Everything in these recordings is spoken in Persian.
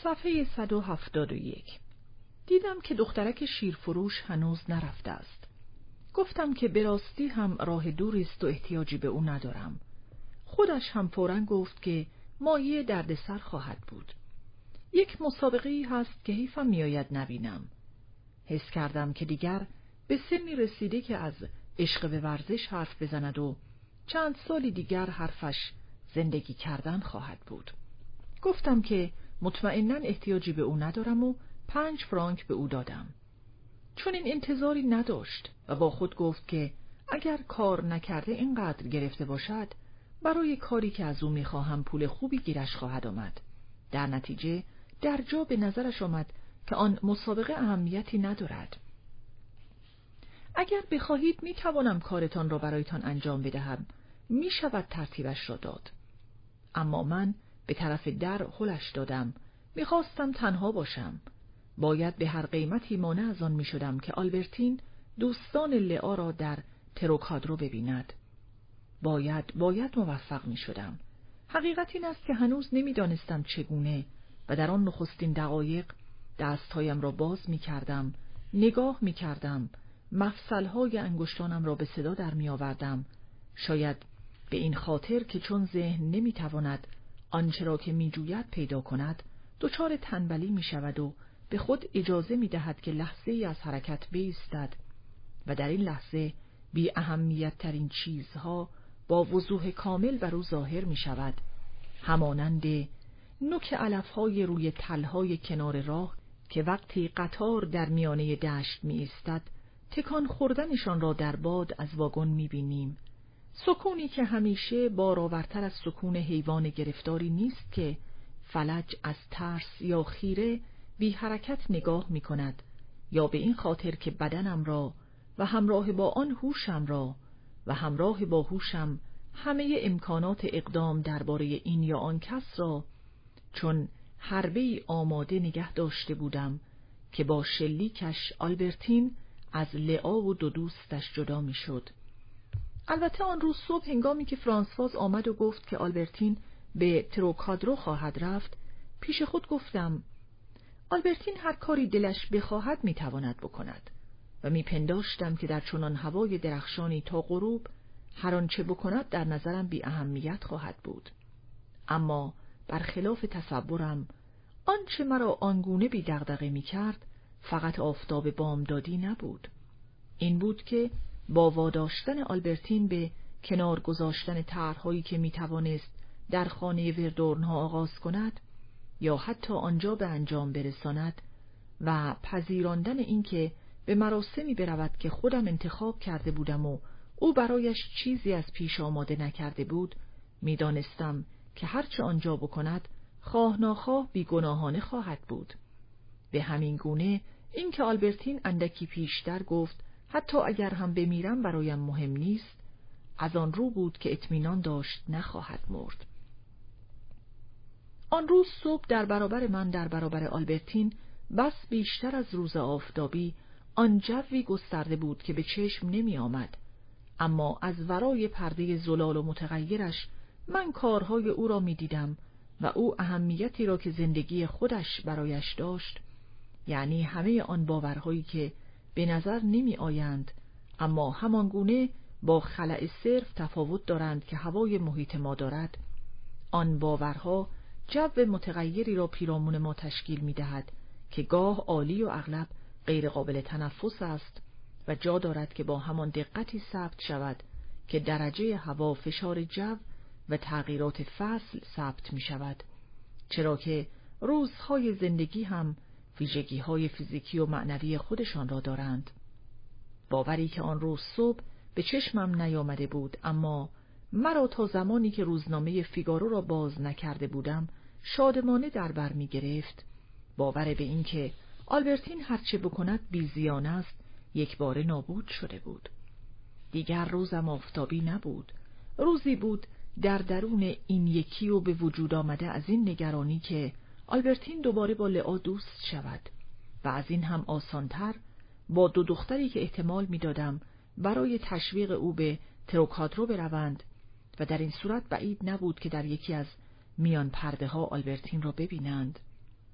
صفحه 171. دیدم که دخترک شیرفروش هنوز نرفته است. گفتم که به راستی هم راه دوری است و احتیاجی به او ندارم. خودش هم فوراً گفت که مایه دردسر خواهد بود. یک مسابقه‌ای هست که حیفم میآید نبینم. حس کردم که دیگر به سنی رسیده که از عشق به ورزش حرف بزند و چند سالی دیگر حرفش زندگی کردن خواهد بود. گفتم که مطمئناً احتیاجی به او ندارم و 5 فرانک به او دادم. چون این انتظاری نداشت و با خود گفت که اگر کار نکرده اینقدر گرفته باشد، برای کاری که از او میخواهم پول خوبی گیرش خواهد آمد. در نتیجه در جا به نظرش آمد که آن مسابقه اهمیتی ندارد. اگر بخواهید میتوانم کارتان را برایتان انجام بدهم، میشود ترتیبش را داد. اما من به طرف در هلش دادم. میخواستم تنها باشم. باید به هر قیمتی مانع از آن میشدم که آلبرتین دوستان لئا را در تروکادرو ببیند. باید موفق میشدم. حقیقت این است که هنوز نمیدانستم چگونه و در آن نخستین دقایق دستهایم را باز میکردم، نگاه میکردم، مفصلهای انگشتانم را به صدا در میآوردم. شاید به این خاطر که چون ذهن نمیتواند آنچه را که میجوید پیدا کند، دچار تنبلی میشود و به خود اجازه میدهد که لحظه ای از حرکت بایستد و در این لحظه بی اهمیت ترین چیزها با وضوح کامل بر او ظاهر می شود، همانند نوک علفهای روی تلهای کنار راه که وقتی قطار در میانه دشت می ایستد تکان خوردنشان را در باد از واگن می بینیم. سکونی که همیشه بارآورتر از سکون حیوان گرفتاری نیست که فلج از ترس یا خیره بی حرکت نگاه می کند، یا به این خاطر که بدنم را و همراه با آن هوشم را و همراه با هوشم همه امکانات اقدام درباره این یا آن کس را چون حربه‌ای آماده نگه داشته بودم که با شلیکش آلبرتین از لئا و 2 دوستش جدا می شد. البته آن روز صبح هنگامی که فرانسواز آمد و گفت که آلبرتین به تروکادرو خواهد رفت، پیش خود گفتم آلبرتین هر کاری دلش بخواهد میتواند بکند و میپنداشتم که در چنان هوای درخشانی تا غروب هر آنچه بکند در نظرم بی اهمیت خواهد بود. اما برخلاف تصورم آنچه مرا آنگونه بی دغدغه میکرد فقط آفتاب بامدادی نبود. این بود که با واداشتن آلبرتین به کنار گذاشتن طرح‌هایی که میتوانست در خانه وردورنها آغاز کند یا حتی آنجا به انجام برساند و پذیراندن این که به مراسمی برود که خودم انتخاب کرده بودم و او برایش چیزی از پیش آماده نکرده بود، میدانستم که هرچه آنجا بکند خواه ناخواه بیگناهانه خواهد بود. به همین گونه این که آلبرتین اندکی پیشتر گفت حتی اگر هم بمیرم برایم مهم نیست، از آن رو بود که اطمینان داشت نخواهد مرد. آن روز صبح در برابر آلبرتین بس بیشتر از روز آفتابی آن جوی گسترده بود که به چشم نمی آمد، اما از ورای پرده زلال و متغیرش من کارهای او را می دیدم و او اهمیتی را که زندگی خودش برایش داشت، یعنی همه آن باورهایی که به نظر نمی آیند اما همانگونه با خلأ صرف تفاوت دارند که هوای محیط ما دارد، آن باورها جو متغیری را پیرامون ما تشکیل می دهد که گاه عالی و اغلب غیر قابل تنفس است و جا دارد که با همان دقتی ثبت شود که درجه هوا، فشار جو و تغییرات فصل ثبت می شود، چرا که روزهای زندگی هم ویژگی‌های فیزیکی و معنوی خودشان را دارند. باوری که آن روز صبح به چشمم نیامده بود، اما مرا تا زمانی که روزنامه فیگارو را باز نکرده بودم شادمانه در بر می گرفت، باور به این که آلبرتین هرچه بکند بیزیان است یک باره نابود شده بود. دیگر روزم آفتابی نبود، روزی بود در درون این یکی و به وجود آمده از این نگرانی که آلبرتین دوباره با لئا دوست شود و از این هم آسانتر با 2 دختری که احتمال می دادم برای تشویق او به تروکادرو بروند و در این صورت بعید نبود که در یکی از میان پرده ها آلبرتین را ببینند.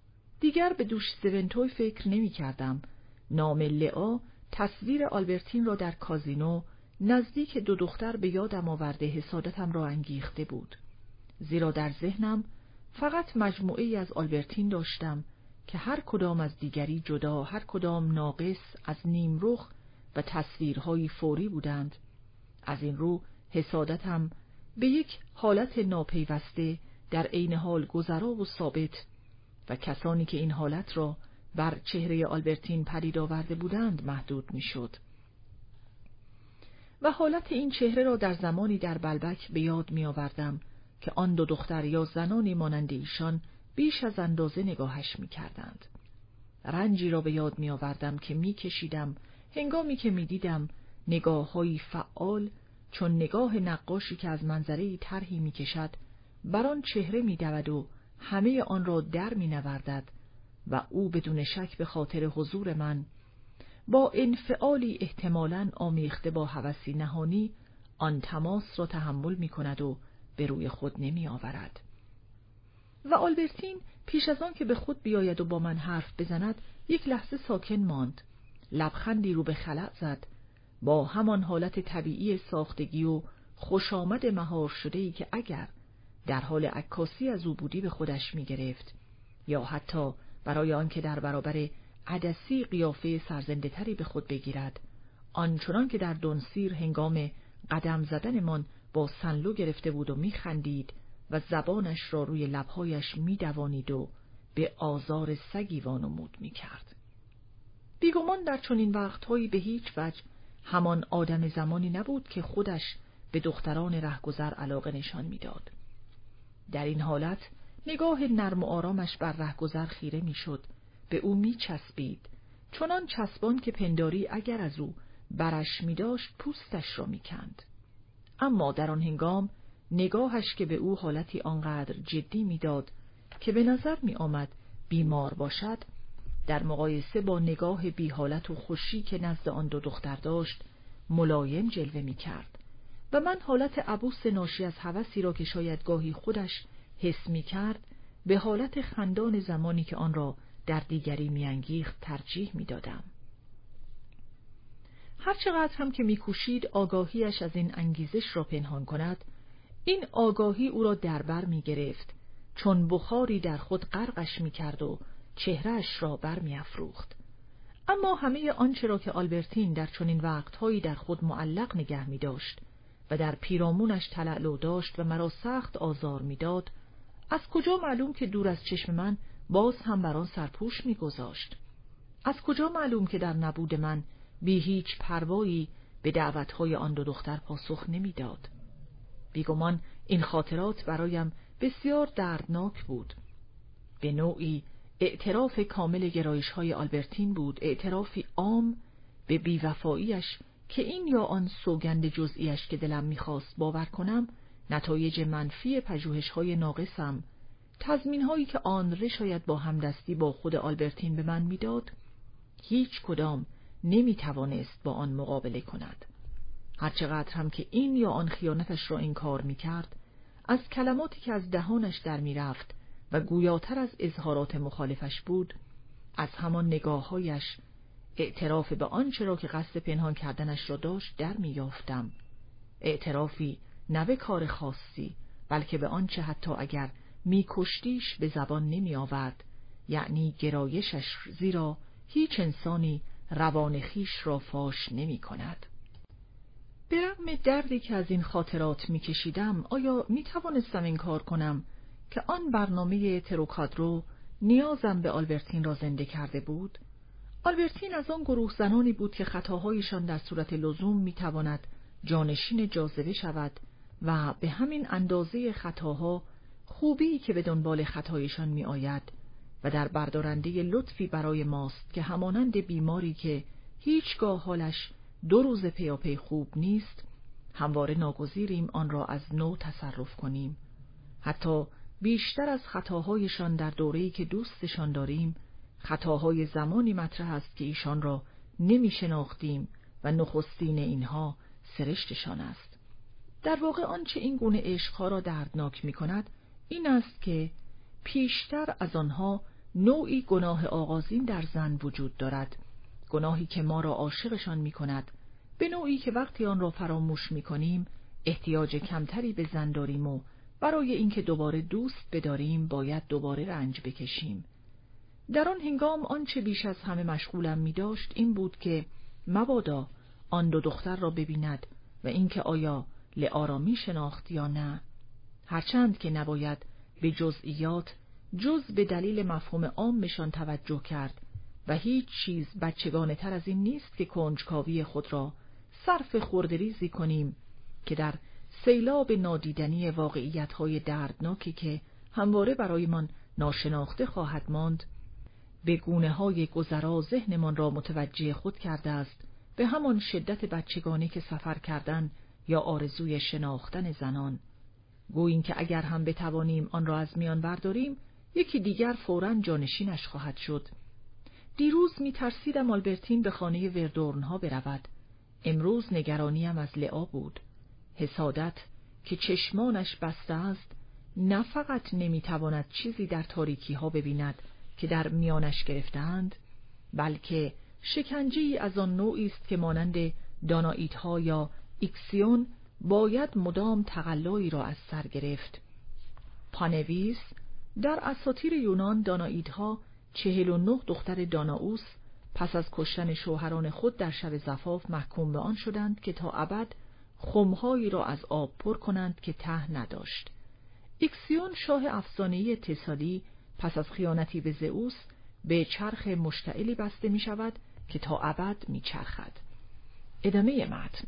دیگر به دوش سونتوی فکر نمی کردم. نام لئا تصویر آلبرتین را در کازینو نزدیک دو دختر به یادم آورده حسادتم را انگیخته بود، زیرا در ذهنم فقط مجموعه‌ای از آلبرتین داشتم که هر کدام از دیگری جدا، هر کدام ناقص، از نیمرخ و تصویرهایی فوری بودند. از این رو حسادتم به یک حالت ناپیوسته در عین حال گذرا و ثابت و کسانی که این حالت را بر چهره آلبرتین پدید آورده بودند محدود می‌شد. و حالت این چهره را در زمانی در بلبک به یاد می‌آوردم که آن دو دختر یا زنانی مانند ایشان بیش از اندازه نگاهش می‌کردند. رنجی را به یاد می‌آوردم که می‌کشیدم هنگامی که می‌دیدم نگاه‌هایی فعال چون نگاه نقاشی که از منظره‌ای طرحی می‌کشد بر آن چهره می‌دود و همه آن را در می‌نوردد و او بدون شک به خاطر حضور من با انفعالی احتمالاً آمیخته با هوسی نهانی آن تماس را تحمل می‌کند و به روی خود نمی‌آورد. و آلبرتین پیش از آن که به خود بیاید و با من حرف بزند یک لحظه ساکن ماند، لبخندی رو به خلأ زد، با همان حالت طبیعی ساختگی و خوش آمد مهار شده‌ای که اگر در حال عکاسی از او بودی به خودش می‌گرفت، یا حتی برای آنکه در برابر عدسی قیافه سرزنده تری به خود بگیرد، آنچنان که در دنسیر هنگام قدم زدنمان با سنلو گرفته بود و می‌خندید و زبانش را روی لب‌هایش می‌دوانید و به آزار سگی وانمود می‌کرد. بیگمان در چنین وقت‌هایی به هیچ وجه همان آدم زمانی نبود که خودش به دختران رهگذر علاقه نشان می‌داد. در این حالت نگاه نرم و آرامش بر رهگذر خیره می‌شد، به او می‌چسبید، چنان چسبان که پنداری اگر از او برش می‌داشت پوستش را می‌کند. اما در آن هنگام نگاهش که به او حالتی آنقدر جدی می‌داد که به نظر می‌آمد بیمار باشد، در مقایسه با نگاه بی حالت و خوشی که نزد آن دو دختر داشت ملایم جلوه می‌کرد و من حالت عبوس ناشی از هوسی را که شاید گاهی خودش حس می‌کرد به حالت خندان زمانی که آن را در دیگری می‌انگیخت ترجیح می‌دادم. هرچقدر هم که می‌کوشید آگاهیش از این انگیزش را پنهان کند، این آگاهی او را در بر می‌گرفت، چون بخاری در خود غرقش می‌کرد و چهره‌اش را برمی‌افروخت. اما همه آنچه را که آلبرتین در چنین وقت‌هایی در خود معلق نگه می‌داشت و در پیرامونش تلألؤ داشت و مرا سخت آزار می‌داد، از کجا معلوم که دور از چشم من باز هم بر آن سرپوش می‌گذاشت؟ از کجا معلوم که در نبود من بی هیچ پروایی به دعوت‌های آن دو دختر پاسخ نمی‌داد؟ بیگمان این خاطرات برایم بسیار دردناک بود. به نوعی اعتراف کامل گرایش‌های آلبرتین بود، اعترافی عام به بی‌وفایی‌اش که این یا آن سوگند جزئی‌اش که دلم می‌خواست باور کنم نتایج منفی پژوهش‌های ناقصم، تضمین‌هایی که آندره شاید با همدستی با خود آلبرتین به من می‌داد، هیچ کدام نمی‌توانست با آن مقابله کند. هرچقدر هم که این یا آن خیانتش را انکار می‌کرد، از کلماتی که از دهانش در می‌رفت و گویاتر از اظهارات مخالفش بود، از همان نگاه‌هایش اعتراف به آنچه را که قصد پنهان کردنش را داشت در می‌یافتم. اعترافی نه به کار خاصی، بلکه به آنچه حتی اگر می‌کشتیش به زبان نمی‌آورد، یعنی گرایشش، زیرا هیچ انسانی روان خویش را فاش نمی‌کند. به رغم دردی که از این خاطرات می‌کشیدم، آیا می‌توانستم انکار کنم که آن برنامه تروکادرو نیازم به آلبرتین را زنده کرده بود؟ آلبرتین از آن گروه زنانی بود که خطاهایشان در صورت لزوم می‌تواند جانشین جاذبه شود و به همین اندازه خطاها خوبی که به دنبال خطایشان می‌آید و در بردارنده لطفی برای ماست که همانند بیماری که هیچگاه حالش 2 روز پیاپی خوب نیست، همواره ناگزیریم آن را از نو تصرف کنیم. حتی بیشتر از خطاهایشان در دوره‌ای که دوستشان داریم، خطاهای زمانی مطرح است که ایشان را نمی‌شناختیم و نخستین اینها سرشتشان است. در واقع آنچه این گونه عشقها را دردناک می‌کند این است که پیشتر از آنها نوعی گناه آغازین در زن وجود دارد، گناهی که ما را عاشقشان می کند، به نوعی که وقتی آن را فراموش می کنیم احتیاج کمتری به زن داریم و برای اینکه دوباره دوست بداریم باید دوباره رنج بکشیم. در آن هنگام آنچه بیش از همه مشغولم می داشت این بود که مبادا آن دو دختر را ببیند و اینکه آیا لئا را می شناخت یا نه، هرچند که نباید به جزئیات جز به دلیل مفهوم عامشان توجه کرد و هیچ چیز بچگانه تر از این نیست که کنجکاوی خود را صرف خردریزی کنیم که در سیلاب نادیدنی واقعیت‌های دردناکی که همواره برایمان ناشناخته خواهد ماند، به گونه‌های گذرا ذهنمان را متوجه خود کرده است، به همان شدت بچگانه که سفر کردن یا آرزوی شناختن زنان. گوییم که اگر هم بتوانیم آن را از میان برداریم، یکی دیگر فوراً جانشینش خواهد شد. دیروز می ترسیدم آلبرتین به خانه وردورنها برود. امروز نگرانیم از لئا بود. حسادت که چشمانش بسته است، نه فقط نمی تواند چیزی در تاریکی ها ببیند که در میانش گرفتند، بلکه شکنجه‌ای از آن نوعی است که مانند دانائیدها یا ایکسیون باید مدام تقلایی را از سر گرفت. پانویس در اساطیر یونان دانائیدها 49 دختر دانائوس پس از کشتن شوهران خود در شب زفاف محکوم به آن شدند که تا ابد خمهایی را از آب پر کنند که ته نداشت. ایکسیون شاه افسانه‌ای تسالی پس از خیانتی به زئوس به چرخ مشتعلی بسته می شود که تا ابد می چرخد. ادامه متن.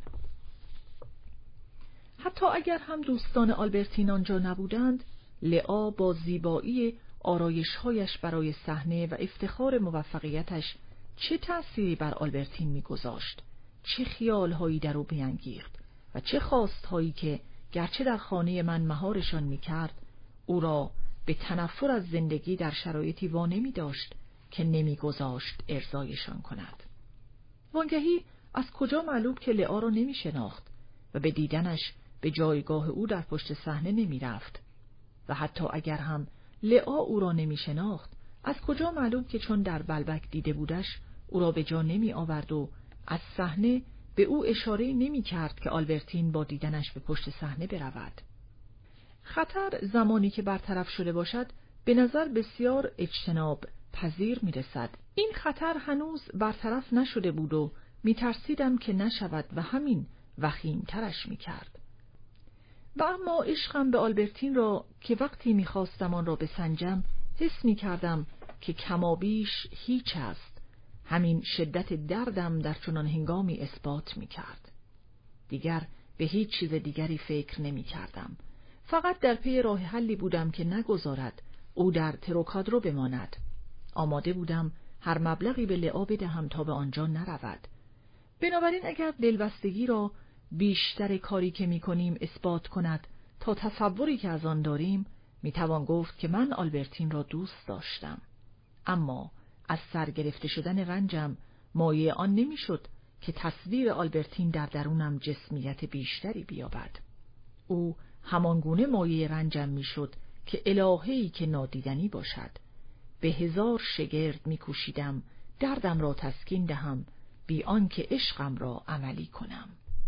حتی اگر هم دوستان آلبرتین آنجا نبودند، لئا با زیبایی آرایش‌هایش برای صحنه و افتخار موفقیتش چه تأثیری بر آلبرتین می‌گذاشت، چه خیال‌هایی در او بیانگیخت و چه خواست‌هایی که گرچه در خانه من مهارشان می‌کرد، او را به تنفر از زندگی در شرایطی وانمی داشت که نمی‌گذاشت ارضایشان کند. وانگهی از کجا معلوم که لئا را نمی‌شناخت و به دیدنش به جایگاه او در پشت صحنه نمی‌رفت؟ و حتی اگر هم لئا او را نمی‌شناخت، از کجا معلوم که چون در بلبک دیده بودش او را به جا نمی آورد و از صحنه به او اشاره نمی کرد که آلبرتین با دیدنش به پشت صحنه برود؟ خطر زمانی که برطرف شده باشد به نظر بسیار اجتناب پذیر می رسد. این خطر هنوز برطرف نشده بود و می ترسیدم که نشود و همین وخیم ترش می کرد. و اما عشقم به آلبرتین را که وقتی می خواستم آن را بسنجم حس می کردم که کمابیش هیچ است. همین شدت دردم در چنان هنگامی اثبات می کرد. دیگر به هیچ چیز دیگری فکر نمی کردم. فقط در پی راه حلی بودم که نگذارد او در تروکادرو بماند. آماده بودم هر مبلغی به لئا بدهم تا به آنجا نرود. بنابراین اگر دلبستگی را بیشتر کاری که می کنیم اثبات کند تا تصوری که از آن داریم، می توان گفت که من آلبرتین را دوست داشتم. اما از سر گرفته شدن رنجم مایه آن نمی شد که تصویر آلبرتین در درونم جسمیت بیشتری بیابد. او همانگونه مایه رنجم می شد که الهه‌ای که نادیدنی باشد. به هزار شگرد می کوشیدم دردم را تسکین دهم بی آنکه عشقم را عملی کنم.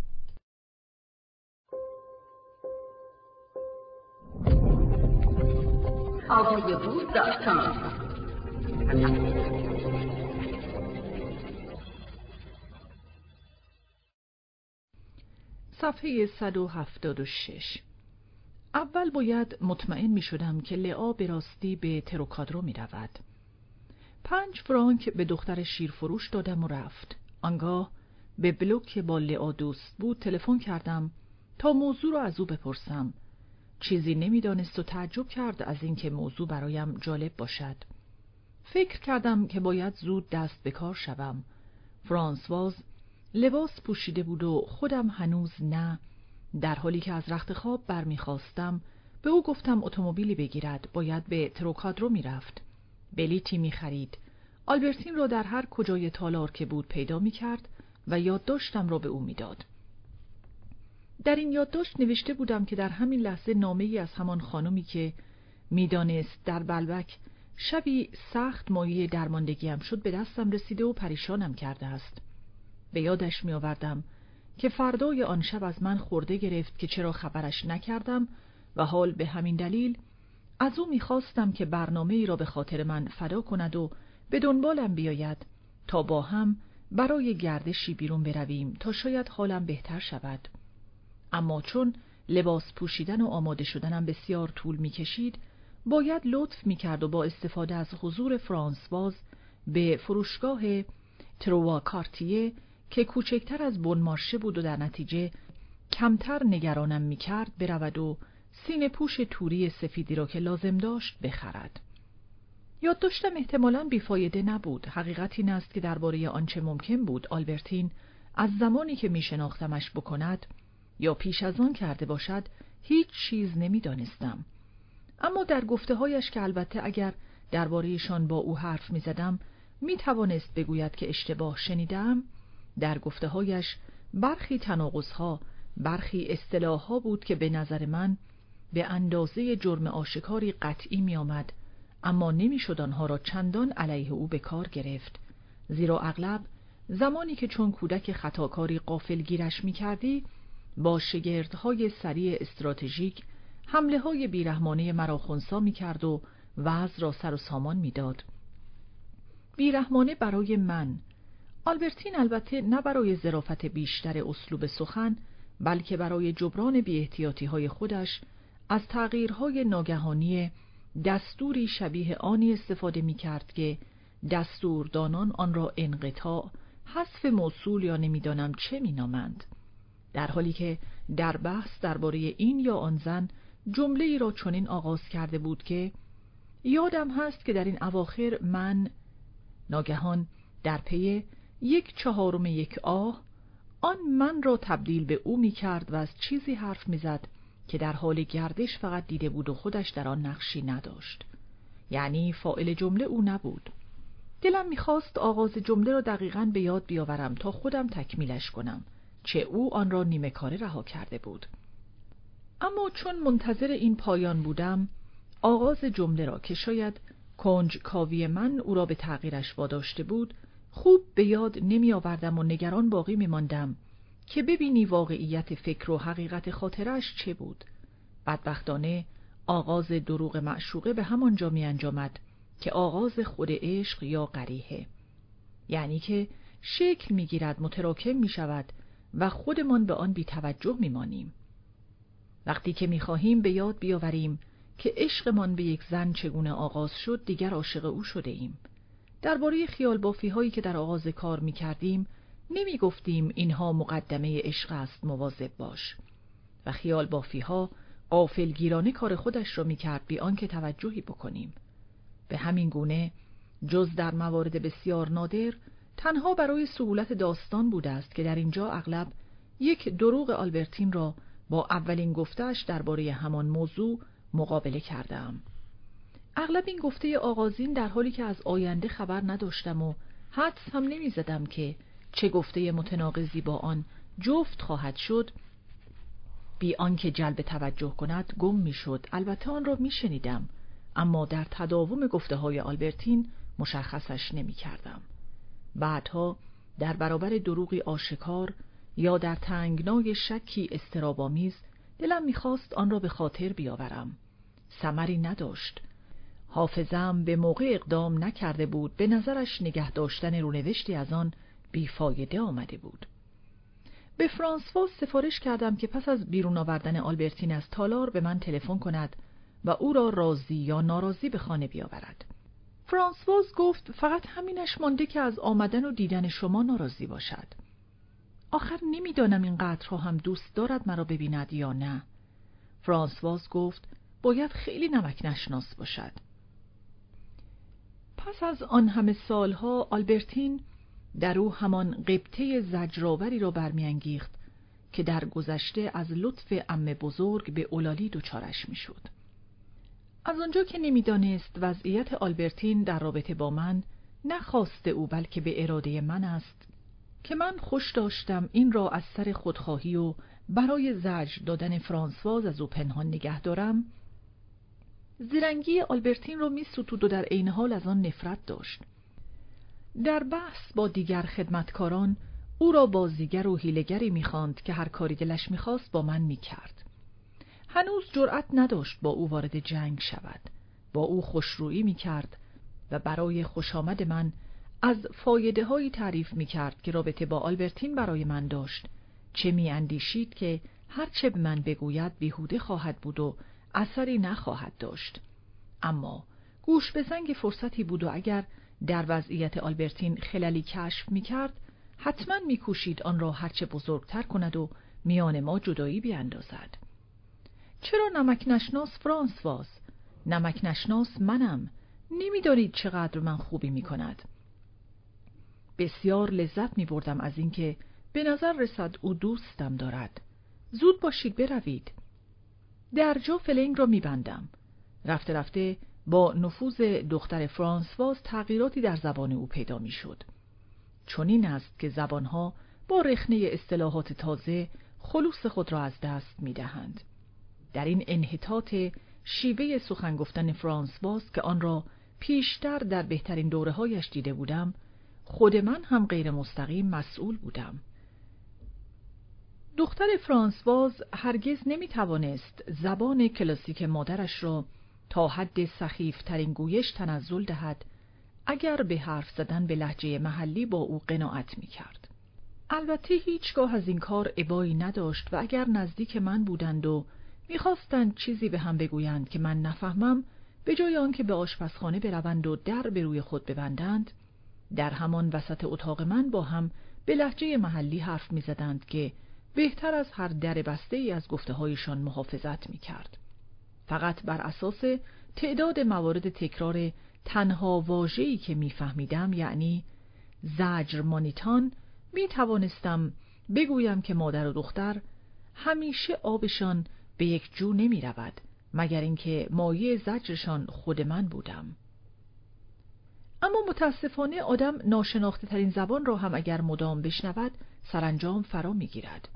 صفحه 176. اول باید مطمئن می شدم که لئا به راستی به تروکادرو می رود. 5 فرانک به دختر شیرفروش دادم و رفت. آنگاه به بلوک که با لئا دوست بود تلفن کردم تا موضوع را از او بپرسم. چیزی نمیدانست و تعجب کرد از اینکه موضوع برایم جالب باشد. فکر کردم که باید زود دست به کار شوم. فرانسواز لباس پوشیده بود و خودم هنوز نه. در حالی که از رخت خواب برمیخواستم به او گفتم اتومبیلی بگیرد، باید به تروکادرو میرفت. بلیطی میخرید. آلبرتین را در هر کجای تالار که بود پیدا میکرد و یادداشتم را به او میداد. در این یادداشت نوشته بودم که در همین لحظه نامه‌ای از همان خانمی که میدانست در بلبک شبی سخت مایه درماندگیم شد به دستم رسیده و پریشانم کرده است. به یادش می آوردم که فردای آن شب از من خورده گرفت که چرا خبرش نکردم و حال به همین دلیل از او می خواستم که برنامه ای را به خاطر من فدا کند و به دنبالم بیاید تا با هم برای گردشی بیرون برویم تا شاید حالم بهتر شود. اما چون لباس پوشیدن و آماده شدنم بسیار طول می کشید، باید لطف می کرد و با استفاده از حضور فرانسواز به فروشگاه تروا کارتیه که کوچکتر از بنمارشه بود و در نتیجه کمتر نگرانم می کرد برود و سینه پوش توری سفیدی را که لازم داشت بخرد. یادداشتم احتمالاً بیفایده نبود. حقیقت این است که درباره آنچه ممکن بود آلبرتین از زمانی که می شناختمش بکند یا پیش از آن کرده باشد هیچ چیز نمی دانستم. اما در گفته‌هایش که البته اگر درباره‌شان با او حرف می زدم می توانست بگوید که اشتباه شنیدم، در گفته‌هایش برخی تناقض‌ها، برخی اصطلاح‌ها بود که به نظر من به اندازه جرم آشکاری قطعی می آمد، اما نمی شد آنها را چندان علیه او به کار گرفت، زیرا اغلب زمانی که چون کودک خطاکاری غافلگیرش می کردی با شگردهای سریع استراتژیک حمله های بیرحمانه مرا خنثی می کرد و وضع را سر و سامان می داد. بیرحمانه برای من. آلبرتین البته نه برای ظرافت بیشتر اسلوب سخن، بلکه برای جبران بی‌احتیاطی های خودش از تغییرهای ناگهانی دستوری شبیه آنی استفاده می کرد که دستوردانان آن را انقطاع، حذف موصول یا نمیدانم چه می نامند، در حالی که در بحث درباره این یا آن زن جمله ای را چنین آغاز کرده بود که یادم هست که در این اواخر من ناگهان در پی 1/4 یک آه آن من را تبدیل به او می کرد و از چیزی حرف می زد که در حال گردش فقط دیده بود و خودش در آن نقشی نداشت، یعنی فاعل جمله او نبود. دلم می‌خواست آغاز جمله را دقیقاً به یاد بیاورم تا خودم تکمیلش کنم، چه او آن را نیمه کاره رها کرده بود. اما چون منتظر این پایان بودم، آغاز جمله را که شاید کنج کاوی من او را به تغییرش واداشته بود خوب به یاد نمی آوردم و نگران باقی می ماندم که ببینی واقعیت فکر و حقیقت خاطرش چه بود. بدبختانه آغاز دروغ معشوقه به همان جا می انجامد که آغاز خود عشق یا قریحه، یعنی که شکل می گیرد، متراکم می شود و خودمان به آن بی توجه می مانیم. وقتی که می خواهیم به یاد بیاوریم که عشقمان به یک زن چگونه آغاز شد، دیگر عاشق او شده ایم. درباره خیال بافی هایی که در آغاز کار می کردیم نمی گفتیم اینها مقدمه عشق است، مواظب باش. و خیال بافی ها غافلگیرانه کار خودش را می کرد بی آنکه توجهی بکنیم. به همین گونه جز در موارد بسیار نادر تنها برای سهولت داستان بوده است که در اینجا اغلب یک دروغ آلبرتین را با اولین گفته‌اش درباره همان موضوع مقابله کردم. اغلب این گفته آغازین در حالی که از آینده خبر نداشتم و حدس هم نمی زدم که چه گفته متناقضی با آن جفت خواهد شد، بی آنکه جلب توجه کند گم می شد. البته آن را می شنیدم، اما در تداوم گفته های آلبرتین مشخصش نمی کردم. بعدها در برابر دروغی آشکار یا در تنگنای شکی اضطراب‌آمیز دلم می خواست آن را به خاطر بیاورم. ثمری نداشت. حافظم به موقع اقدام نکرده بود. به نظرش نگه داشتن رونوشتی از آن بیفایده آمده بود. به فرانسواز سفارش کردم که پس از بیرون آوردن آلبرتین از تالار به من تلفن کند و او را راضی یا ناراضی به خانه بیاورد. فرانسواز گفت فقط همینش مانده که از آمدن و دیدن شما ناراضی باشد. آخر نمیدانم اینقدرها هم دوست دارد مرا ببیند یا نه. فرانسواز گفت باید خیلی نمک نشناس باشد. پس از آن همه سالها آلبرتین در او همان غبطه زجرآوری را برمیانگیخت که در گذشته از لطف عمه بزرگ به اولالی دچارش میشد. از آنجا که نمیدانست وضعیت آلبرتین در رابطه با من نخواست او بلکه به اراده من است که من خوش داشتم این را از سر خودخواهی و برای زجر دادن فرانسواز از او پنهان نگه دارم، زرنگی آلبرتین را می‌ستود و در عین حال از آن نفرت داشت. در بحث با دیگر خدمتکاران او را بازیگر و حیله‌گری می‌خواند که هر کاری دلش می‌خواست با من می‌کرد. هنوز جرأت نداشت با او وارد جنگ شود. با او خوشرویی می‌کرد و برای خوشامد من از فایده‌هایی تعریف می‌کرد که رابطه با آلبرتین برای من داشت. چه می‌اندیشید که هر چه به من بگوید بیهوده خواهد بود و اثری نخواهد داشت. اما گوش به زنگ فرصتی بود و اگر در وضعیت آلبرتین خللی کشف می‌کرد، حتماً می‌کوشید آن را هرچه بزرگتر کند و میان ما جدایی بیاندازد. چرا نمک نشناس فرانسواز؟ نمک نشناس منم. نمی‌دانید چقدر من خوبی می‌کند. بسیار لذت می‌بردم از اینکه به نظر رسد او دوستم دارد. زود باشید بروید. در جا فلنگ را می‌بندم. رفته رفته با نفوذ دختر فرانسواز تغییراتی در زبان او پیدا می‌شد. چنین است که زبانها با رخنه اصطلاحات تازه خلوص خود را از دست می‌دهند. در این انحطاط شیوه سخن گفتن فرانسواز که آن را پیشتر در بهترین دوره‌هایش دیده بودم، خود من هم غیر مستقیم مسئول بودم. دختر فرانسواز هرگز نمی‌توانست زبان کلاسیک مادرش را تا حد سخیفترین گویش تنزل دهد اگر به حرف زدن به لهجه محلی با او قناعت می‌کرد. البته هیچگاه از این کار ابایی نداشت و اگر نزدیک من بودند و می‌خواستند چیزی به هم بگویند که من نفهمم، به جای آنکه به آشپزخانه بروند و در به روی خود ببندند، در همان وسط اتاق من با هم به لهجه محلی حرف می‌زدند که بهتر از هر در بسته‌ای از گفته‌هایشان محافظت می‌کرد. فقط بر اساس تعداد موارد تکرار تنها واژه‌ای که می‌فهمیدم، یعنی زجر مانیتان، می‌توانستم بگویم که مادر و دختر همیشه آبشان به یک جو نمی‌رود، مگر اینکه مایه زجرشان خود من بودم. اما متاسفانه آدم ناشناخته ترین زبان را هم اگر مدام بشنود سرانجام فرا می‌گیرد.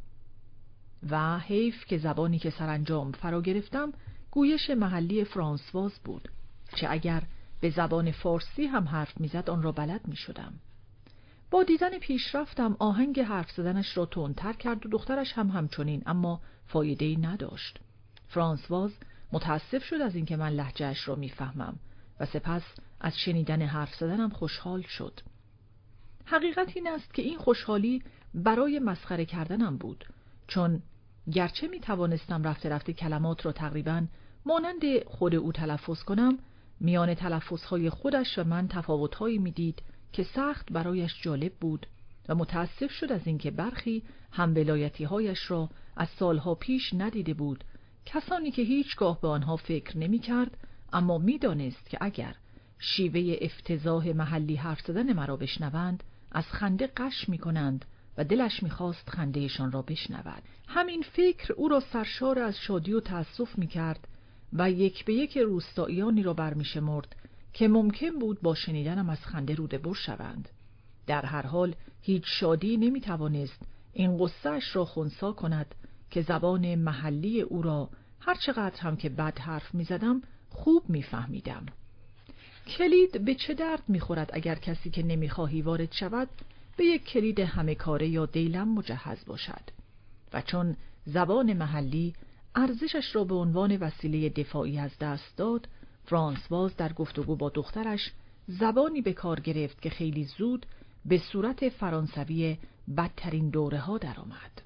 و حیف که زبانی که سرانجام فرا گرفتم گویش محلی فرانسواز بود، چه اگر به زبان فارسی هم حرف می‌زد آن را بلد می‌شدم. با دیدن پیشرفتم آهنگ حرف زدنش را تندتر کرد و دخترش هم همچنین، اما فایده‌ای نداشت. فرانسواز متاسف شد از اینکه من لهجه‌اش را می‌فهمم و سپس از شنیدن حرف زدنم خوشحال شد. حقیقت این است که این خوشحالی برای مسخره کردنم بود، چون گرچه می‌توانستم رفته رفته کلمات را تقریباً مانند خود او تلفظ کنم، میان تلفظهای خودش و من تفاوت‌هایی می‌دید که سخت برایش جالب بود و متاسف شد از اینکه برخی هم ولایتی‌هایش را از سالها پیش ندیده بود، کسانی که هیچگاه به آنها فکر نمی‌کرد، اما می‌دانست که اگر شیوه افتضاح محلی حرف زدن مرا بشنوند از خنده غش می‌کنند و دلش می‌خواست خنده‌شان را بشنود. همین فکر او را سرشار از شادی و تأسف می‌کرد و یک به یک روستاییانی را برمی‌شمرد که ممکن بود با شنیدنم از خنده روده‌بر شوند. در هر حال هیچ شادی نمی‌توانست این غصه‌اش را خنثی کند که زبان محلی او را هر چقدر هم که بد حرف می‌زدم خوب می‌فهمیدم. کلید به چه درد می‌خورد اگر کسی که نمی‌خواهی وارد شود به یک کلید همه کاره یا دیلم مجهز باشد؟ و چون زبان محلی ارزشش را به عنوان وسیله دفاعی از دست داد، فرانسواز در گفتگو با دخترش زبانی به کار گرفت که خیلی زود به صورت فرانسوی بدترین دوره‌ها درآمد.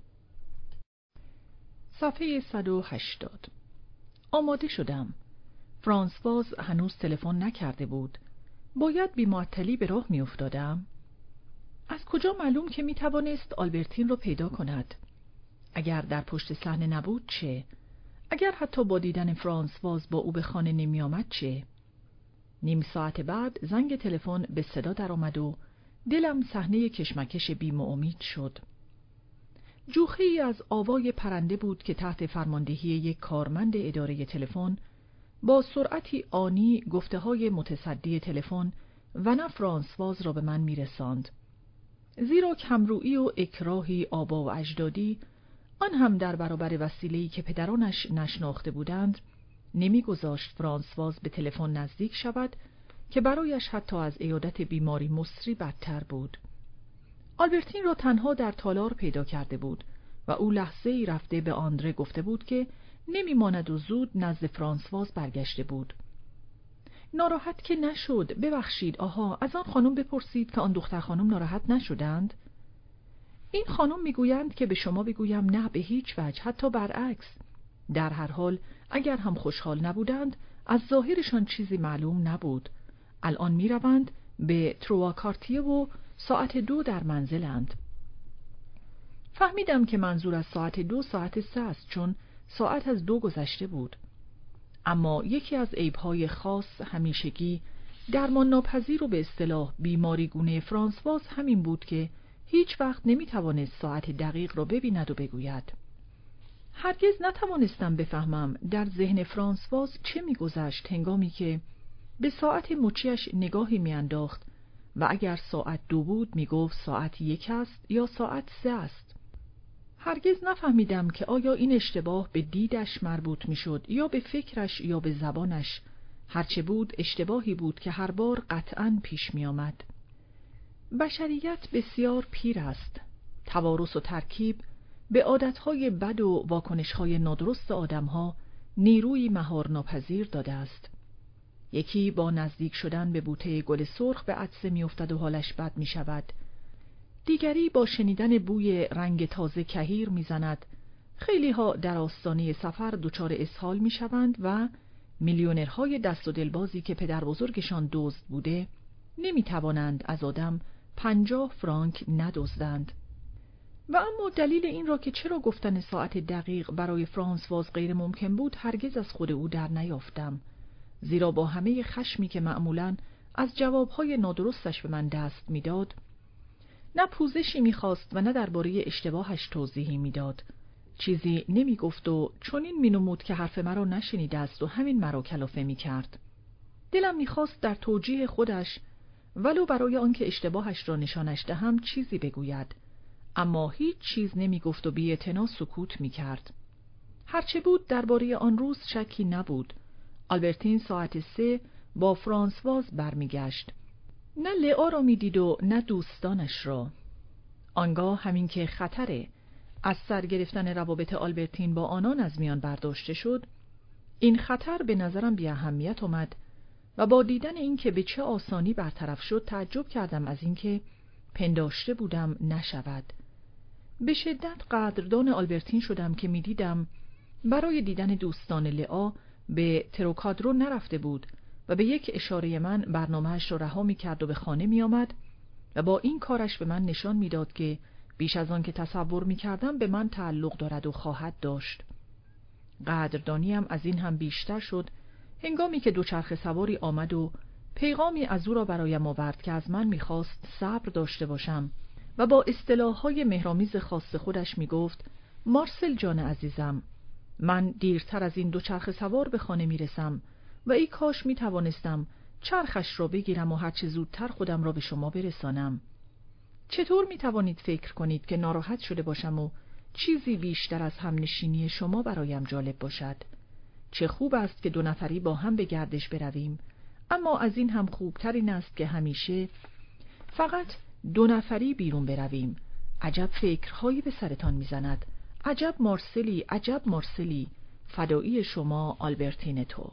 صفحه 180. آماده شدم. فرانسواز هنوز تلفن نکرده بود. باید بی معطلی به راه می‌افتادم. از کجا معلوم که می‌توانست آلبرتین را پیدا کند؟ اگر در پشت صحنه نبود چه؟ اگر حتی با دیدن فرانسواز با او به خانه نمی‌آمد چه؟ نیم ساعت بعد زنگ تلفن به صدا درآمد و دلم صحنه کشمکش بیم و امید شد. جوخه‌ای از آوای پرنده بود که تحت فرماندهی یک کارمند اداره تلفن با سرعتی آنی گفته‌های متصدی تلفن و نه فرانسواز را به من می‌رساند. زیرا کمرویی و اکراهی آبا و اجدادی، آن هم در برابر وسیله‌ای که پدرانش نشناخته بودند، نمی‌گذاشت فرانسواز به تلفن نزدیک شود که برایش حتی از عیادت بیماری مصری بدتر بود. آلبرتین را تنها در تالار پیدا کرده بود و او لحظه‌ای رفته به آندره گفته بود که نمی‌ماند و زود نزد فرانسواز برگشته بود. ناراحت که نشد. ببخشید آها، از آن خانم بپرسید که آن دختر خانم ناراحت نشدند. این خانم میگویند که به شما بگویم نه، به هیچ وجه، حتی برعکس. در هر حال اگر هم خوشحال نبودند از ظاهرشان چیزی معلوم نبود. الان میروند به ترواکارتیه و ساعت 2 در منزلند. فهمیدم که منظور از ساعت 2 ساعت 3 است، چون ساعت از 2 گذشته بود. اما یکی از عیب‌های خاص همیشگی درمان ناپذیر و به اصطلاح بیماری گونه فرانسواز همین بود که هیچ وقت نمی‌توانست ساعت دقیق را ببیند و بگوید. هرگز نتوانستم بفهمم در ذهن فرانسواز چه می‌گذشت هنگامی که به ساعت مچیش نگاهی می‌انداخت و اگر ساعت 2 بود می‌گفت ساعت 1 است یا ساعت 3 است. هرگز نفهمیدم که آیا این اشتباه به دیدش مربوط می‌شد یا به فکرش یا به زبانش. هرچه بود اشتباهی بود که هر بار قطعاً پیش می‌آمد. بشریت بسیار پیر است. توارث و ترکیب به عادتهای بد و واکنشهای نادرست آدمها نیروی مهار ناپذیر داده است. یکی با نزدیک شدن به بوته گل سرخ به عطسه میافتد و حالش بد می شود. دیگری با شنیدن بوی رنگ تازه کهیر میزند. خیلی ها در آستانه سفر دچار اسهال می شوند و میلیونرهای دست و دلبازی که پدر بزرگشان دزد بوده نمی توانند از آدم 50 فرانک ندزدند. و اما دلیل این را که چرا گفتن ساعت دقیق برای فرانسواز غیر ممکن بود هرگز از خود او در نیافتم، زیرا با همه خشمی که معمولاً از جوابهای نادرستش به من دست میداد، نه پوزشی میخواست و نه درباره اشتباهش توضیحی میداد. چیزی نمیگفت و چنین مینمود که حرف مرا نشنیده است و همین مرا کلافه میکرد. دلم میخواست در توجیه خودش ولو برای آنکه اشتباهش را نشانش دهم چیزی بگوید، اما هیچ چیز نمیگفت و بی‌اعتنا سکوت میکرد. هرچه بود درباره آن روز شکی نبود. آلبرتین ساعت 3 با فرانسواز برمیگشت. نه لئا را میدید و نه دوستانش را. آنگاه همین که خطر از سر گرفتن روابط آلبرتین با آنان از میان برداشته شد، این خطر به نظرم بی اهمیت آمد و با دیدن این که به چه آسانی برطرف شد تعجب کردم از اینکه پنداشته بودم نشود. به شدت قدردان آلبرتین شدم که میدیدم برای دیدن دوستان لئا به تروکادرو نرفته بود و به یک اشاره من برنامه‌اش را رها می‌کرد و به خانه می‌آمد و با این کارش به من نشان می‌داد که بیش از آن که تصور می‌کردم به من تعلق دارد و خواهد داشت. قدردانیم از این هم بیشتر شد هنگامی که دوچرخه سواری آمد و پیغامی از او را برایم آورد که از من می‌خواست صبر داشته باشم و با اصطلاح‌های مهرامیز خاص خودش می‌گفت: مارسل جان عزیزم، من دیرتر از این دوچرخه سوار به خانه می‌رسم و ای کاش می‌توانستم چرخش را بگیرم و هرچه زودتر خودم را به شما برسانم. چطور می‌توانید فکر کنید که ناراحت شده باشم و چیزی بیشتر از همنشینی شما برایم جالب باشد؟ چه خوب است که 2 نفری با هم به گردش برویم، اما از این هم خوبتر این است که همیشه فقط 2 نفری بیرون برویم. عجب فکرهایی به سرتان میزند. عجب مارسلی، عجب مارسلی. فدایی شما آلبرتین تو.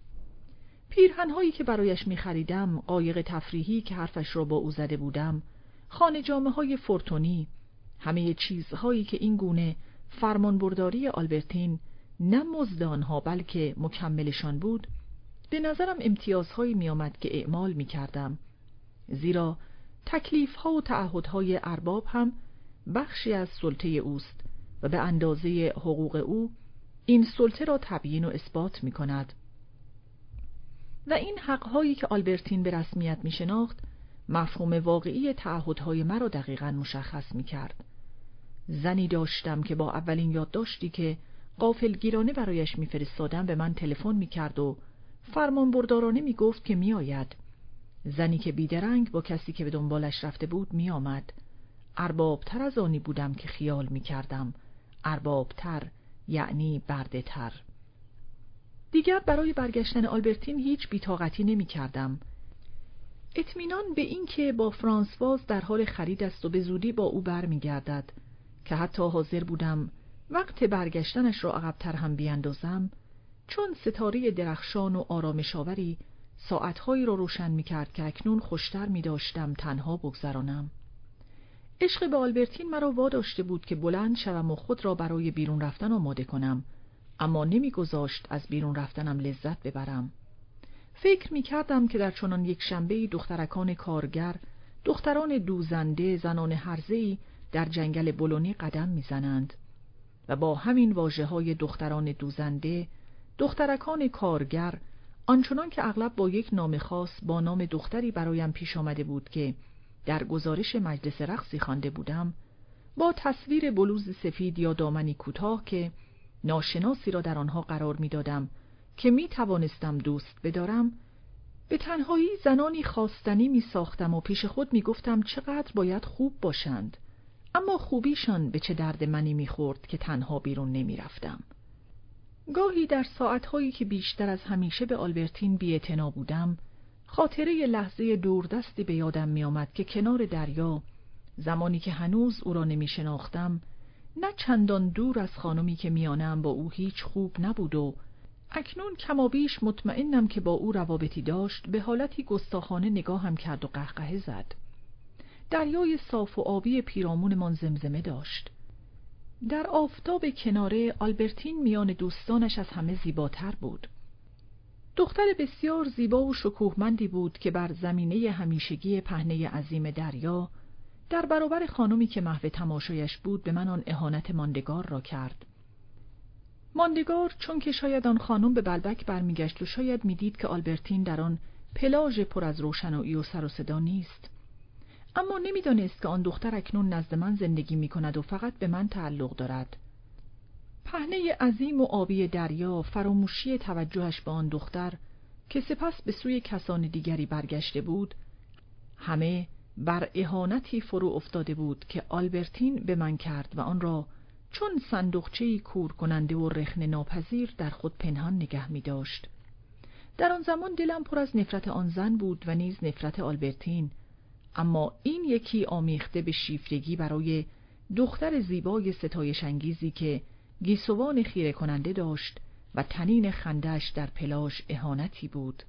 پیرهنهایی که برایش میخریدم، قایق تفریحی که حرفش را با او زده بودم، خانه جامه‌های فورتونی، همه چیزهایی که این گونه فرمانبرداری آلبرتین نه مزد آنها بلکه مکملشان بود، به نظرم امتیازهایی میآمد که اعمال میکردم، زیرا تکلیف‌ها و تعهدهای ارباب هم بخشی از سلطه اوست و به اندازه حقوق او این سلطه را تبیین و اثبات می‌کند. و این حق‌هایی که آلبرتین به رسمیت می‌شناخت، مفهوم واقعی تعهدهای مرا دقیقاً مشخص می‌کرد. زنی داشتم که با اولین یادداشتی که غافلگیرانه برایش می‌فرستادم به من تلفن می‌کرد و فرمانبردارانه می‌گفت که می‌آید. زنی که بیدرنگ با کسی که به دنبالش رفته بود می‌آمد. اربابتر از آنی بودم که خیال می‌کردم. اربابتر یعنی برده‌تر. دیگر برای برگشتن آلبرتین هیچ بی‌طاقتی نمی‌کردم. اطمینان به این که با فرانسواز در حال خرید است و به زودی با او برمیگردد که حتی حاضر بودم وقت برگشتنش را عقب‌تر هم بیاندازم، چون ستاره درخشان و آرامش‌آوری ساعت‌هایی را روشن می‌کرد که اکنون خوشتر می‌داشتم تنها بگذرانم. عشق به آلبرتین مرا واداشته بود که بلند شوم و خود را برای بیرون رفتن آماده کنم، اما نمی‌گذاشت از بیرون رفتنم لذت ببرم. فکر می‌کردم که در چنان یک شنبه‌ای دخترکان کارگر، دختران دوزنده، زنان هرزه‌ای در جنگل بولونی قدم می‌زنند و با همین واژه‌های دختران دوزنده، دخترکان کارگر، آنچنان که اغلب با یک نام خاص با نام دختری برایم پیش آمده بود که در گزارش مجلس رقصی خوانده بودم، با تصویر بلوز سفید یا دامنی کوتاه که ناشناسی را در آنها قرار می‌دادم که می‌توانستم دوست بدارم، به تنهایی زنانی خواستنی می‌ساختم و پیش خود می‌گفتم چقدر باید خوب باشند، اما خوبیشان به چه درد منی می‌خورد که تنها بیرون نمی‌رفتم. گاهی در ساعت‌هایی که بیشتر از همیشه به آلبرتین بی‌اعتنا بودم، خاطره لحظه دوردستی به یادم می‌آمد که کنار دریا، زمانی که هنوز او را نمی‌شناختم، نه چندان دور از خانمی که میانه‌ام با او هیچ خوب نبود و اکنون کمابیش مطمئنم که با او روابطی داشت، به حالتی گستاخانه نگاهم کرد و قهقهه زد. دریای صاف و آبی پیرامونمان زمزمه داشت. در آفتاب کناره آلبرتین میان دوستانش از همه زیباتر بود. دختر بسیار زیبا و شکوهمندی بود که بر زمینه همیشگی پهنه عظیم دریا، در برابر خانمی که محو تماشایش بود، به من آن اهانت ماندگار را کرد. ماندگار چون که شاید آن خانم به بلبک برمیگشت و شاید میدید که آلبرتین در آن پلاژ پر از روشنایی و سر و صدا نیست، اما نمیدانست که آن دختر اکنون نزد من زندگی میکند و فقط به من تعلق دارد. پهنه عظیم و آبی دریا، فراموشی توجهش به آن دختر که سپس به سوی کسان دیگری برگشته بود، همه بر اهانتی فرو افتاده بود که آلبرتین به من کرد و آن را چون صندوقچه‌ای کور کننده و رخنه ناپذیر در خود پنهان نگه می داشت. در آن زمان دلم پر از نفرت آن زن بود و نیز نفرت آلبرتین، اما این یکی آمیخته به شیفتگی برای دختر زیبای ستایش انگیزی که گیسوان خیره کننده داشت و تنین خنده‌اش در پلاژ اهانتی بود.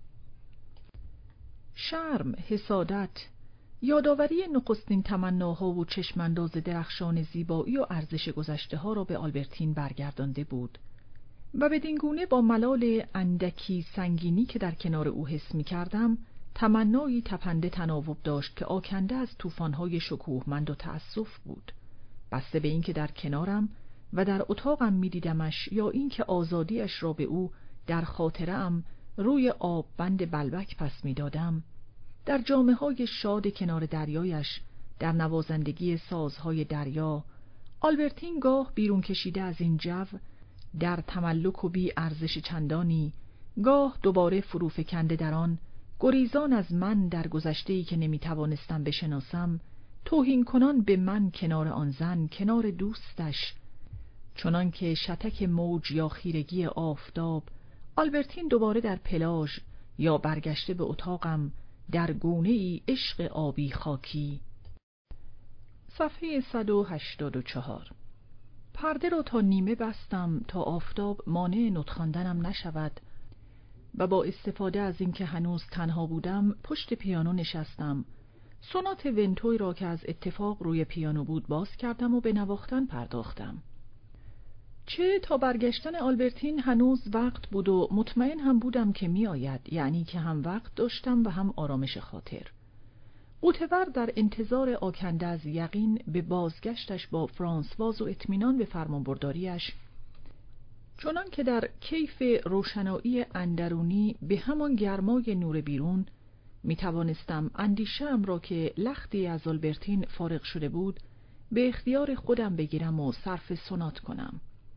شرم، حسادت، یادآوری نخستین تمناها و چشمانداز درخشان زیبایی و ارزش گذشته ها را به آلبرتین برگردانده بود و بدین گونه با ملال اندکی سنگینی که در کنار او حس می کردم، تمنایی تپنده تناوب داشت که آکنده از طوفان‌های شکوهمند و تأسف بود، بسته به اینکه در کنارم و در اتاقم می دیدمش یا اینکه آزادیش را به او در خاطره‌ام روی آب بند بلبک پس می دادم. در جامه‌های شاد کنار دریایش، در نوازندگی سازهای دریا، آلبرتین گاه بیرون کشیده از این جو در تملک و بی ارزش چندانی، گاه دوباره فروفکنده در آن، گریزان از من در گذشته‌ای که نمی‌توانستم بشناسم، توهین کنان به من کنار آن زن، کنار دوستش. چنان که شتک موج یا خیرگی آفتاب، آلبرتین دوباره در پلاژ یا برگشته به اتاقم در گونه‌ای عشق آبی خاکی. صفحه 184. پرده را تا نیمه بستم تا آفتاب مانع نوت خواندنم نشود و با استفاده از اینکه هنوز تنها بودم پشت پیانو نشستم. سونات ونتوی را که از اتفاق روی پیانو بود باز کردم و به نواختن پرداختم. چه تا برگشتن آلبرتین هنوز وقت بود و مطمئن هم بودم که می آید، یعنی که هم وقت داشتم و هم آرامش خاطر. قوطه‌ور در انتظار آکنده از یقین به بازگشتش با فرانسواز و اطمینان به فرمانبرداریش، چنان که در کیف روشنایی اندرونی به همان گرمای نور بیرون می توانستم اندیشه‌ام را که لختی از آلبرتین فارغ شده بود به اختیار خودم بگیرم و صرف سونات کنم.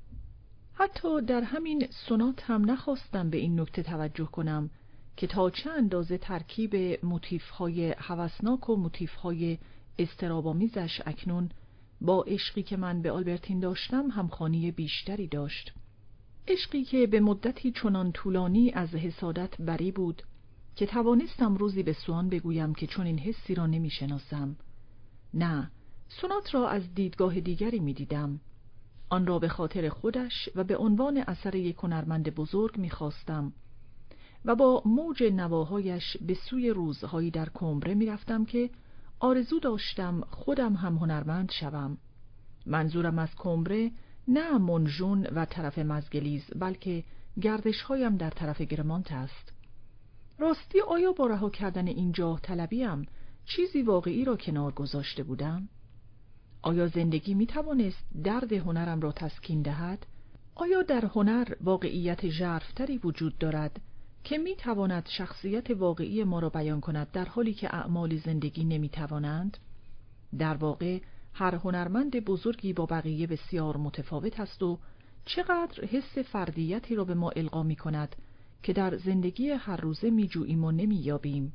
حتی در همین سونات هم نخواستم به این نکته توجه کنم که تا چه اندازه ترکیب موتیف‌های هوسناک و موتیف‌های اضطراب‌آمیزش اکنون با عشقی که من به آلبرتین داشتم همخوانی بیشتری داشت. عشقی که به مدتی چنان طولانی از حسادت بری بود که توانستم روزی به سوان بگویم که چون این حسی را نمی شناسم. نه، سونات را از دیدگاه دیگری می دیدم. آن را به خاطر خودش و به عنوان اثر یک هنرمند بزرگ می خواستم و با موج نواهایش به سوی روزهایی در کمبره می رفتم که آرزو داشتم خودم هم هنرمند شوم. منظورم از کمبره نه منژون و طرف مزگلیز، بلکه گردشهایم در طرف گرمانت است. راستی آیا با رها کردن این جاه طلبیم چیزی واقعی را کنار گذاشته بودم؟ آیا زندگی می توانست درد هنرم را تسکین دهد؟ آیا در هنر واقعیت ژرف‌تری وجود دارد که می تواند شخصیت واقعی ما را بیان کند در حالی که اعمال زندگی نمی توانند؟ در واقع هر هنرمند بزرگی با بقیه بسیار متفاوت است و چقدر حس فردیتی را به ما القا می کند که در زندگی هر روزه می جوییم و نمی یابیم.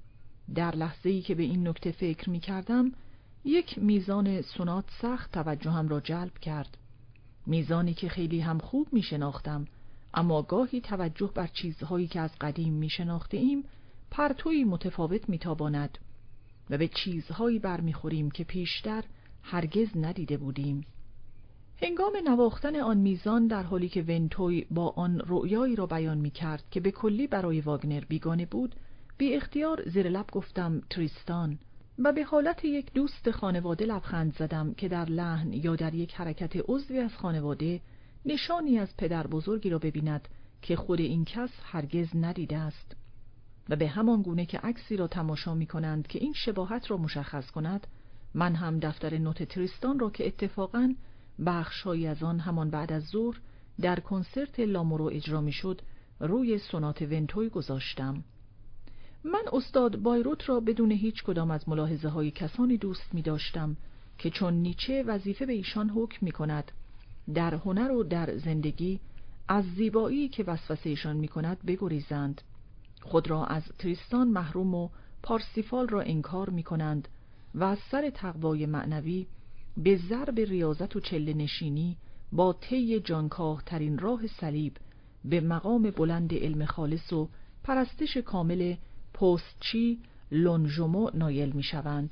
در لحظه‌ای که به این نکته فکر می کردم، یک میزان سونات سخت توجهم را جلب کرد. میزانی که خیلی هم خوب می شناختم، اما گاهی توجه بر چیزهایی که از قدیم می شناختیم پرتویی متفاوت می تاباند و به چیزهایی برمیخوریم که پیشتر هرگز ندیده بودیم. هنگام نواختن آن میزان، در حالی که ونتوی با آن رؤیایی را بیان می کرد که به کلی برای واگنر بیگانه بود، بی اختیار زیر لب گفتم تریستان و به حالت یک دوست خانواده لبخند زدم که در لحن یا در یک حرکت عضوی از خانواده نشانی از پدر بزرگی را ببیند که خود این کس هرگز ندیده است. و به همان گونه که عکسی را تماشا می کنند که این شباهت را مشخص کند، من هم دفتر نوت تریستان را که اتفاقاً بخش‌هایی از آن همان بعد از ظهر در کنسرت لامورو اجرا می شد روی سونات ونتوی گذاشتم. من استاد بایروت را بدون هیچ کدام از ملاحظه های کسانی دوست می داشتم که چون نیچه وظیفه به ایشان حکم می کند در هنر و در زندگی از زیبایی که وسوسه ایشان می کند بگریزند، خود را از تریستان محروم و پارسیفال را انکار می کنند و از سر تقوای معنوی به ضرب ریاضت و چله نشینی با طی جانکاه ترین راه صلیب به مقام بلند علم خالص و پرستش کامل پوستچی لونژومو نایل می شوند.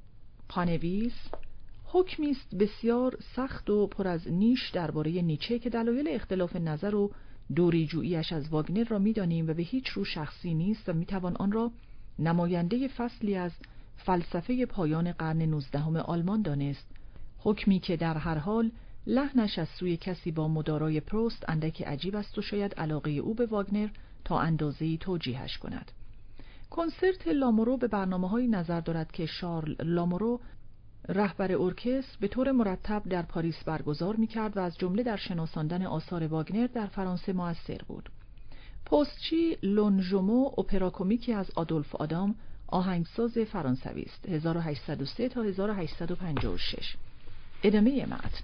پانویس حکمی است بسیار سخت و پر از نیش درباره نیچه که دلایل اختلاف نظر و دوری جوییش از واگنر را می دانیم و به هیچ رو شخصی نیست و می توان آن را نماینده فصلی از فلسفه پایان قرن 19 آلمان دانست، حکمی که در هر حال لحنش از سوی کسی با مدارای پروست اندکی عجیب است و شاید علاقه او به واگنر تا اندازه‌ای توجیهش کند. کنسرت لامورو به برنامه‌هایی نظر دارد که شارل لامورو رهبر ارکستر به طور مرتب در پاریس برگزار می‌کرد و از جمله در شناساندن آثار واگنر در فرانسه مؤثر بود. پوستچی لونژومو اپرا کومیکی از آدولف آدام آهنگساز فرانسوی است، 1803 تا 1856. ادامه متن.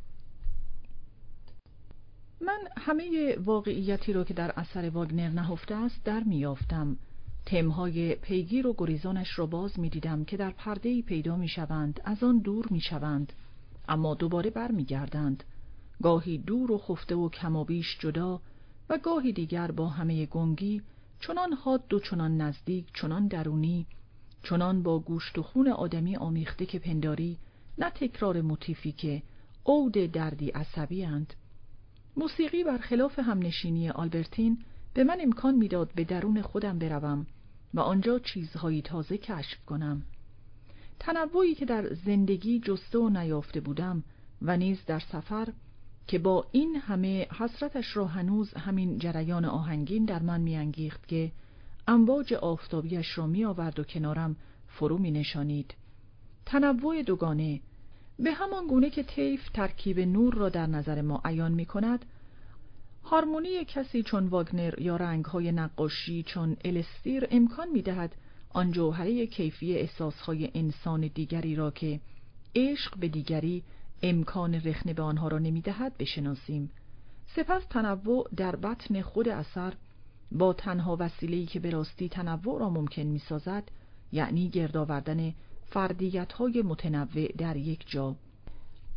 من همه واقعیتی را که در اثر واگنر نهفته است در میافتم. تمهای پیگیر و گریزانش را باز می دیدم که در پرده‌ای پیدا می شوند، از آن دور می شوند، اما دوباره بر می گردند، گاهی دور و خفته و کمابیش جدا و گاهی دیگر با همه گنگی، چنان حاد و چنان نزدیک، چنان درونی، چنان با گوشت و خون آدمی آمیخته که پنداری نه تکرار موتیفی که عود دردی عصبی اند. موسیقی برخلاف همنشینی آلبرتین به من امکان میداد به درون خودم بروم و آنجا چیزهایی تازه کشف کنم. تنوعی که در زندگی جسته و نیافته بودم و نیز در سفر که با این همه حسرتش را هنوز همین جریان آهنگین در من میانگیخت که امواج آفتابیش را می آورد و کنارم فرو می نشانید. تنوع دوگانه، به همان گونه که طیف ترکیب نور را در نظر ما عیان می کند، هارمونی کسی چون واگنر یا رنگ‌های نقاشی چون الستیر امکان می‌دهد آن جوهره کیفی احساس‌های انسان دیگری را که عشق به دیگری امکان رخنه به آنها را نمی‌دهد بشناسیم. سپس تنوع در بطن خود اثر با تنها وسیله‌ای که به راستی تنوع را ممکن می‌سازد، یعنی گرد آوردن فردیت‌های متنوع در یک جا.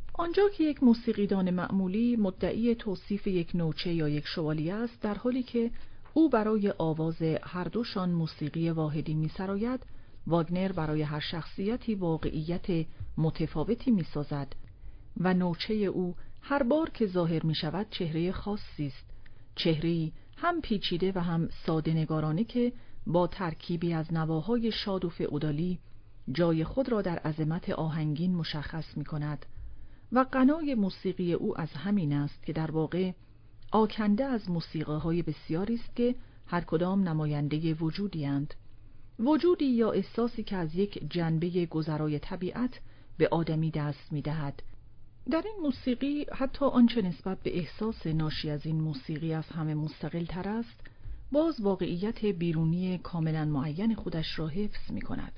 آنجا که یک موسیقیدان معمولی مدعی توصیف یک نوچه یا یک شوالیه است، در حالی که او برای آواز هر دوشان موسیقی واحدی می‌سراید، واگنر برای هر شخصیتی واقعیت متفاوتی می‌سازد و نوچه او هر بار که ظاهر می‌شود چهره خاصی است، چهره‌ای هم پیچیده و هم ساده نگارانه که با ترکیبی از نواهای شاد و فئودالی جای خود را در عظمت آهنگین مشخص می‌کند. و غنای موسیقی او از همین است که در واقع آکنده از موسیقی‌های بسیاری است که هر کدام نماینده وجودی اند، وجودی یا احساسی که از یک جنبه گذرای طبیعت به آدمی دست می‌دهد. در این موسیقی حتی آنچه نسبت به احساس ناشی از این موسیقی از همه مستقل تر است، باز واقعیت بیرونی کاملا معین خودش را حفظ می‌کند.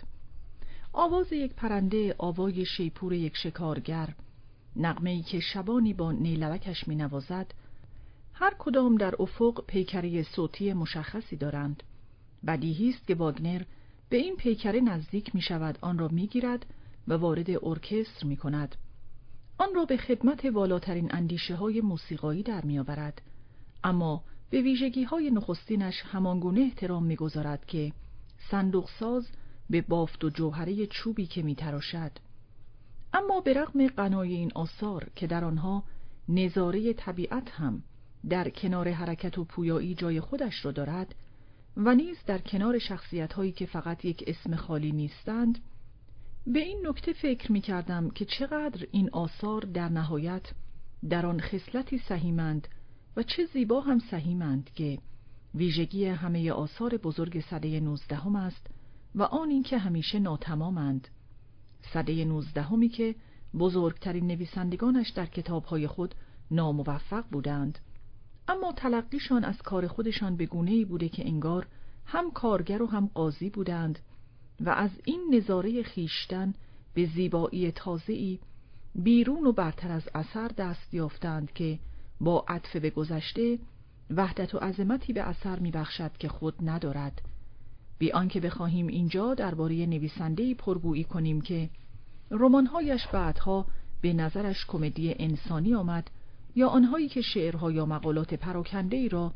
آواز یک پرنده، آوای شیپور یک شکارگر، نغمه‌ای که شبانی با نیلبکش می‌نوازد، هر کدام در افق پیکره صوتی مشخصی دارند. بدیهی است که واگنر به این پیکره نزدیک می‌شود، آن را می‌گیرد و وارد ارکستر می‌کند، آن را به خدمت والاترین اندیشه‌های موسیقایی در می‌آورد، اما به ویژگی‌های نخستینش همانگونه احترام می‌گذارد که صندوق ساز به بافت و جوهره چوبی که می‌تراشد. اما به رغم غنای این آثار که در آنها نظاره طبیعت هم در کنار حرکت و پویایی جای خودش را دارد و نیز در کنار شخصیت‌هایی که فقط یک اسم خالی نیستند، به این نکته فکر می‌کردم که چقدر این آثار در نهایت در آن خصلتی سهیمند و چه زیبا هم سهیمند که ویژگی همه آثار بزرگ سده 19 است و آن این که همیشه ناتمامند. سده 19 که بزرگترین نویسندگانش در کتاب‌های خود ناموفق بودند، اما تلقیشان از کار خودشان به گونه‌ای بوده که انگار هم کارگر و هم قاضی بودند و از این نظاره خیشتن به زیبایی تازه‌ای بیرون و برتر از اثر دست یافتند که با عطف به گذشته وحدت و عظمتی به اثر می‌بخشد که خود ندارد. بی آنکه بخواهیم اینجا درباره نویسنده‌ای پرگویی کنیم که رمان‌هایش بعدها به نظرش کمدی انسانی آمد یا آنهایی که شعرها یا مقالات پراکنده‌ای را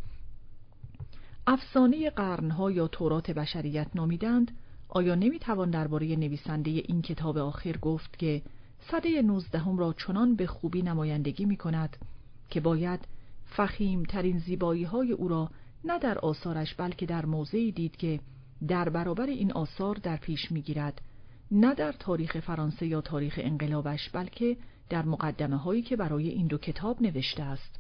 افسانه قرنها یا تورات بشریت نامیدند، آیا نمیتوان درباره نویسنده این کتاب آخر گفت که سده 19 را چنان به خوبی نمایندگی می‌کند که باید فخیم ترین زیبایی های او را نه در آثارش بلکه در موضعی دید که در برابر این آثار در پیش می‌گیرد، نه در تاریخ فرانسه یا تاریخ انقلابش بلکه در مقدمه هایی که برای این دو کتاب نوشته است.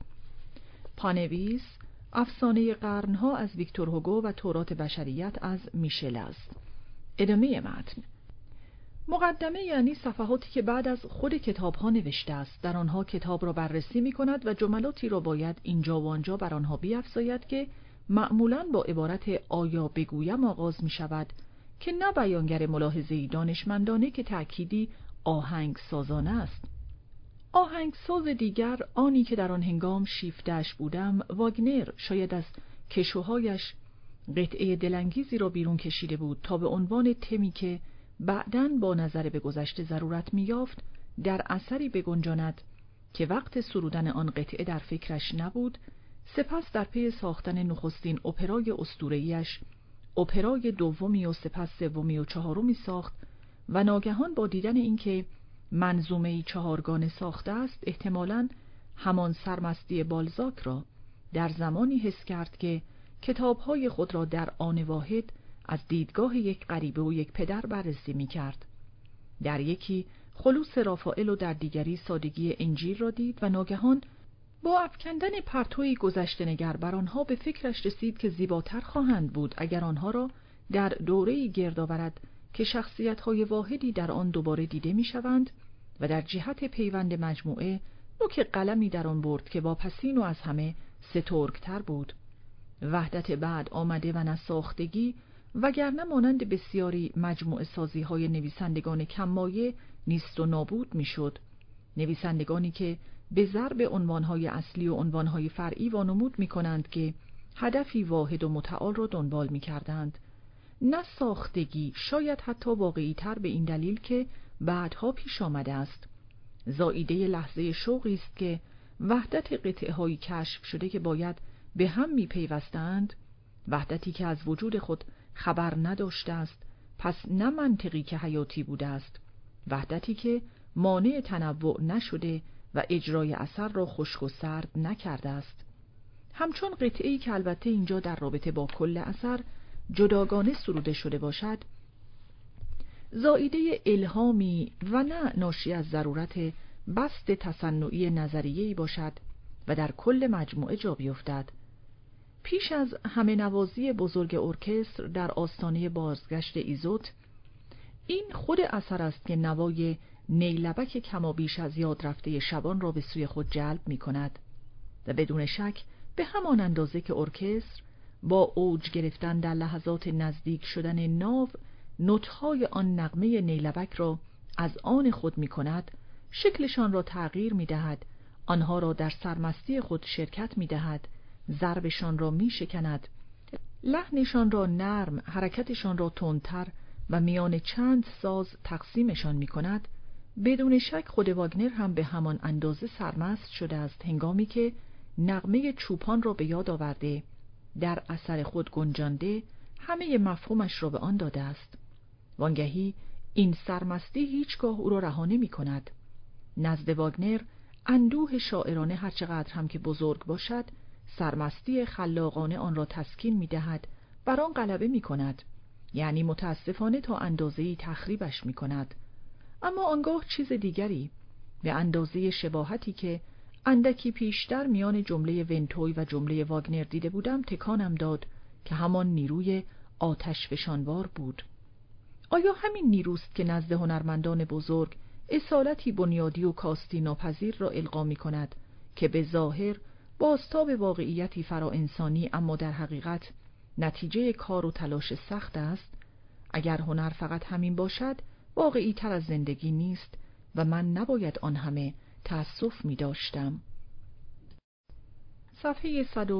پانویس افسانه قرنها از ویکتور هوگو و تورات بشریت از میشل است. ادامه متن. مقدمه یعنی صفحاتی که بعد از خود کتاب ها نوشته است. در آنها کتاب را بررسی می کند و جملاتی را باید اینجا و آنجا بر آنها بیفزاید که معمولاً با عبارت آیا بگویم آغاز می شود که نه بیانگر ملاحظه‌ای دانشمندانه که تأکیدی آهنگ سازانه است. آهنگساز دیگر، آنی که در آن هنگام شیفته‌اش بودم، واگنر، شاید از کشوهایش قطعه دلانگیزی را بیرون کشیده بود تا به عنوان تمی که بعداً با نظر به گذشته ضرورت می‌یافت در اثری بگنجاند که وقت سرودن آن قطعه در فکرش نبود، سپس در پی ساختن نخستین اپرای اسطوره‌ایش اپرای دومی و سپس سومی و چهارمی ساخت و ناگهان با دیدن اینکه منظومه‌ای چهارگانه ساخته است، احتمالاً همان سرمستی بالزاک را در زمانی حس کرد که کتاب‌های خود را در آن واحد از دیدگاه یک غریبه و یک پدر بررسی می‌کرد. در یکی خلوص رافائل و در دیگری سادگی انجیل را دید و ناگهان با افکندن پرتوی گذشته‌نگر بر آنها به فکرش رسید که زیباتر خواهند بود اگر آنها را در دوره‌ای گرد آورد که شخصیت‌های واحدی در آن دوباره دیده می‌شوند و در جهت پیوند مجموعه نوک قلمی در آن برد که واپسین و از همه سترگ‌تر بود. وحدت بعد آمده و نساختگی، وگرنه مانند بسیاری مجموعه سازی‌های نویسندگان کم‌مایه نیست و نابود می‌شد. نویسندگانی که به ضرب عنوان‌های اصلی و عنوان‌های فرعی وانمود می‌کنند که هدفی واحد و متعال را دنبال می‌کردند. نساختگی شاید حتی واقعی‌تر به این دلیل که بعدها پیش آمده است. زائیده لحظه شوقی است که وحدت قطعه‌های کشف شده که باید به هم می‌پیوستند، وحدتی که از وجود خود خبر نداشته است، پس نه منطقی که حیاتی بوده است، وحدتی که مانع تنوع نشده و اجرای اثر را خشک و سرد نکرده است. همچون قطعه‌ای که البته اینجا در رابطه با کل اثر جداگانه سروده شده باشد، زائیده الهامی و نه ناشی از ضرورت بسط تصنعی نظریه‌ای باشد و در کل مجموعه جا بیفتد. پیش از همه نوازی بزرگ ارکستر در آستانه بازگشت ایزوت، این خود اثر است که نوای نیلبک کمابیش از یاد رفته شبان را به سوی خود جلب می کند و بدون شک به همان اندازه که ارکستر با اوج گرفتن در لحظات نزدیک شدن ناو نوت‌های آن نغمه نیلبک را از آن خود می کند، شکلشان را تغییر می دهد، آنها را در سرمستی خود شرکت می دهد، ضربشان را می شکند، لحنشان را نرم، حرکتشان را تندتر و میان چند ساز تقسیمشان می کند. بدون شک خود واگنر هم به همان اندازه سرمست شده است هنگامی که نغمه چوپان را به یاد آورده، در اثر خود گنجانده، همه مفهومش را به آن داده است. وانگهی این سرمستی هیچگاه او را رها نمی کند. نزد واگنر اندوه شاعرانه هرچقدر هم که بزرگ باشد، سرمستی خلاقانه آن را تسکین می دهد، بر آن غلبه می کند، یعنی متاسفانه تا اندازه‌ای تخریبش می کند. اما آنگاه چیز دیگری، به اندازه شباهتی که اندکی پیشتر میان جمله ونتوی و جمله واگنر دیده بودم تکانم داد که همان نیروی آتش فشانوار بود. آیا همین نیروست که نزد هنرمندان بزرگ اصالتی بنیادی و کاستی ناپذیر را القا می کند که به ظاهر بازتاب واقعیتی فرا انسانی اما در حقیقت نتیجه کار و تلاش سخت است؟ اگر هنر فقط همین باشد، واقعی تر از زندگی نیست و من نباید آن همه تأسف می داشتم. صفحه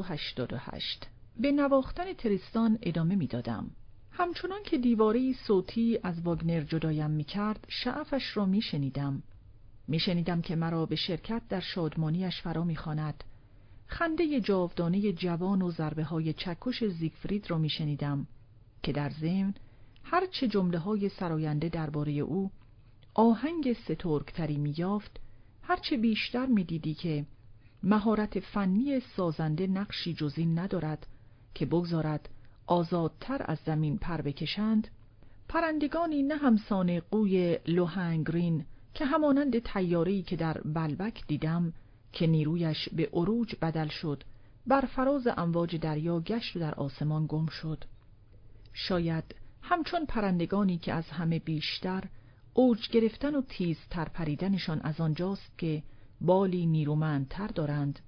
188. به نواختن تریستان ادامه می دادم. همچنان که دیواری صوتی از واگنر جدایم می کرد، شعفش را می شنیدم. می شنیدم که مرا به شرکت در شادمانیش فرا می خواند. خنده جاودانه جوان و ضربه های چکش زیگفرید را می شنیدم که در ضمن هرچه جمله های سراینده درباره او آهنگ سترگتری می یافت، هرچه بیشتر می دیدی که مهارت فنی سازنده نقشی جز این ندارد که بگذارد آزادتر از زمین پر بکشند، پرندگانی نه همسان قوی لوهنگرین که همانند طیاره‌ای که در بلبک دیدم که نیرویش به عروج بدل شد، بر فراز امواج دریا گشت و در آسمان گم شد. شاید همچون پرندگانی که از همه بیشتر اوج گرفتن و تیزتر پریدنشان از آنجاست که بالی نیرومندتر دارند.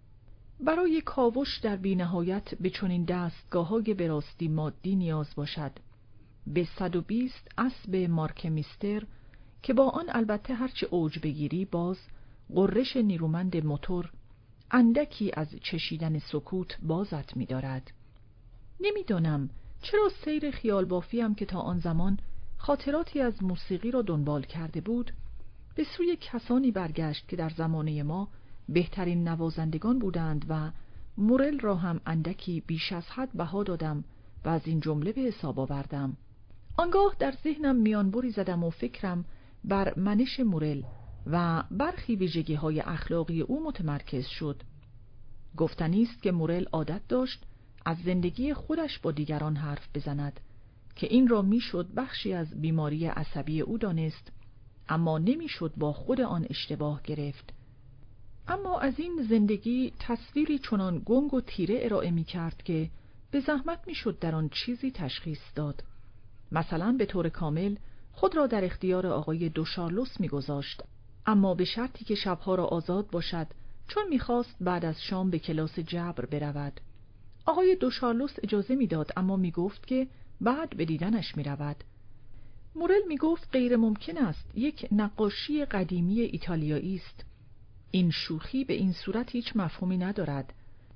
برای کاوش در بی‌نهایت به چنین دستگاه‌های به راستی مادی نیاز باشد. به 120 اسب مارکمیستر که با آن البته هرچه اوج بگیری باز غرش نیرومند موتور اندکی از چشیدن سکوت بازت می‌دارد. نمی‌دانم چرا سیر خیال بافیم که تا آن زمان خاطراتی از موسیقی را دنبال کرده بود، به سوی کسانی برگشت که در زمانه ما بهترین نوازندگان بودند و مورل را هم اندکی بیش از حد بها دادم و از این جمله به حساب آوردم. آنگاه در ذهنم میانبری زدم و فکرم بر منش مورل و برخی ویژگی‌های اخلاقی او متمرکز شد. گفتنی است که مورل عادت داشت از زندگی خودش با دیگران حرف بزند که این را میشد بخشی از بیماری عصبی او دانست، اما نمیشد با خود آن اشتباه گرفت. اما از این زندگی تصویری چنان گنگ و تیره ارائه می کرد که به زحمت میشد در آن چیزی تشخیص داد. مثلا به طور کامل خود را در اختیار آقای دوشارلوس میگذاشت، اما به شرطی که شبها را آزاد باشد، چون میخواست بعد از شام به کلاس جبر برود. آقای دوشارلوس اجازه میداد، اما میگفت که بعد به دیدنش میرود. مورل میگفت غیر ممکن است، یک نقاشی قدیمی ایتالیایی است. این شوخی به این صورت هیچ مفهومی ندارد.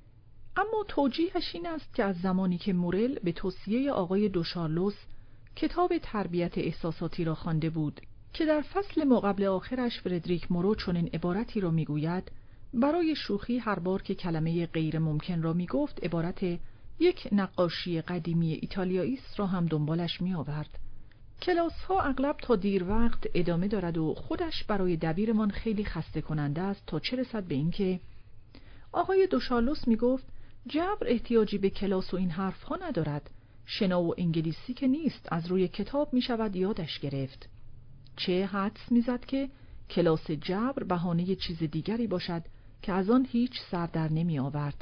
اما توجیهش این است که از زمانی که مورل به توصیه آقای دوشارلوس کتاب تربیت احساساتی را خوانده بود که در فصل ماقبل آخرش فردریک مورو چنین عبارتی را میگوید: برای شوخی هر بار که کلمه غیر ممکن را میگفت عبارت یک نقاشی قدیمی ایتالیایی است را هم دنبالش میآورد. کلاس ها اغلب تا دیر وقت ادامه دارد و خودش برای دبیرمان خیلی خسته کننده است، تا چه رسد به این که آقای دوشارلوس میگفت جبر احتیاجی به کلاس و این حرف ها ندارد، شنا و انگلیسی که نیست، از روی کتاب می شود یادش گرفت. چه حدس میزد که کلاس جبر بهانه چیز دیگری باشد که از آن هیچ سر در نمی آورد.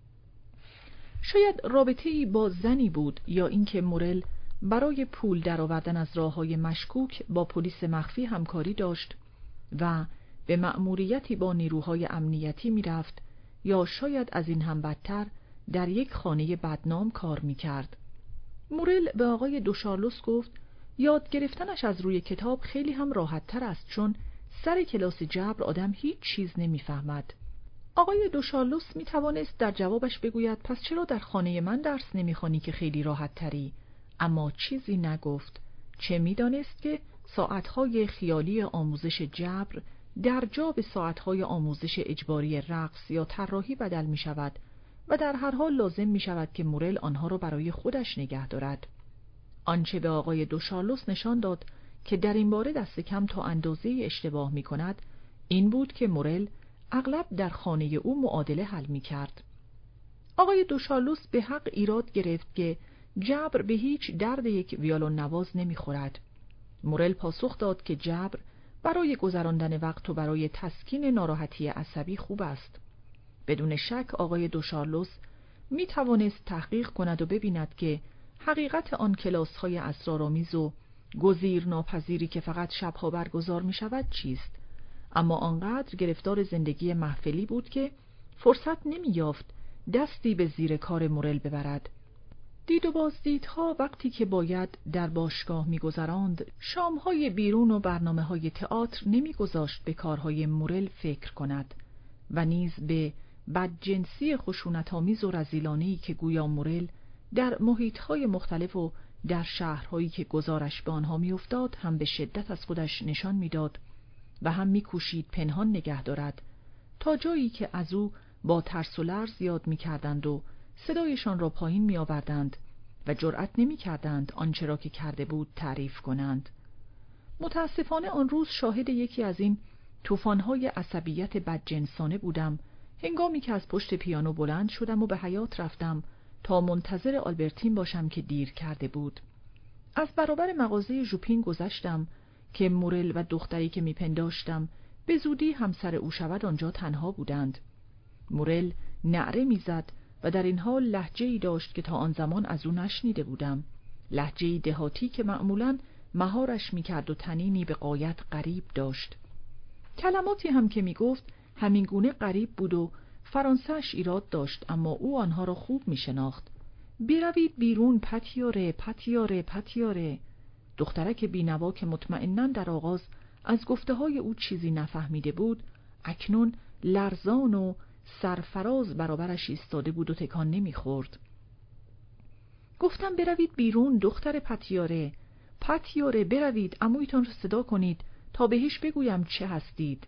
شاید رابطه‌ای با زنی بود، یا اینکه مورل برای پول درآوردن از راه‌های مشکوک با پلیس مخفی همکاری داشت و به مأموریتی با نیروهای امنیتی میرفت، یا شاید از این هم بدتر در یک خانه بدنام کار میکرد. مورل به آقای دوشارلوس گفت یاد گرفتنش از روی کتاب خیلی هم راحت تر است، چون سر کلاس جبر آدم هیچ چیز نمیفهمد. آقای دوشارلوس میتوانست در جوابش بگوید پس چرا در خانه من درس نمیخوانی که خیلی راحت تری؟ اما چیزی نگفت، چه میدانست که ساعتهای خیالی آموزش جبر در جا به ساعتهای آموزش اجباری رقص یا طراحی بدل می شود و در هر حال لازم می شود که مورل آنها را برای خودش نگه دارد. آنچه به آقای دوشارلوس نشان داد که در این باره دست کم تا اندازه اشتباه می کند این بود که مورل اغلب در خانه او معادله حل می کرد. آقای دوشارلوس به حق ایراد گرفت که جبر به هیچ درد یک ویولون نواز نمی خورد. مورل پاسخ داد که جبر برای گذراندن وقت و برای تسکین ناراحتی عصبی خوب است. بدون شک آقای دوشارلوس می توانست تحقیق کند و ببیند که حقیقت آن کلاس‌های اسرارآمیز و گزیر ناپذیری که فقط شبها برگزار می شود چیست، اما آنقدر گرفتار زندگی محفلی بود که فرصت نمی یافت دستی به زیر کار مورل ببرد. دید و بازدیدها وقتی که باید در باشگاه می‌گذراند، شام‌های بیرون و برنامه‌های تئاتر نمی‌گذاشت به کارهای مورل فکر کند و نیز به بدجنسی خشونت‌آمیز و رذیلانه‌ای که گویا مورل در محیط‌های مختلف و در شهرهایی که گزارش به آنها می‌افتاد هم به شدت از خودش نشان می‌داد و هم می‌کوشید پنهان نگه دارد، تا جایی که از او با ترس و لرز یاد می‌کردند و صدایشان را پایین می آوردند و جرأت نمی کردند آنچه را که کرده بود تعریف کنند. متاسفانه آن روز شاهد یکی از این طوفان‌های عصبیت بدجنسانه بودم، هنگامی که از پشت پیانو بلند شدم و به حیاط رفتم تا منتظر آلبرتین باشم که دیر کرده بود. از برابر مغازه ژوپین گذشتم که مورل و دختری که میپنداشتم به زودی همسر او شود آنجا تنها بودند. مورل نعره میزد و در این حال لهجه‌ای داشت که تا آن زمان از او نشنیده بودم، لهجه‌ای دهاتی که معمولاً مهارش میکرد و تنینی به غایت غریب داشت. کلماتی هم که میگفت همین گونه غریب بود و فرانسه‌اش ایراد داشت، اما او آنها را خوب میشناخت. بروید بیرون پتیاره پتیاره پتیاره. دخترک بینوا که مطمئناً در آغاز از گفته‌های او چیزی نفهمیده بود، اکنون لرزان و سرفراز برابرش ایستاده بود و تکان نمیخورد. گفتم بروید بیرون دختر پتیاره، پتیاره بروید، عمویتان را صدا کنید تا بهش بگویم چه هستید.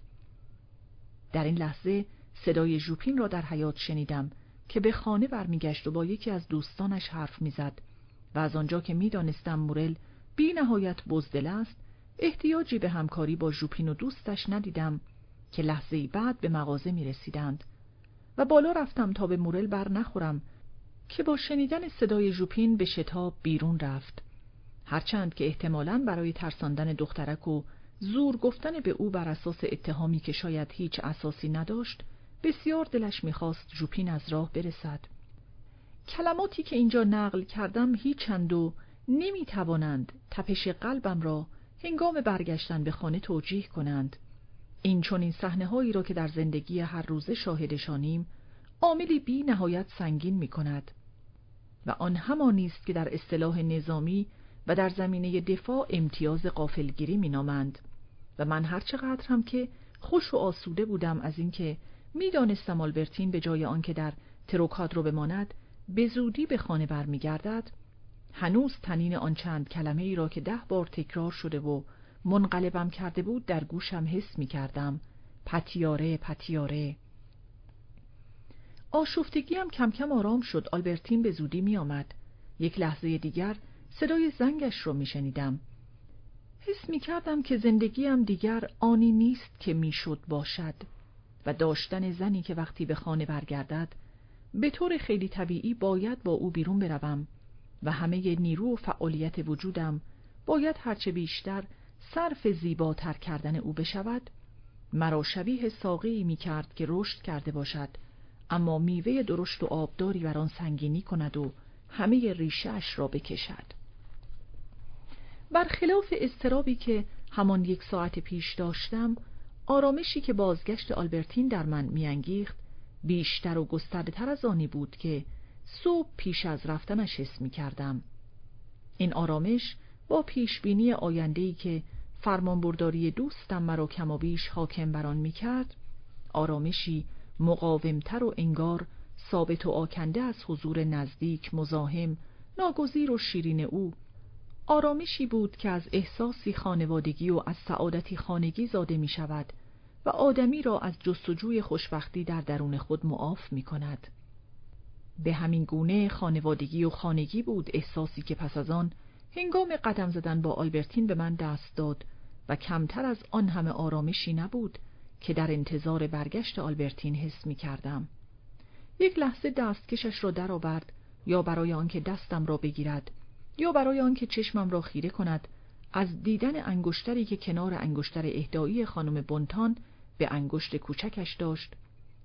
در این لحظه صدای ژوپین را در حیاط شنیدم که به خانه برمیگشت و با یکی از دوستانش حرف میزد و از آنجا که میدانستم مورل بی نهایت بزدل است، احتیاجی به همکاری با ژوپین و دوستش ندیدم که لحظه‌ای بعد به مغازه میرسیدند و بالا رفتم تا به مورل بر نخورم که با شنیدن صدای ژوپین به شتاب بیرون رفت. هرچند که احتمالاً برای ترساندن دخترک و زور گفتن به او بر اساس اتهامی که شاید هیچ اساسی نداشت، بسیار دلش می‌خواست ژوپین از راه برسد. کلماتی که اینجا نقل کردم هیچند و نمی‌توانند تپش قلبم را هنگام برگشتن به خانه توجیه کنند. این چنین صحنه‌هایی را که در زندگی هر روزه شاهدشانیم، عاملی بی نهایت سنگین می‌کند و آن همانی است که در اصطلاح نظامی و در زمینه دفاع امتیاز غافلگیری می‌نامند. و من هرچقدر هم که خوش و آسوده بودم از اینکه می‌دانستم آلبرتین به جای آنکه در تروکادرو بماند به زودی به خانه برمیگردد، هنوز تنین آن چند کلمه‌ای را که 10 بار تکرار شده و منقلبم کرده بود در گوشم حس می کردم. پتیاره پتیاره. آشفتگیم کم کم آرام شد. آلبرتین به زودی می آمد. یک لحظه دیگر صدای زنگش رو می شنیدم. حس می کردم که زندگیم دیگر آنی نیست که می شد باشد و داشتن زنی که وقتی به خانه برگردد به طور خیلی طبیعی باید با او بیرون بروم و همه نیرو و فعالیت وجودم باید هرچه بیشتر صرف زیباتر کردن او بشود، مرا شبیه ساقه‌ای می کرد که رشد کرده باشد اما میوه درشت و آبداری بر آن سنگینی کند و همه ریشه اش را بکشد. برخلاف اضطرابی که همان 1 ساعت پیش داشتم، آرامشی که بازگشت آلبرتین در من می‌انگیخت بیشتر و گسترده‌تر از آنی بود که صبح پیش از رفتنش حس می‌کردم. این آرامش با پیشبینی آینده‌ای که فرمانبرداری دوستم مرا کمابیش حاکم بر آن می‌کرد، آرامشی مقاومتر و انگار ثابت و آکنده از حضور نزدیک، مزاحم، ناگزیر و شیرین او، آرامشی بود که از احساسی خانوادگی و از سعادتی خانگی زاده می شود و آدمی را از جستجوی خوشبختی در درون خود معاف می کند. به همین گونه خانوادگی و خانگی بود احساسی که پس از آن هنگام قدم زدن با آلبرتین به من دست داد و کمتر از آن همه آرامشی نبود که در انتظار برگشت آلبرتین حس می کردم. یک لحظه دستکشش را درآورد، یا برای آنکه دستم را بگیرد یا برای آنکه چشمم را خیره کند، از دیدن انگشتری که کنار انگشتر اهدایی خانم بونتان به انگشت کوچکش داشت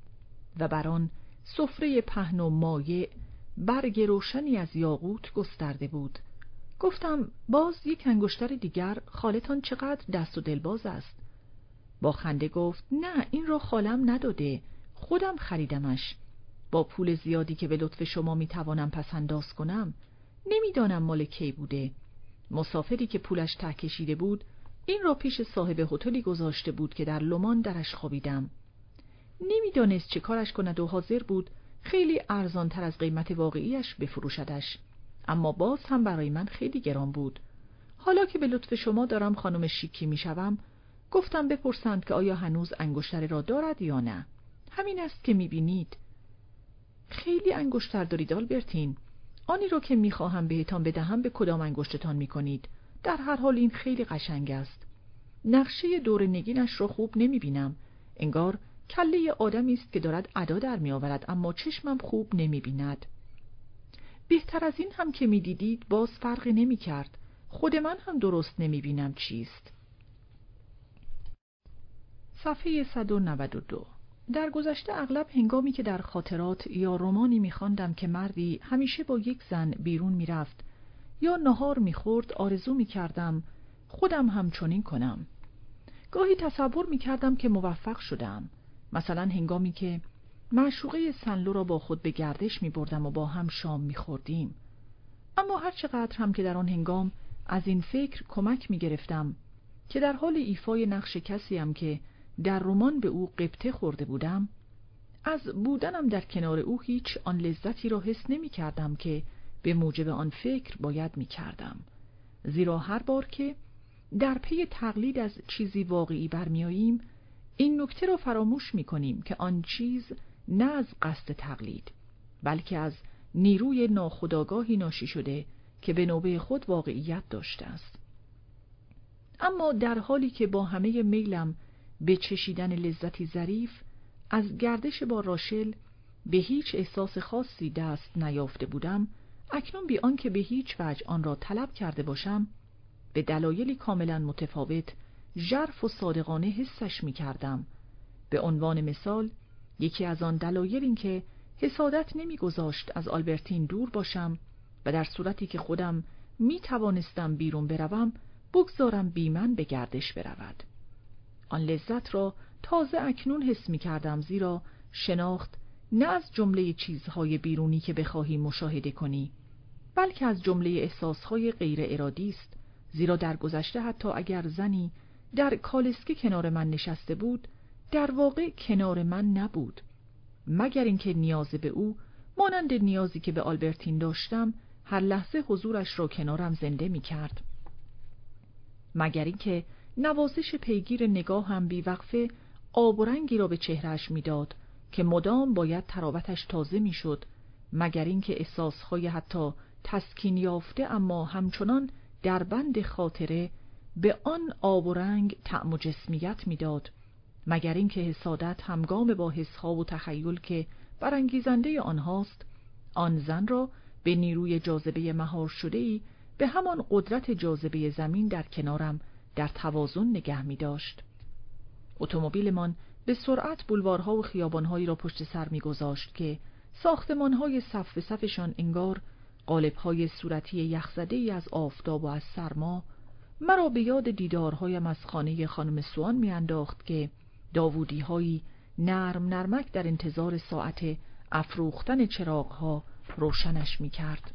و بر آن سفره پهن و مایع برگ روشنی از یاقوت گسترده بود. گفتم باز یک انگشتر دیگر؟ خالتان چقدر دست و دلباز است. با خنده گفت نه، این را خالم نداده، خودم خریدمش. با پول زیادی که به لطف شما میتوانم پس انداز کنم. نمیدانم مال کی بوده. مسافری که پولش ته کشیده بود این را پیش صاحب هتلی گذاشته بود که در لمان درش خوابیدم. نمیدانست چه کارش کند و حاضر بود خیلی ارزانتر از قیمت واقعیش بفروشدش، اما باز هم برای من خیلی گران بود. حالا که به لطف شما دارم خانم شیکی میشوم، گفتم بپرسند که آیا هنوز انگشتری را دارد یا نه. همین است که میبینید. خیلی انگشتر دارید آلبرتین. آنی را که میخواهم بهتان بدهم به کدام انگشتتان میکنید؟ در هر حال این خیلی قشنگ است. نقشه دور نگینش را خوب نمیبینم. انگار کله آدمی است که دارد ادا در میآورد، اما چشمم خوب نمیبیند. بهتر از این هم که میدیدید باز فرقی نمیکرد. خود من هم درست نمیبینم چیست. صفحه 192. در گذشته اغلب هنگامی که در خاطرات یا رمانی می‌خواندم که مردی همیشه با یک زن بیرون می‌رفت یا نهار می‌خورد، آرزو می‌کردم خودم هم چنین کنم. گاهی تصور می‌کردم که موفق شدم، مثلا هنگامی که معشوقه سنلو را با خود به گردش می‌بردم و با هم شام می‌خوردیم. اما هر چقدر هم که در آن هنگام از این فکر کمک می‌گرفتم که در حال ایفای نقش کسیم که در رمان به او غبطه خورده بودم، از بودنم در کنار او هیچ آن لذتی را حس نمی کردم که به موجب آن فکر باید می کردم. زیرا هر بار که در پی تقلید از چیزی واقعی برمیاییم، این نکته را فراموش می کنیم که آن چیز نه از قصد تقلید، بلکه از نیروی ناخودآگاهی ناشی شده که به نوبه خود واقعیت داشته است. اما در حالی که با همه میلم به چشیدن لذتی ظریف از گردش با راشل به هیچ احساس خاصی دست نیافته بودم، اکنون بی آنکه به هیچ وجه آن را طلب کرده باشم، به دلایلی کاملا متفاوت ژرف و صادقانه حسش می کردم. به عنوان مثال، یکی از آن دلایل این که حسادت نمی گذاشت از آلبرتین دور باشم و در صورتی که خودم می توانستم بیرون بروم بگذارم بی من به گردش برود. آن لذت را تازه اکنون حس می کردم، زیرا شناخت نه از جمله چیزهای بیرونی که بخواهی مشاهده کنی، بلکه از جمله احساسهای غیر ارادی است. زیرا در گذشته حتی اگر زنی در کالسکه کنار من نشسته بود، در واقع کنار من نبود، مگر اینکه نیاز به او مانند نیازی که به آلبرتین داشتم هر لحظه حضورش را کنارم زنده می کرد، مگر اینکه نوازش پیگیر نگاهم بیوقفه آب و رنگی را به چهرهش میداد که مدام باید تراوتش تازه میشد، مگر اینکه احساسهای حتی تسکین یافته اما همچنان در بند خاطره به آن آب و رنگ طعم و جسمیت میداد، مگر اینکه حسادت همگام با حسها و تخیل که برانگیزنده آنهاست، آن زن را به نیروی جاذبه مهار شده‌ای به همان قدرت جاذبه زمین در کنارم در توازن نگه می داشت. اتومبیلمان به سرعت بولوارها و خیابانهایی را پشت سر می گذاشت که ساختمانهای صف به صفشان انگار قالب‌های صورتی یخزده‌ای از آفتاب و از سرما مرا به یاد دیدارهایم از خانه خانم سوان می انداخت که داوودی‌هایی نرم نرمک در انتظار ساعت افروختن چراغ‌ها روشنش می کرد.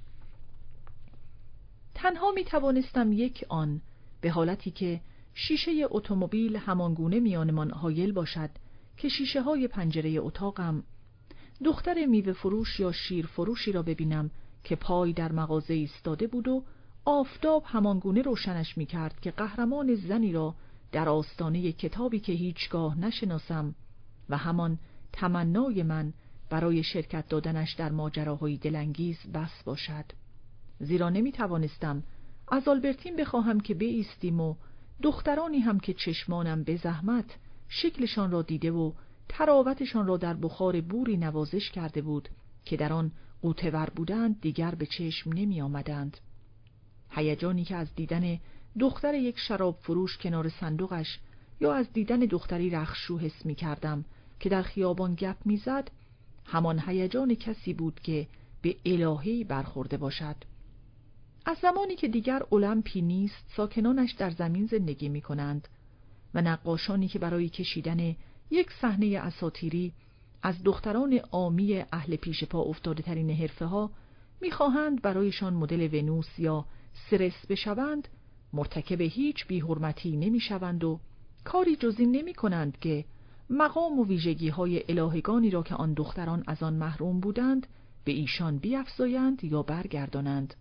تنها می توانستم یک آن به حالتی که شیشه اتومبیل همانگونه میانمان حایل باشد که شیشه های پنجره اتاقم، دختر میوه فروش یا شیر فروشی را ببینم که پای در مغازه ایستاده بود و آفتاب همانگونه روشنش می کرد که قهرمان زنی را در آستانه کتابی که هیچگاه نشناسم و همان تمنای من برای شرکت دادنش در ماجراهای دلانگیز بس باشد. زیرا نمی توانستم از آلبرتین بخواهم که بایستیم و دخترانی هم که چشمانم به زحمت شکلشان را دیده و تراوتشان را در بخار بوری نوازش کرده بود که در آن غوطه‌ور بودند دیگر به چشم نمی آمدند. هیجانی که از دیدن دختر یک شراب فروش کنار صندوقش یا از دیدن دختری رخشو حس می کردم که در خیابان گپ می زد، همان هیجان کسی بود که به الهه‌ای برخورده باشد. از زمانی که دیگر المپی نیست، ساکنانش در زمین زندگی می کنند و نقاشانی که برای کشیدن یک صحنه اساطیری از دختران عامی اهل پیش پا افتاده ترین حرفه ها می خواهند برایشان مدل ونوس یا سرس بشوند، مرتکب هیچ بی‌حرمتی نمی شوند و کاری جز این نمی کنند که مقام و ویژگی های الهگانی را که آن دختران از آن محروم بودند به ایشان بیفزایند یا برگردانند.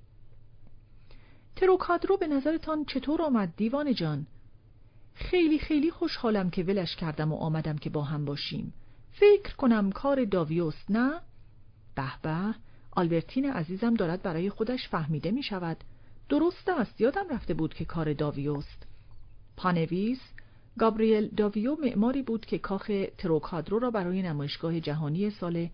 تروکادرو به نظرتان چطور آمد دیوانه جان؟ خیلی خیلی خوشحالم که ولش کردم و آمدم که با هم باشیم. فکر کنم کار داویوست، نه؟ به به، آلبرتین عزیزم دارد برای خودش فهمیده می شود. درست است، یادم رفته بود که کار داویوست. پانویس گابریل داویو معماری بود که کاخ تروکادرو را برای نمایشگاه جهانی سال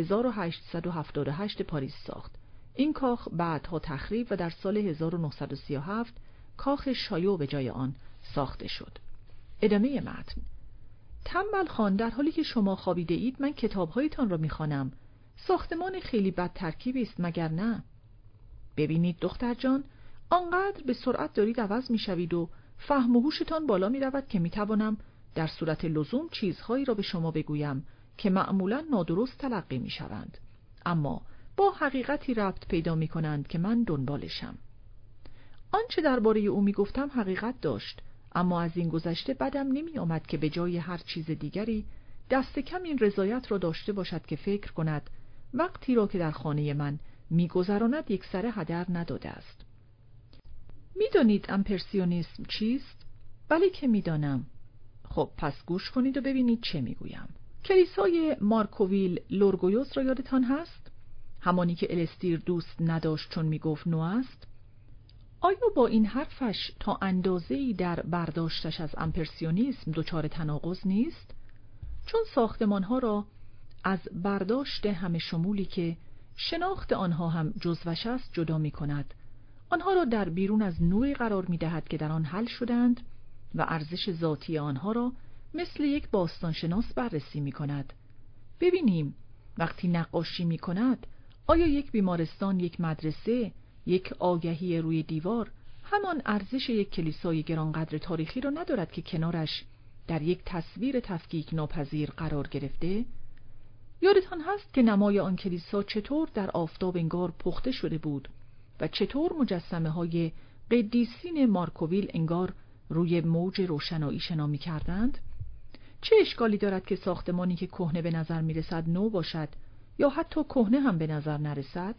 1878 پاریس ساخت. این کاخ بعدها تخریب و در سال 1937 کاخ شایو به جای آن ساخته شد. ادامه متن. تنبل خان، در حالی که شما خوابیده اید من کتابهایتان را میخوانم. ساختمان خیلی بد ترکیبی است مگر نه؟ ببینید دختر جان، آنقدر به سرعت دارید عوض میشوید و فهم و هوشتان بالا میرود که میتوانم در صورت لزوم چیزهایی را به شما بگویم که معمولا نادرست تلقی میشوند، اما با حقیقتی ربط پیدا میکنند که من دنبالشم. آنچه درباره او میگفتم حقیقت داشت، اما از این گذشته بدم نمی آمد که به جای هر چیز دیگری دست کم این رضایت را داشته باشد که فکر کند وقتی را که در خانه من میگذراند یک سره هدر نداده است. میدانید امپرسیونیسم چیست؟ بله که میدانم. خب پس گوش کنید و ببینید چه میگویم. کلیسای مارکوویل لورگویوس را یادتان هست؟ همانی که الستیر دوست نداشت چون میگفت نو است؟ آیا با این حرفش تا اندازه‌ای در برداشتش از امپرسیونیسم دچار تناقض نیست؟ چون ساختمانها را از برداشت همه شمولی که شناخت آنها هم جزوش است جدا می کند، آنها را در بیرون از نوعی قرار می دهد که در آن حل شدند و ارزش ذاتی آنها را مثل یک باستانشناس بررسی می کند. ببینیم وقتی نقاشی می کند آیا یک بیمارستان، یک مدرسه، یک آگهی روی دیوار همان ارزش یک کلیسای گرانقدر تاریخی را ندارد که کنارش در یک تصویر تفکیک ناپذیر قرار گرفته؟ یادتان هست که نمای آن کلیسا چطور در آفتاب انگار پخته شده بود و چطور مجسمه های قدیسین مارکوویل انگار روی موج روشنایی شنا می کردند؟ چه اشکالی دارد که ساختمانی که کهنه به نظر می رسد نو باشد یا حتی کهنه هم به نظر نرسد؟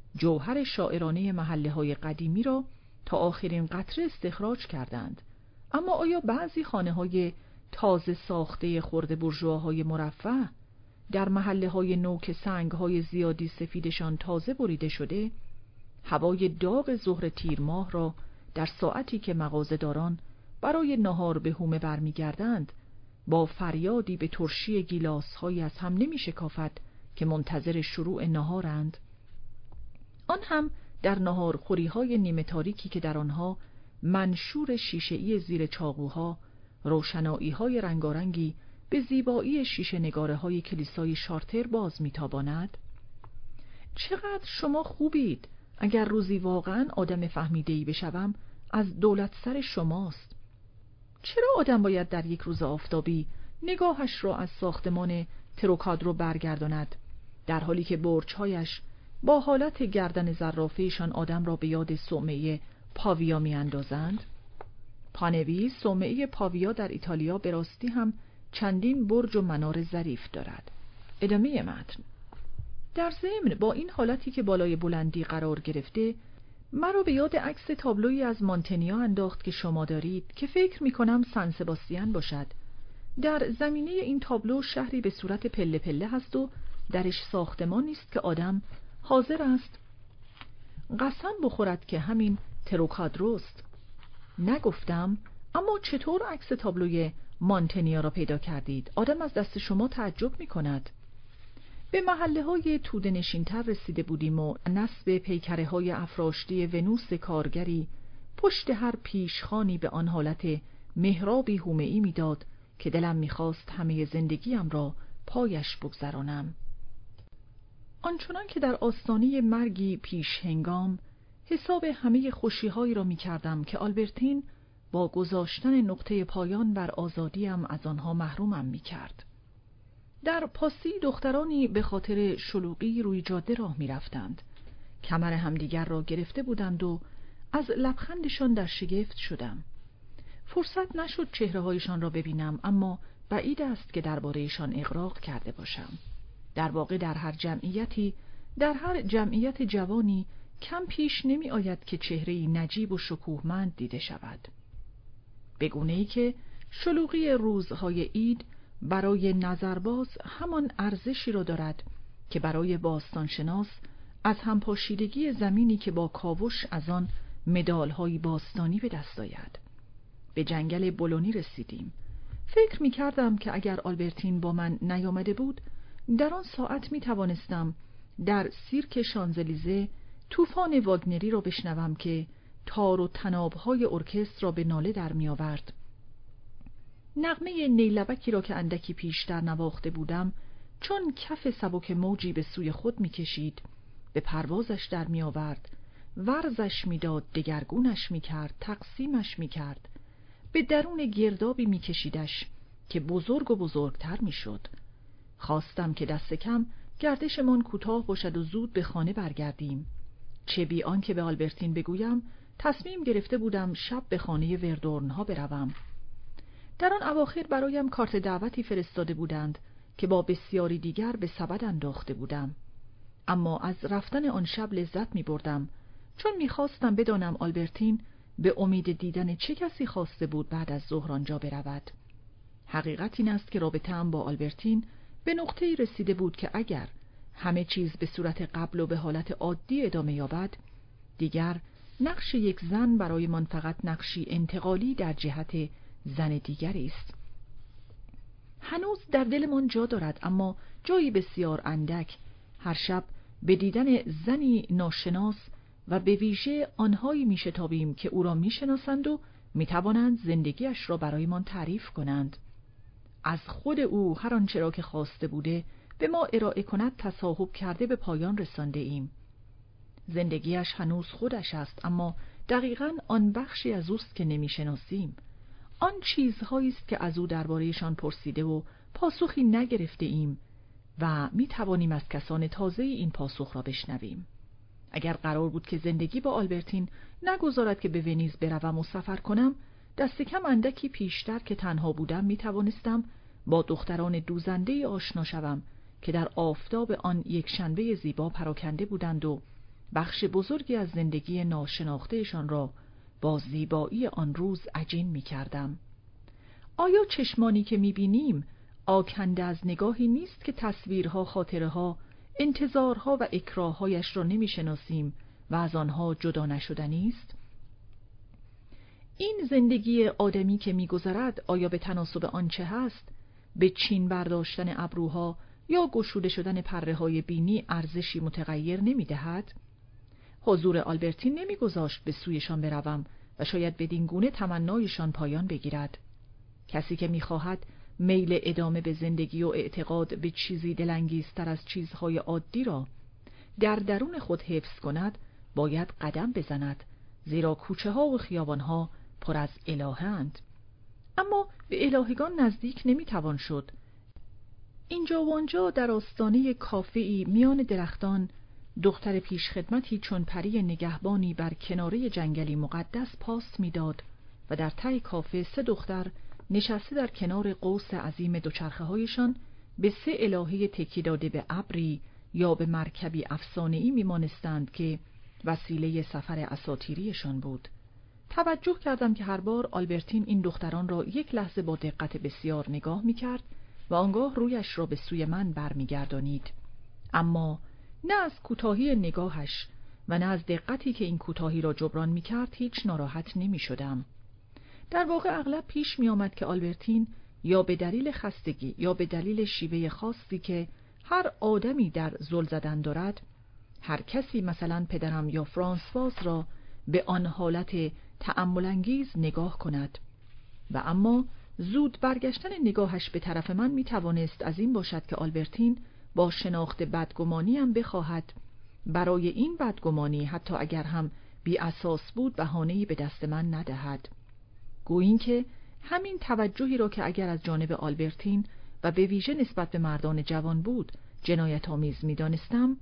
جوهر شاعرانه محله های قدیمی را تا آخرین قطره استخراج کردند، اما آیا بعضی خانه‌های تازه ساخته خرده بورژواهای مرفه در محله‌های نو که سنگ‌های زیادی سفیدشان تازه بریده شده، هوای داغ ظهر تیر ماه را در ساعتی که مغازه‌داران برای نهار به حومه برمیگردند با فریادی به ترشی گیلاس‌هایی از هم نمی‌شکافد که منتظر شروع نهارند؟ آن هم در نهارخوری‌های نیمه تاریکی که در آنها منشور شیشه‌ای زیر چاقوها روشنایی‌های رنگارنگی به زیبایی شیشه نگاره‌های کلیسای شارتر باز می‌تاباند. چقدر شما خوبید! اگر روزی واقعاً آدم فهمیده‌ای بشوم، از دولت سر شماست. چرا آدم باید در یک روز آفتابی نگاهش را از ساختمان تروکادرو برگرداند، در حالی که برج‌هایش با حالت گردن زرافه‌شان آدم را به یاد صومعه پاویا می‌اندازند؟ پانویس: صومعه پاویا در ایتالیا به راستی هم چندین برج و منار ظریف دارد. ادامه متن. در ضمن با این حالتی که بالای بلندی قرار گرفته، مرا به یاد عکس تابلویی از مانتنیا انداخت که شما دارید که فکر می‌کنم سن سباستین باشد. در زمینه این تابلو شهری به صورت پله پله هست و درش ساختمانی است که آدم حاضر است قسم بخورد که همین تروکادروست. نگفتم؟ اما چطور عکس تابلوی مانتنیا را پیدا کردید؟ آدم از دست شما تعجب می‌کند. به محله‌های توده نشین‌تر رسیده بودیم و نصب پیکره‌های افراشته ونوس کارگری پشت هر پیشخانی به آن حالت محرابی حومه‌ای می‌داد که دلم می‌خواست همه زندگیم را پایش بگذرانم. آنچنان که در آستانه مرگی پیش هنگام حساب همه خوشی‌هایی را می‌کردم که آلبرتین با گذاشتن نقطه پایان بر آزادیم از آنها محرومم می‌کرد. در پاسی دخترانی به خاطر شلوغی روی جاده راه می‌رفتند. کمر همدیگر را گرفته بودند و از لبخندشان در شگفت شدم. فرصت نشد چهره‌هایشان را ببینم، اما بعید است که درباره‌شان اغراق کرده باشم. در واقع در هر جمعیت جوانی کم پیش نمی آید که چهره‌ای نجیب و شکوهمند دیده شود. به گونه‌ای که شلوغی روزهای عید برای نظرباز همان ارزشی را دارد که برای باستانشناس از همپاشیدگی زمینی که با کاوش از آن مدال‌های باستانی به دست آید. به جنگل بولونی رسیدیم. فکر می کردم که اگر آلبرتین با من نیامده بود، در آن ساعت می توانستم در سیرک شانزلیزه طوفان واگنری را بشنوم که تار و طناب‌های ارکستر را به ناله در می آورد. نغمه نیلبکی را که اندکی پیشتر نواخته بودم، چون کف سبک موجی به سوی خود می کشید، به پروازش در می آورد، ورزش می داد، دگرگونش می کرد، تقسیمش می کرد، به درون گردابی می کشیدش که بزرگ و بزرگتر می شد. خواستم که دست کم گردشمان کوتاه باشد و زود به خانه برگردیم. چه بی آنکه به آلبرتین بگویم، تصمیم گرفته بودم شب به خانه وردورنها بروم. در آن اواخر برایم کارت دعوتی فرستاده بودند که با بسیاری دیگر به سبد انداخته بودم. اما از رفتن آن شب لذت می بردم، چون می خواستم بدانم آلبرتین به امید دیدن چه کسی خواسته بود بعد از ظهر آنجا برود. حقیقت این است که رابطه‌ام با آلبرتین به نقطه‌ای رسیده بود که اگر همه چیز به صورت قبل و به حالت عادی ادامه یابد، دیگر نقش یک زن برای من فقط نقشی انتقالی در جهت زن دیگری است. هنوز در دلمان جا دارد، اما جایی بسیار اندک. هر شب به دیدن زنی ناشناس و به ویژه آنهایی میشتابیم که او را میشناسند و میتوانند زندگیش را برایمان تعریف کنند. از خود او هر آنچه را که خواسته بوده به ما ارائه کند تصاحب کرده به پایان رسانده ایم. زندگیش هنوز خودش است، اما دقیقاً آن بخشی از اوست که نمیشناسیم. آن چیزهایی است که از او درباره‌شان پرسیده و پاسخی نگرفته ایم و می توانیم از کسان تازه این پاسخ را بشنویم. اگر قرار بود که زندگی با آلبرتین نگذارد که به ونیز بروم و سفر کنم، دست کم اندکی پیشتر که تنها بودم می توانستم با دختران دوزنده آشنا شوم که در آفتاب آن یک شنبه زیبا پراکنده بودند و بخش بزرگی از زندگی ناشناختهشان را با زیبایی آن روز عجین می کردم. آیا چشمانی که می بینیم آکنده از نگاهی نیست که تصویرها، خاطرها، انتظارها و اکراههایش را نمی شناسیم و از آنها جدا نشدنی است؟ این زندگی آدمی که می گذرد آیا به تناسب آنچه هست، به چین برداشتن ابروها یا گشوده شدن پره های بینی ارزشی متغیر نمی دهد؟ حضور آلبرتین نمی گذاشت به سویشان بروم و شاید بدین گونه تمنایشان پایان بگیرد. کسی که می خواهد میل ادامه به زندگی و اعتقاد به چیزی دلانگیزتر از چیزهای عادی را در درون خود حفظ کند، باید قدم بزند، زیرا کوچه ها و خیابان ها پر از الهه‌اند. اما به الهگان نزدیک نمی توان شد. اینجا و آنجا در آستانه کافه‌ای میان درختان، دختر پیشخدمتی چون پری نگهبانی بر کناره جنگلی مقدس پاس میداد و در ته کافه 3 دختر نشسته در کنار قوس عظیم دوچرخه هایشان به 3 الهه تکی داده به ابری یا به مرکبی افسانه‌ای میمانستند که وسیله سفر اساطیریشان بود. توجه کردم که هر بار آلبرتین این دختران را یک لحظه با دقت بسیار نگاه می‌کرد و آنگاه رویش را به سوی من برمیگردانید. اما نه از کوتاهی نگاهش و نه از دقتی که این کوتاهی را جبران می‌کرد هیچ ناراحت نمی‌شدم. در واقع اغلب پیش می‌آمد که آلبرتین یا به دلیل خستگی یا به دلیل شیوه خاصی که هر آدمی در زل زدن دارد، هر کسی مثلا پدرم یا فرانسواز را به آن حالت تأمل‌انگیز نگاه کند و اما زود برگشتن نگاهش به طرف من می‌توانست از این باشد که آلبرتین با شناخت بدگمانی هم بخواهد برای این بدگمانی حتی اگر هم بی اساس بود بهانه‌ای به دست من ندهد. گویی که همین توجهی را که اگر از جانب آلبرتین و به ویژه نسبت به مردان جوان بود جنایت آمیز می‌دانستم،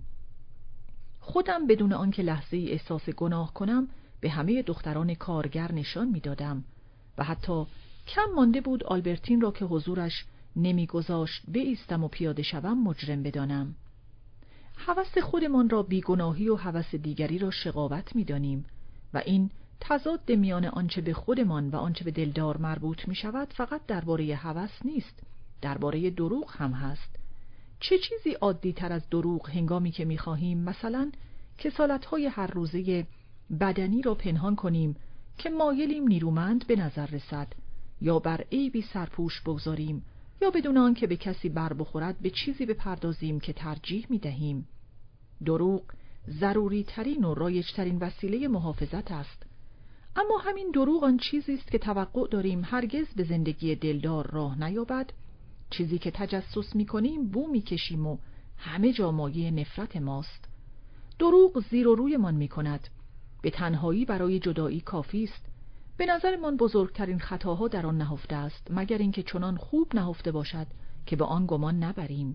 خودم بدون آنکه لحظه‌ای احساس گناه کنم به همه دختران کارگر نشان می‌دادم و حتی کم مانده بود آلبرتین را که حضورش نمی‌گذاشت بایستم و پیاده شوم مجرم بدانم. هوس خودمان را بیگناهی و هوس دیگری را شقاوت می‌دانیم و این تضاد میان آنچه به خودمان و آنچه به دلدار مربوط می‌شود فقط درباره هوس نیست، درباره دروغ هم هست. چه چیزی عادی تر از دروغ هنگامی که می‌خواهیم مثلا کسالت‌های هر روزه بدنی را پنهان کنیم که مایلیم نیرومند به نظر رسد، یا بر عیبی سرپوش بگذاریم، یا بدون آن که به کسی بر بخورد به چیزی بپردازیم که ترجیح می‌دهیم. دروغ ضروری ترین و رایج ترین وسیله محافظت است. اما همین دروغ آن چیزی است که توقع داریم هرگز به زندگی دلدار راه نیابد، چیزی که تجسس می‌کنیم بو می‌کشیم و همه جا مایه نفرت ماست. دروغ زیر و رویمان می‌کند. به تنهایی برای جدایی کافی است. به نظر من بزرگترین خطاها در آن نهفته است، مگر اینکه چنان خوب نهفته باشد که به آن گمان نبریم.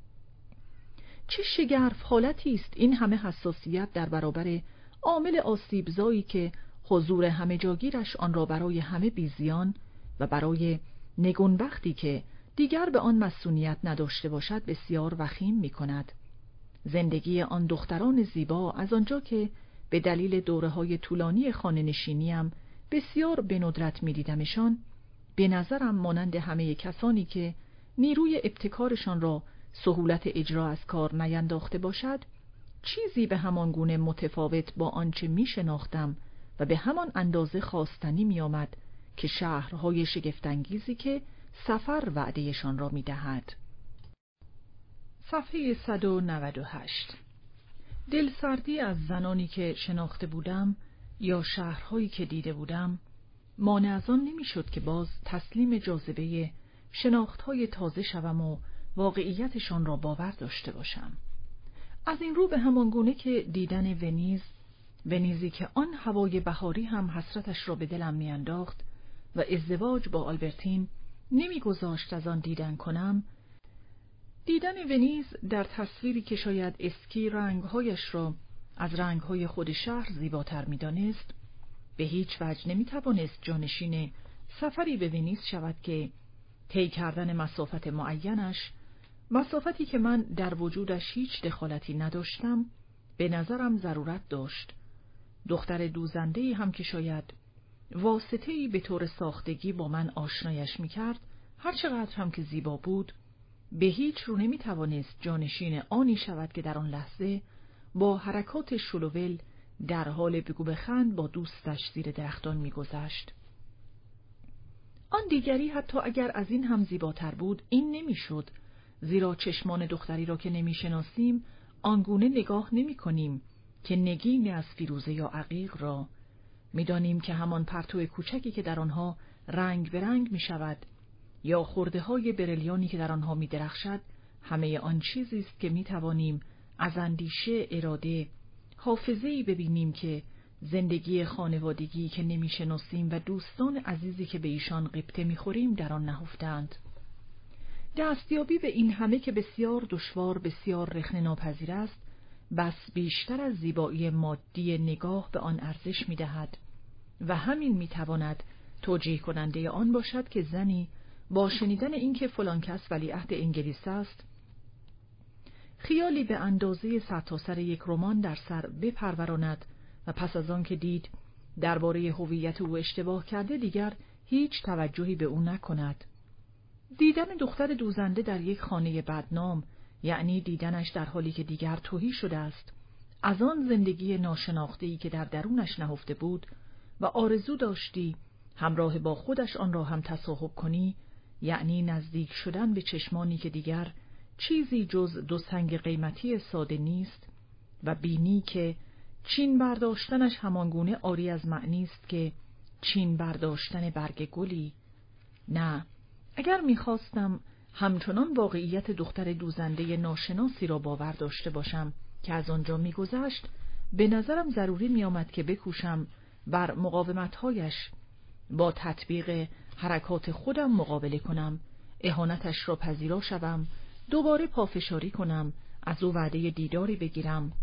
چه شگرف حالتی است این همه حساسیت در برابر عامل آسیبزایی که حضور همه جاگیرش آن را برای همه بیزیان و برای نگونبختی که دیگر به آن مسئولیت نداشته باشد بسیار وخیم می کند. زندگی آن دختران زیبا از آنجا که به دلیل دوره‌های طولانی خانه نشینیم بسیار به ندرت می دیدمشان، به نظرم مانند همه کسانی که نیروی ابتکارشان را سهولت اجرا از کار نینداخته باشد، چیزی به همان گونه متفاوت با آنچه می شناختم و به همان اندازه خواستنی می آمد که شهرهای شگفت‌انگیزی که سفر وعدهشان را می دهد. صفحه 198. دلسردی از زنانی که شناخته بودم یا شهرهایی که دیده بودم مانع از آن نمی شد که باز تسلیم جاذبه شناختهای تازه شوم و واقعیتشان را باور داشته باشم. از این رو به همان گونه که دیدن ونیزی که آن هوای بهاری هم حسرتش را به دلم میانداخت و ازدواج با آلبرتین نمیگذاشت از آن دیدن کنم، دیدن ونیز در تصویری که شاید اسکی رنگهایش را از رنگهای خود شهر زیباتر میدانست، به هیچ وجه نمیتوانست جانشین سفری به ونیز شود که طی کردن مسافت معینش، مسافتی که من در وجودش هیچ دخالتی نداشتم، به نظرم ضرورت داشت. دختر دوزنده‌ای هم که شاید واسطه‌ای به طور ساختگی با من آشنایش می‌کرد، هر چقدر هم که زیبا بود، به هیچ رو نمی‌توانست جانشین آنی شود که در آن لحظه با حرکات شلوول در حال بگو بخند با دوستش زیر درختان می‌گذشت. آن دیگری حتی اگر از این هم زیباتر بود، این نمی‌شد، زیرا چشمان دختری را که نمی‌شناسیم آنگونه نگاه نمی‌کنیم که نگین از فیروزه یا عقیق را. می‌دانیم که همان پرتو کوچکی که در آنها رنگ به رنگ می‌شود یا خرده‌های برلیانی که در آنها می‌درخشد، همه آن چیزی است که می‌توانیم از اندیشه، اراده، حافظه‌ای ببینیم که زندگی خانوادگی که نمی‌شناسیم و دوستان عزیزی که به ایشان غبطه می‌خوریم در آن نهفتند. دستیابی به این همه که بسیار دشوار، بسیار رخنه ناپذیر است، بس بیشتر از زیبایی مادی نگاه به آن ارزش می‌دهد و همین می‌تواند توجیه کننده آن باشد که زنی با شنیدن اینکه فلان کس ولیعهد انگلیس است، خیالی به اندازه سرتاسر یک رمان در سر بپروراند و پس از آن که دید درباره هویت او اشتباه کرده دیگر هیچ توجهی به او نکند. دیدن دختر دوزنده در یک خانه بدنام، یعنی دیدنش در حالی که دیگر تهی شده است از آن زندگی ناشناخته‌ای که در درونش نهفته بود و آرزو داشتی همراه با خودش آن را هم تصاحب کنی، یعنی نزدیک شدن به چشمانی که دیگر چیزی جز دو سنگ قیمتی ساده نیست و بینی که چین برداشتنش همانگونه عاری از معنی است که چین برداشتن برگ گلی. نه، اگر می‌خواستم همچنان واقعیت دختر دوزنده ناشناسی را باور داشته باشم که از آنجا می‌گذشت، به نظرم ضروری می‌آمد که بکوشم بر مقاومت‌هایش با تطبیق حرکات خودم مقابله کنم، اهانتش را پذیرا شوم، دوباره پافشاری کنم، از او وعده دیداری بگیرم،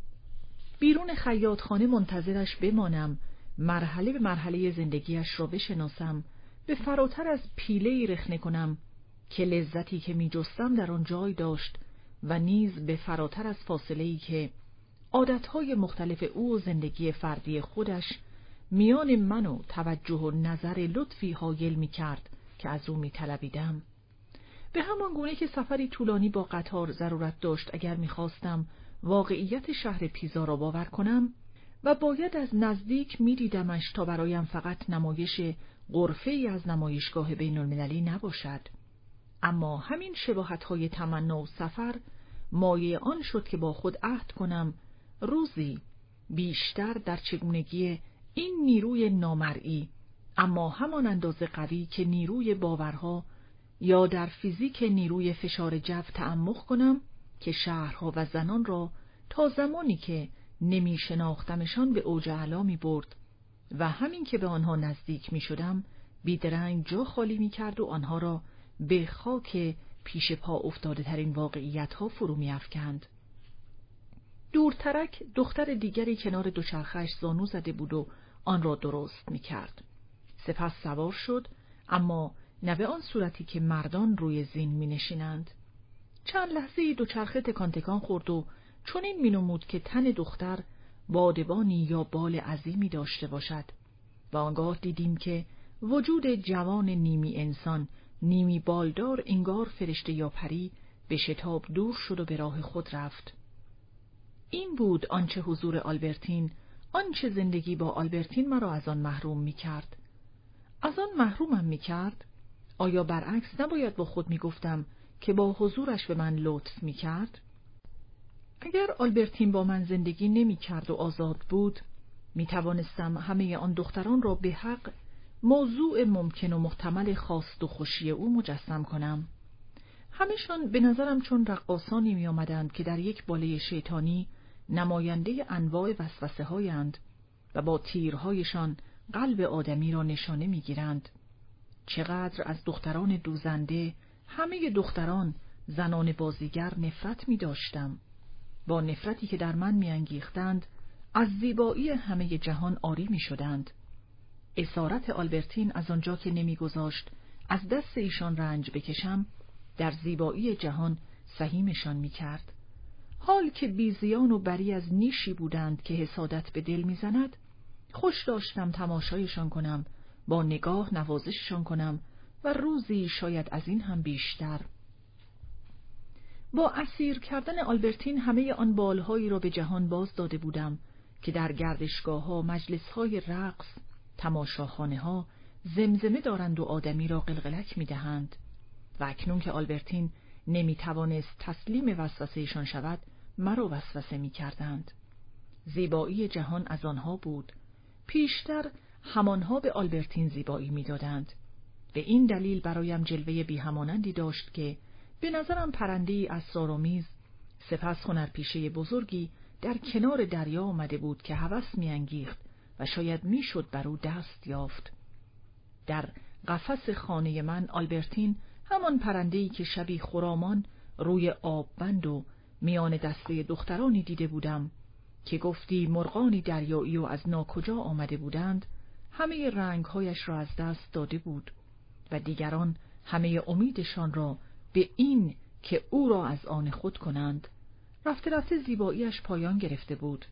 بیرون خیاطخانه منتظرش بمانم، مرحله به مرحله زندگیش را بشناسم، به فراتر از پیله‌ای رخنه کنم که لذتی که می‌جستم در آن جای داشت و نیز به فراتر از فاصله‌ای که عادتهای مختلف او و زندگی فردی خودش میان من و توجه و نظر لطفی حایل می‌کرد که از او می‌طلبیدم. به همان گونه که سفری طولانی با قطار ضرورت داشت اگر می‌خواستم واقعیت شهر پیزا را باور کنم و باید از نزدیک می‌دیدمش تا برایم فقط نمایش غرفه‌ای از نمایشگاه بین‌المللی نباشد. اما همین شباهت‌های تمنا و سفر مایه آن شد که با خود عهد کنم روزی بیشتر در چگونگی این نیروی نامرئی اما همان اندازه قوی که نیروی باورها یا در فیزیک نیروی فشار جو تعمق کنم که شهرها و زنان را تا زمانی که نمی شناختمشان به اوج اعلا می برد و همین که به آنها نزدیک می شدم بیدرنگ جا خالی می کرد و آنها را به خاک پیش پا افتاده ترین واقعیت ها فرو می افکند. دورترک دختر دیگری کنار دوچرخه‌اش زانو زده بود و آن را درست می کرد. سپس سوار شد، اما نه به آن صورتی که مردان روی زین می نشینند. چند لحظه‌ای دوچرخه تکان تکان خورد و چنین می نمود که تن دختر بادبانی یا بال عظیمی داشته باشد و آنگاه دیدیم که وجود جوان نیمی انسان نیمی بالدار انگار فرشته یا پری به شتاب دور شد و به راه خود رفت. این بود آنچه حضور آلبرتین، آنچه زندگی با آلبرتین مرا از آن محروم می کرد. از آن محرومم می کرد؟ آیا برعکس نباید با خود می گفتم که با حضورش به من لطف می کرد؟ اگر آلبرتین با من زندگی نمی کرد و آزاد بود، می توانستم همه آن دختران را به حق موضوع ممکن و محتمل خواست و خوشی او مجسم کنم. همشان به نظرم چون رقاصانی می آمدند که در یک باله شیطانی نماینده انواع وسوسه هایند و با تیرهایشان قلب آدمی را نشانه می گیرند. چقدر از دختران دوزنده، همه دختران، زنان بازیگر نفرت می داشتم. با نفرتی که در من می انگیختند، از زیبایی همه جهان عاری می شدند. اسارت آلبرتین از آنجا که نمی گذاشت از دست ایشان رنج بکشم، در زیبایی جهان سهیمشان می کرد. حال که بیزیان و بری از نیشی بودند که حسادت به دل می زند، خوش داشتم تماشایشان کنم، با نگاه نوازششان کنم و روزی شاید از این هم بیشتر. با اسیر کردن آلبرتین همه آن بالهایی را به جهان باز داده بودم که در گردشگاه‌ها، مجلس‌های رقص، تماشاخانه‌ها زمزمه دارند و آدمی را قلقلک می‌دهند. و اکنون که آلبرتین نمی‌توانست تسلیم وسوسه‌شان شود، مرا وسوسه می‌کردند. زیبایی جهان از آنها بود. پیشتر همانها به آلبرتین زیبایی می‌دادند. به این دلیل برایم جلوه بی‌همانندی داشت که به نظرم پرنده‌ای اسرارآمیز، سپس هنرپیشه بزرگی در کنار دریا آمده بود که هوس می‌انگیخت و شاید میشد بر او دست یافت. در قفس خانه من آلبرتین همان پرنده‌ای که شبی خرامان روی آببند و میان دسته دخترانی دیده بودم که گفتی مرغانی دریایی و از ناکجا آمده بودند، همه رنگهایش را از دست داده بود و دیگران همه امیدشان را به این که او را از آن خود کنند. رفته رفته زیباییش پایان گرفته بود.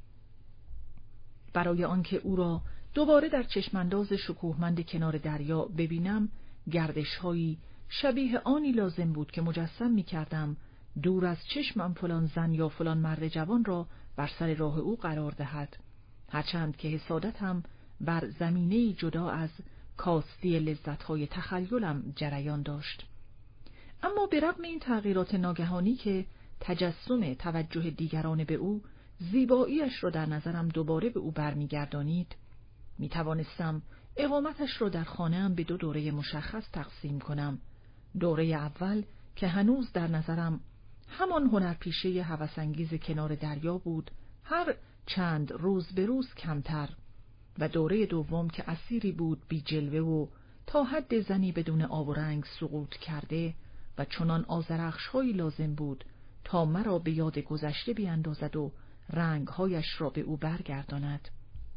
برای آنکه او را دوباره در چشمانداز شکوهمند کنار دریا ببینم، گردش‌هایی شبیه آنی لازم بود که مجسم می‌کردم دور از چشمم فلان زن یا فلان مرد جوان را بر سر راه او قرار دهد، هرچند که حسادتم بر زمینه‌ای جدا از کاستی لذت‌های تخیلم جریان داشت. اما به رغم این تغییرات ناگهانی که تجسم توجه دیگران به او زیباییش را در نظرم دوباره به او برمیگردانید، میتوانستم اقامتش را در خانه‌ام به 2 دوره مشخص تقسیم کنم. دوره اول که هنوز در نظرم همان هنرپیشه هوس‌انگیز کنار دریا بود، هر چند روز به روز کمتر، و دوره دوم که اسیری بود بی جلوه و تا حد زنی بدون آب و رنگ سقوط کرده و چنان آذرخش‌هایی لازم بود تا مرا به یاد گذشته بیاندازد و رنگهایش را به او برگرداند.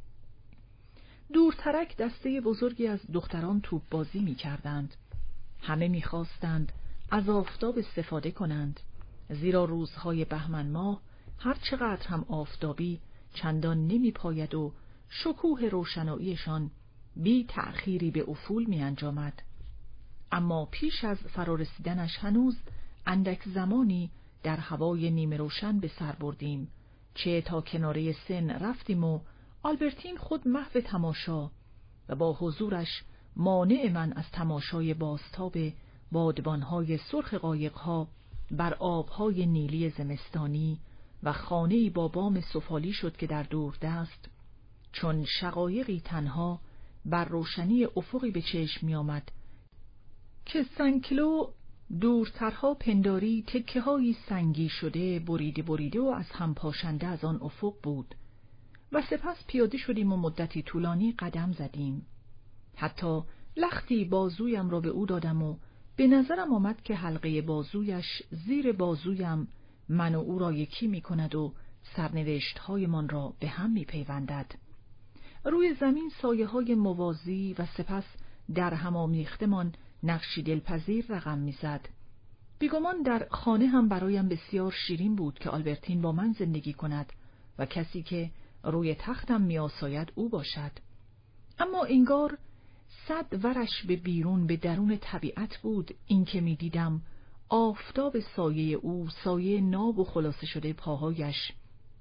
دورترک دسته بزرگی از دختران توپ بازی می کردند. همه می خواستند از آفتاب استفاده کنند، زیرا روزهای بهمن ماه هر چقدر هم آفتابی چندان نمی پاید و شکوه روشناییشان بی تأخیری به افول می انجامد. اما پیش از فرارسیدنش هنوز اندک زمانی در هوای نیمه روشن به سر بردیم، چه تا کناره سن رفتیم و آلبرتین خود محو تماشا و با حضورش مانع من از تماشای بازتاب بادبانهای سرخ قایقها بر آبهای نیلی زمستانی و خانه‌ای با بام سفالی شد که در دور دست چون شقایقی تنها بر روشنی افقی به چشم می آمد که سنکلو دورترها پنداری تکه‌هایی سنگی شده بریده و از هم پاشنده از آن افق بود. و سپس پیاده شدیم و مدتی طولانی قدم زدیم. حتی لختی بازویم را به او دادم و به نظرم آمد که حلقه بازویش زیر بازویم من و او را یکی می کند و سرنوشت‌های من را به هم می پیوندد. روی زمین سایه های موازی و سپس در هم آمیختمان نقشی دلپذیر رقم می زد. بیگمان در خانه هم برایم بسیار شیرین بود که آلبرتین با من زندگی کند و کسی که روی تختم می آساید او باشد. اما انگار 100 ورش به بیرون به درون طبیعت بود این که می دیدم آفتاب سایه او، سایه ناب و خلاصه شده پاهایش،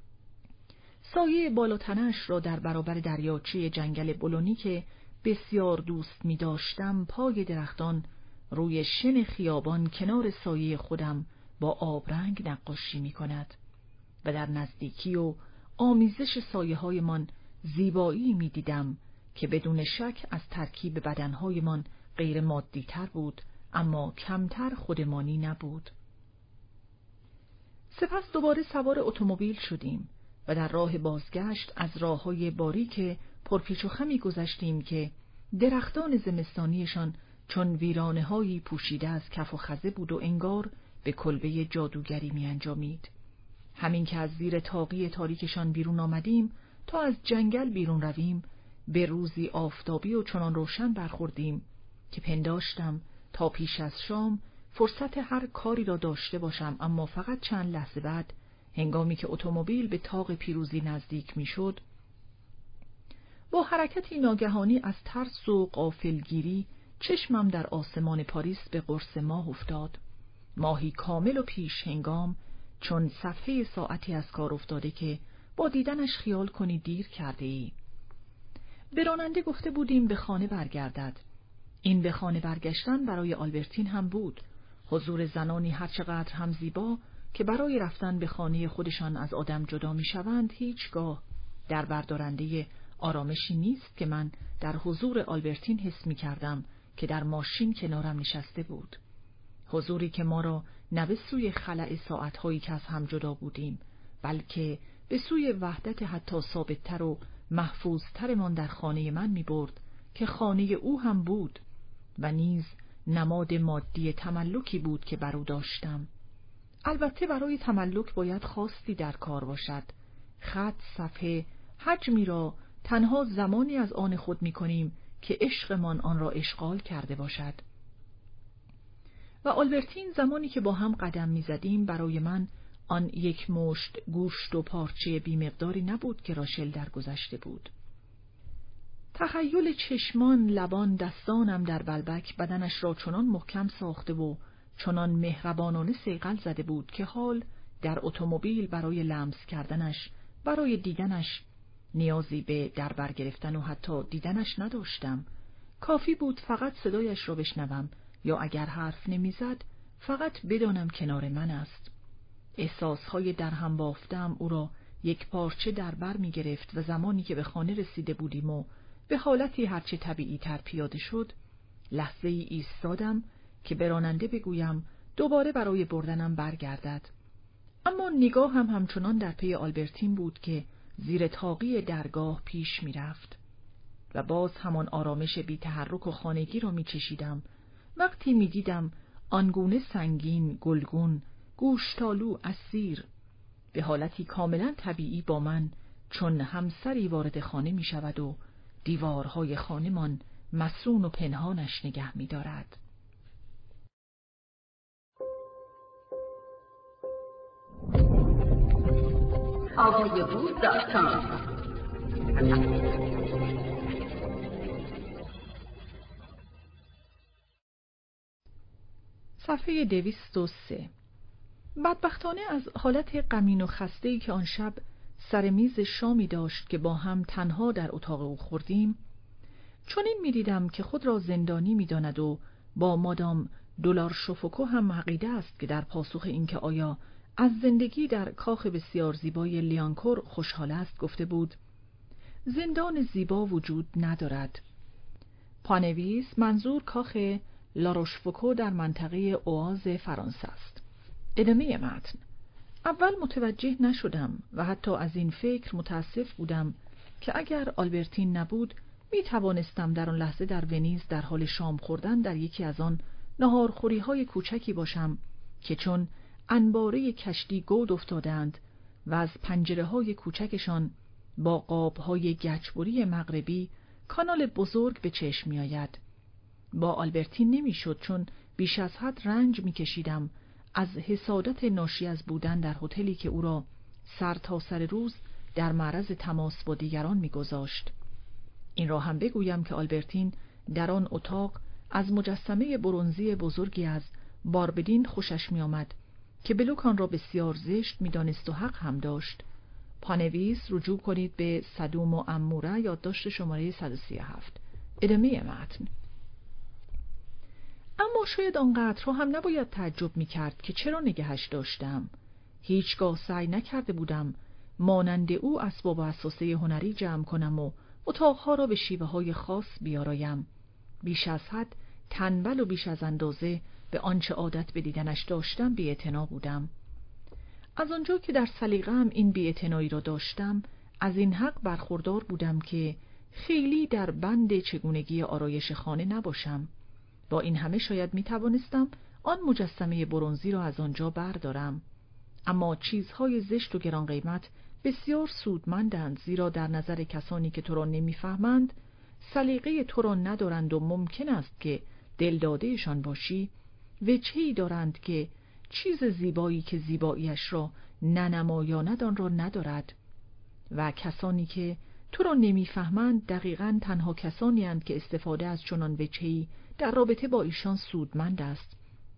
سایه بالاتنش را در برابر دریاچه جنگل بلونی که بسیار دوست می داشتم پای درختان روی شن خیابان کنار سایه خودم با آبرنگ نقاشی می کند و در نزدیکی و آمیزش سایه های من زیبایی می دیدم که بدون شک از ترکیب بدنهای من غیر مادی تر بود اما کمتر خودمانی نبود. سپس دوباره سوار اتومبیل شدیم و در راه بازگشت از راههای باریک پرپیچ و خمی گذشتیم که درختان زمستانیشان چون ویرانه‌هایی پوشیده از کف و خزه بود و انگار به کلبه جادوگری می انجامید. همین که از زیر طاقی تاریکشان بیرون آمدیم تا از جنگل بیرون رویم به روزی آفتابی و چنان روشن برخوردیم که پنداشتم تا پیش از شام فرصت هر کاری را داشته باشم، اما فقط چند لحظه بعد هنگامی که اتومبیل به طاق پیروزی نزدیک میشد با حرکتی ناگهانی از ترس و غافلگیری چشمم در آسمان پاریس به قرص ماه افتاد. ماهی کامل و پیش هنگام، چون صفحه ساعتی از کار افتاده که با دیدنش خیال کنی دیر کرده ای. به راننده گفته بودیم به خانه برگردد. این به خانه برگشتن برای آلبرتین هم بود. حضور زنانی هرچقدر هم زیبا که برای رفتن به خانه خودشان از آدم جدا می شوند هیچگاه در بردارنده آرامشی نیست که من در حضور آلبرتین حس می کردم که در ماشین کنارم نشسته بود. حضوری که ما را نه به سوی خلأ ساعتهایی که از هم جدا بودیم، بلکه به سوی وحدت حتی ثابتتر و محفوظترمان در خانه من می برد که خانه او هم بود و نیز نماد مادی تملکی بود که بر او داشتم. البته برای تملک باید خواستی در کار باشد. خط، صفحه، حجمی را تنها زمانی از آن خود می کنیم که عشقمان آن را اشغال کرده باشد. و آلبرتین زمانی که با هم قدم می زدیم برای من آن یک مشت گوشت و پارچه بیمقداری نبود که راشل درگذشته بود. تخیل چشمان، لبان، دستانم در بلبک بدنش را چنان محکم ساخته و چنان مهربانانه صیقل زده بود که حال در اتومبیل برای لمس کردنش، برای دیدنش نیازی به دربر گرفتن و حتی دیدنش نداشتم. کافی بود فقط صدایش را بشنوم یا اگر حرف نمیزد فقط بدانم کنار من است. احساسهای در هم بافتم او را یک پارچه در بر می گرفت و زمانی که به خانه رسیده بودیم و به حالتی هرچه طبیعی تر پیاده شد، لحظه ای ایستادم که به راننده بگویم دوباره برای بردنم برگردد. اما نگاه هم همچنان در پی آلبرتین بود که زیر طاقی درگاه پیش می رفت و باز همان آرامش بی تحرک و خانگی را می چشیدم وقتی می دیدم آنگونه سنگین، گلگون، گوشتالو، اسیر به حالتی کاملا طبیعی با من چون همسری وارد خانه می شود و دیوارهای خانه‌مان مسون و پنهانش نگه می دارد. صفحه 203. بدبختانه از حالت غمین و خسته‌ای که آن شب سر میز شامی داشت که با هم تنها در اتاق او خوردیم، چنین می‌دیدم که خود را زندانی می‌داند و با مادام دولار شوفوکو هم عقیده است که در پاسخ اینکه آیا از زندگی در کاخ بسیار زیبای لیانکور خوشحال است گفته بود زندان زیبا وجود ندارد. پانویس منظور کاخ لاروشفوکو در منطقه اوآز فرانسه است. ادامه متن. اول متوجه نشدم و حتی از این فکر متاسف بودم که اگر آلبرتین نبود می توانستم در آن لحظه در ونیز در حال شام خوردن در یکی از آن ناهارخوری‌های کوچکی باشم که چون انباره کشتی گود افتادند و از پنجره‌های کوچکشان با قاب‌های گچبری مغربی کانال بزرگ به چشم می‌آید. با آلبرتین نمی‌شد چون بیش از حد رنج می‌کشیدم از حسادت ناشی از بودن در هتلی که او را سر تا سر روز در معرض تماس با دیگران می‌گذاشت. این را هم بگویم که آلبرتین در آن اتاق از مجسمه برنزی بزرگی از باربدین خوشش می‌آمد که بلوک آن را بسیار زشت می‌دانست و حق هم داشت. پانویس رجوع کنید به صدوم و اموره یادداشت شماره 137. ادامه متن. اما شاید آنقدر را هم نباید تعجب می‌کرد که چرا نگهش داشتم. هیچگاه سعی نکرده بودم مانند او اسباب و اساسه هنری جمع کنم و اتاقها را به شیوه‌های خاص بیارایم. بیش از حد تنبل و بیش از اندازه به آنچه عادت به دیدنش داشتم بی‌اعتنا بودم. از آنجا که در سلیقه‌ام این بی‌اعتنایی را داشتم، از این حق برخوردار بودم که خیلی در بند چگونگی آرایش خانه نباشم. با این همه شاید می توانستم آن مجسمه برنزی را از آنجا بردارم. اما چیزهای زشت و گران قیمت بسیار سودمندند، زیرا در نظر کسانی که تو را نمی‌فهمند، سلیقه تو را ندارند و ممکن است که دلداده‌شان باشی، وجهی دارند که چیز زیبایی که زیباییش را ننمایاند آن را ندارد، و کسانی که تو را نمیفهمند دقیقاً تنها کسانی اند که استفاده از چنان وجهی در رابطه با ایشان سودمند است.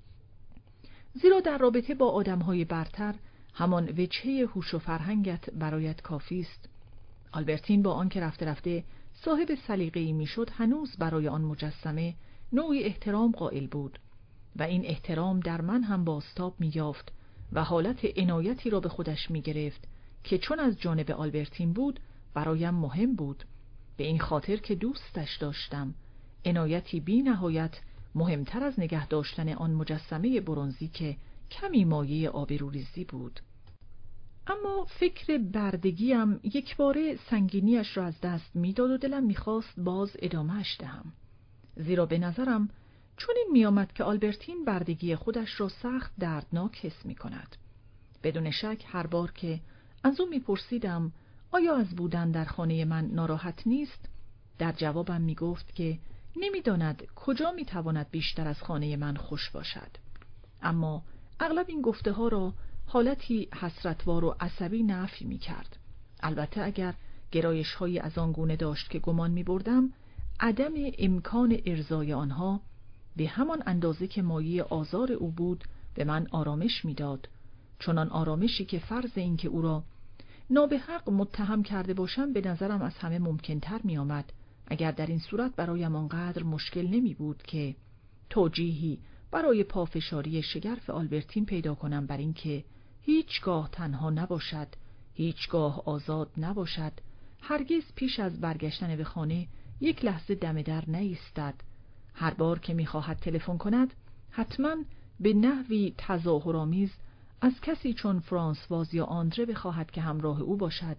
زیرا در رابطه با آدمهای برتر همان وجهه هوش و فرهنگت برایت کافی است. آلبرتین با آنکه رفته رفته صاحب سلیقه‌ای میشد، هنوز برای آن مجسمه نوعی احترام قائل بود و این احترام در من هم بازتاب می‌یافت و حالت عنایتی را به خودش می‌گرفت که چون از جانب آلبرتین بود برایم مهم بود، به این خاطر که دوستش داشتم، عنایتی بی نهایت مهمتر از نگه داشتن آن مجسمه برنزی که کمی مایه آبروریزی بود. اما فکر بردگیم یک باره سنگینیش را از دست میداد و دلم میخواست باز ادامهش دهم، زیرا به نظرم چون این میآمد که آلبرتین بردگی خودش را سخت دردناک حس میکند. بدون شک هر بار که از او میپرسیدم آیا از بودن در خانه من ناراحت نیست، در جوابم میگفت که نمیداند کجا میتواند بیشتر از خانه من خوش باشد. اما اغلب این گفته ها را حالتی حسرتوار و عصبی نفی میکرد. البته اگر گرایش هایی از آن گونه داشت که گمان میبردم عدم امکان ارضای آنها به همان اندازه که مایه آزار او بود به من آرامش میداد، چنان آرامشی که فرض این که او را نابحق متهم کرده باشم به نظرم از همه ممکن‌تر می‌آمد، اگر در این صورت برایم آنقدر مشکل نمی بود که توجیهی برای پافشاری شگرف آلبرتین پیدا کنم بر این که هیچگاه تنها نباشد، هیچگاه آزاد نباشد، هرگز پیش از برگشتن به خانه یک لحظه دم در نایستد، هر بار که می‌خواهد تلفن کند حتماً به نحوی تظاهرآمیز از کسی چون فرانسواز یا آندره بخواهد که همراه او باشد،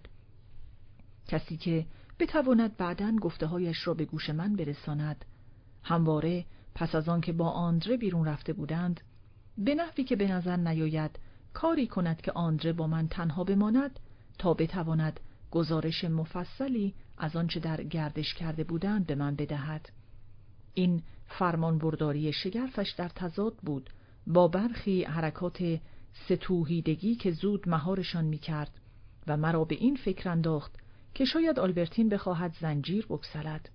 کسی که بتواند بعداً گفته‌هایش را به گوش من برساند. همواره پس از آن که با آندره بیرون رفته بودند، به نحوی که به نظر نیاید کاری کند که آندره با من تنها بماند تا بتواند گزارش مفصلی از آنچه در گردش کرده بودند به من بدهد. این فرمانبرداری شگرفش در تضاد بود با برخی حرکات ستوهیدگی که زود مهارشان می‌کرد و مرا به این فکر انداخت که شاید آلبرتین بخواهد زنجیر بگسلد.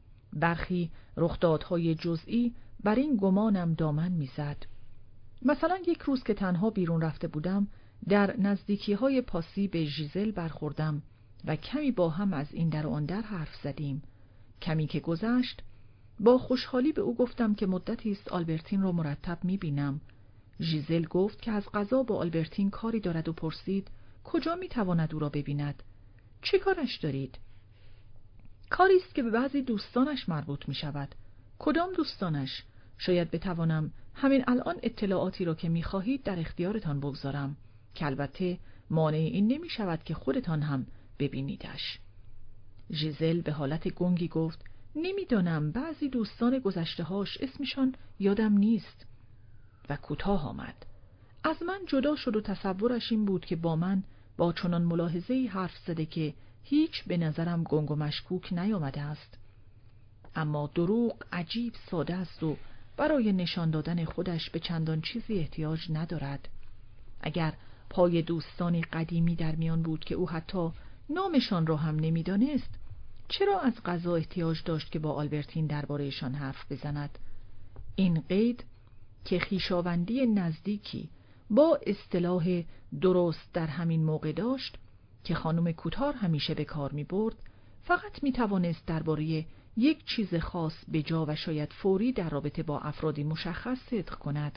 برخی رخدادهای جزئی بر این گمانم دامن می‌زد. مثلا یک روز که تنها بیرون رفته بودم، در نزدیکی‌های پاسی به ژیزل برخوردم و کمی با هم از این در و آن در حرف زدیم. کمی که گذشت با خوشحالی به او گفتم که مدتی است آلبرتین را مرتب می‌بینم. ژیزل گفت که از قضا با آلبرتین کاری دارد و پرسید کجا می‌تواند او را ببیند؟ چه کارش دارید؟ کاری است که به بعضی دوستانش مربوط می‌شود. کدام دوستانش؟ شاید بتوانم همین الان اطلاعاتی را که می‌خواهید در اختیارتان بگذارم، که البته مانع این نمی‌شود که خودتان هم ببینیدش. ژیزل به حالت گنگی گفت نمی‌دانم، بعضی دوستان گذشته‌هاش اسمشان یادم نیست. و کوتاه آمد. از من جدا شد و تصورش این بود که با من با چنان ملاحظه‌ای حرف زده که هیچ به نظرم گنگ و مشکوک نیامده است. اما دروغ عجیب ساده است و برای نشان دادن خودش به چندان چیزی احتیاج ندارد. اگر پای دوستانی قدیمی در میان بود که او حتی نامشان را هم نمی‌دانست، چرا از قضا احتیاج داشت که با آلبرتین درباره‌شان حرف بزند؟ این قید که خویشاوندی نزدیکی با اصطلاح درست در همین موقع داشت که خانم کوتار همیشه به کار می برد، فقط می توانست درباره یک چیز خاص به جا و شاید فوری در رابطه با افرادی مشخص صدق کند.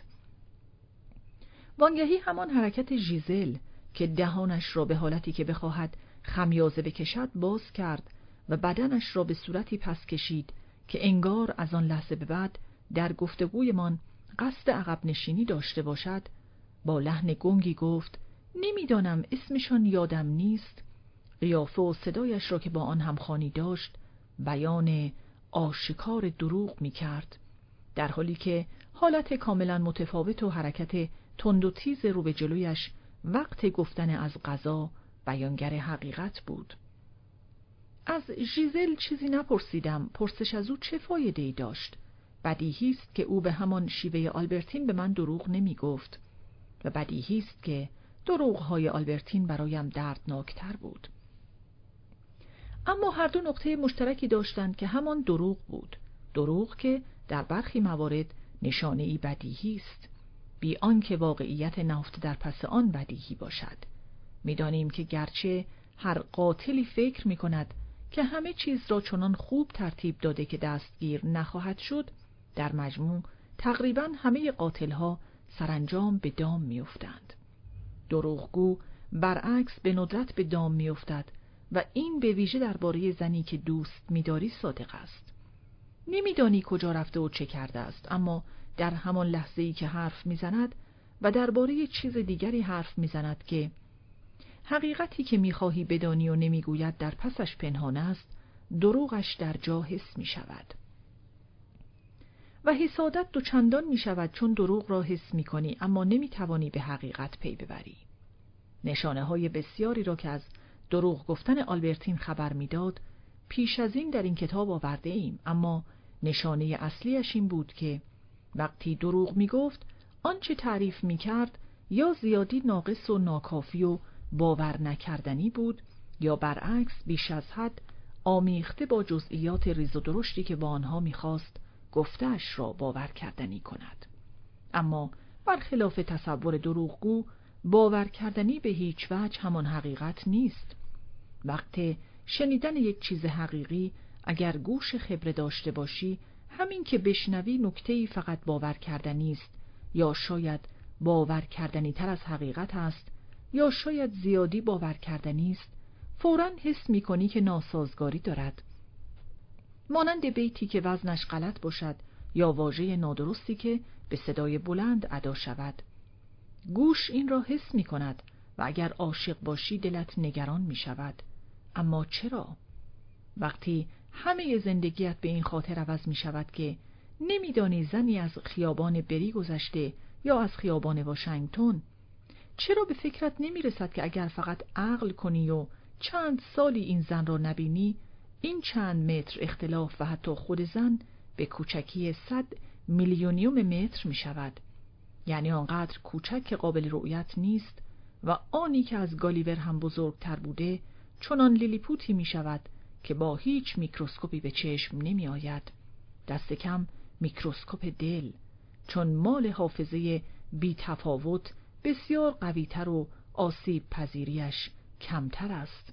وانگهی همان حرکت ژیزل که دهانش را به حالتی که بخواهد خمیازه بکشد باز کرد و بدنش را به صورتی پس کشید که انگار از آن لحظه به بعد در گفتگویمان قصد عقب نشینی داشته باشد، با لحن گنگی گفت نمیدانم، اسمشان یادم نیست. قیافه و صدایش را که با آن همخوانی داشت بیان آشکار دروغ می کرد، در حالی که حالت کاملا متفاوت و حرکت تند و تیز رو به جلویش وقت گفتن از قضا بیانگر حقیقت بود. از ژیزل چیزی نپرسیدم. پرسش از او چه فایده‌ای داشت؟ بدیهی است که او به همان شیوه آلبرتین به من دروغ نمی گفت و بدیهی است که دروغ‌های آلبرتین برایم دردناکتر بود. اما هر دو نقطه مشترکی داشتند که همان دروغ بود، دروغ که در برخی موارد نشانه‌ای بدیهی است، بی آنکه واقعیت نهفته در پس آن بدیهی باشد. می‌دانیم که گرچه هر قاتلی فکر می‌کند که همه چیز را چنان خوب ترتیب داده که دستگیر نخواهد شد، در مجموع تقریباً همه قاتل‌ها سرانجام به دام می‌افتند. دروغگو برعکس به ندرت به دام می‌افتد و این به ویژه درباره زنی که دوست می‌داری صادق است. نمی‌دانی کجا رفته و چه کرده است، اما در همان لحظه‌ای که حرف می‌زند و درباره چیز دیگری حرف می‌زند که حقیقتی که می‌خواهی بدانی و نمی‌گوید در پسش پنهان است، دروغش در جا حس می‌شود. و حسادت دوچندان می‌شود چون دروغ را حس می‌کنی اما نمی‌توانی به حقیقت پی ببری. نشانه‌های بسیاری را که از دروغ گفتن آلبرتین خبر می‌داد پیش از این در این کتاب آورده ایم، اما نشانه اصلیش این بود که وقتی دروغ می‌گفت آنچه تعریف می‌کرد یا زیادی ناقص و ناکافی و باور نکردنی بود یا برعکس بیش از حد آمیخته با جزئیات ریز و درشتی که با آنها می‌خواست گفته‌اش را باور کردنی کند. اما برخلاف تصور دروغگو، باور کردنی به هیچ وجه همان حقیقت نیست. وقت شنیدن یک چیز حقیقی اگر گوش خبره داشته باشی، همین که بشنوی نکته‌ای فقط باور کردنی است یا شاید باور کردنی تر از حقیقت است یا شاید زیادی باور کردنی است، فوراً حس می‌کنی که ناسازگاری دارد. مانند بیتی که وزنش غلط باشد یا واژه نادرستی که به صدای بلند ادا شود. گوش این را حس می‌کند و اگر عاشق باشی دلت نگران می‌شود. اما چرا؟ وقتی همه زندگیت به این خاطر عوض می‌شود که نمی‌دانی زنی از خیابان بری گذشته یا از خیابان واشنگتن، چرا به فکرت نمی‌رسد که اگر فقط عقل کنی و چند سالی این زن را نبینی، این چند متر اختلاف و حتی خود زن به کوچکی 100 میلیونیوم متر می‌شود؟ یعنی آنقدر کوچک که قابل رؤیت نیست و آنی که از گالیور هم بزرگتر بوده چنان لیلیپوتی می‌شود که با هیچ میکروسکوپی به چشم نمی آید، دست کم میکروسکوپ دل، چون مال حافظه بی تفاوت بسیار قویتر و آسیب پذیریش کمتر است.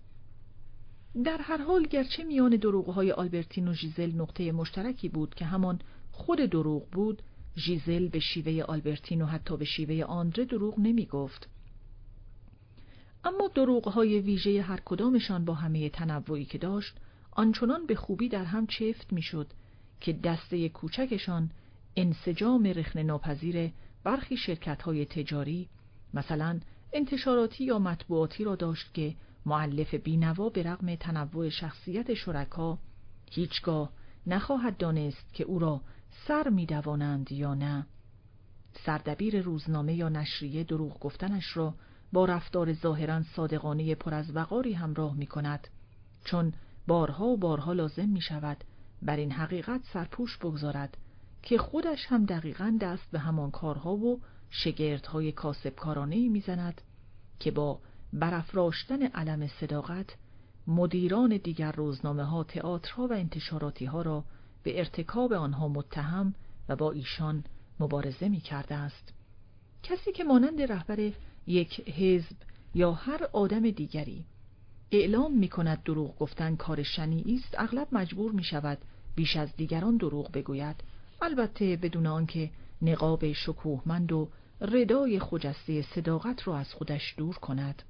در هر حال گرچه میان دروغ‌های آلبرتین و ژیزل نقطه مشترکی بود که همان خود دروغ بود، ژیزل به شیوه آلبرتین و حتی به شیوه آندره دروغ نمی گفت. اما دروغ‌های ویژه هر کدامشان با همه تنوعی که داشت آنچنان به خوبی در هم چفت میشد که دسته کوچکشان انسجام رخنه ناپذیر برخی شرکت‌های تجاری مثلا انتشاراتی یا مطبوعاتی را داشت که مؤلف بینوا به رغم تنوع شخصیت شرکا هیچگاه نخواهد دانست که او را سر می‌دوانند یا نه. سردبیر روزنامه یا نشریه دروغ گفتنش را با رفتار ظاهراً صادقانه پر از وقاری همراه می‌کند، چون بارها و بارها لازم می‌شود بر این حقیقت سرپوش بگذارد که خودش هم دقیقاً دست به همان کارها و شگردهای کاسبکارانه‌ای می‌زند که با برافراشتن علم صداقت مدیران دیگر روزنامه‌ها، تئاترها و انتشاراتی‌ها را به ارتکاب آنها متهم و با ایشان مبارزه می‌کرده است. کسی که مانند رهبر یک حزب یا هر آدم دیگری اعلام می‌کند دروغ گفتن کار شنیعی است، اغلب مجبور می‌شود بیش از دیگران دروغ بگوید، البته بدون آنکه نقاب شکوهمند و ردای خجسته صداقت را از خودش دور کند.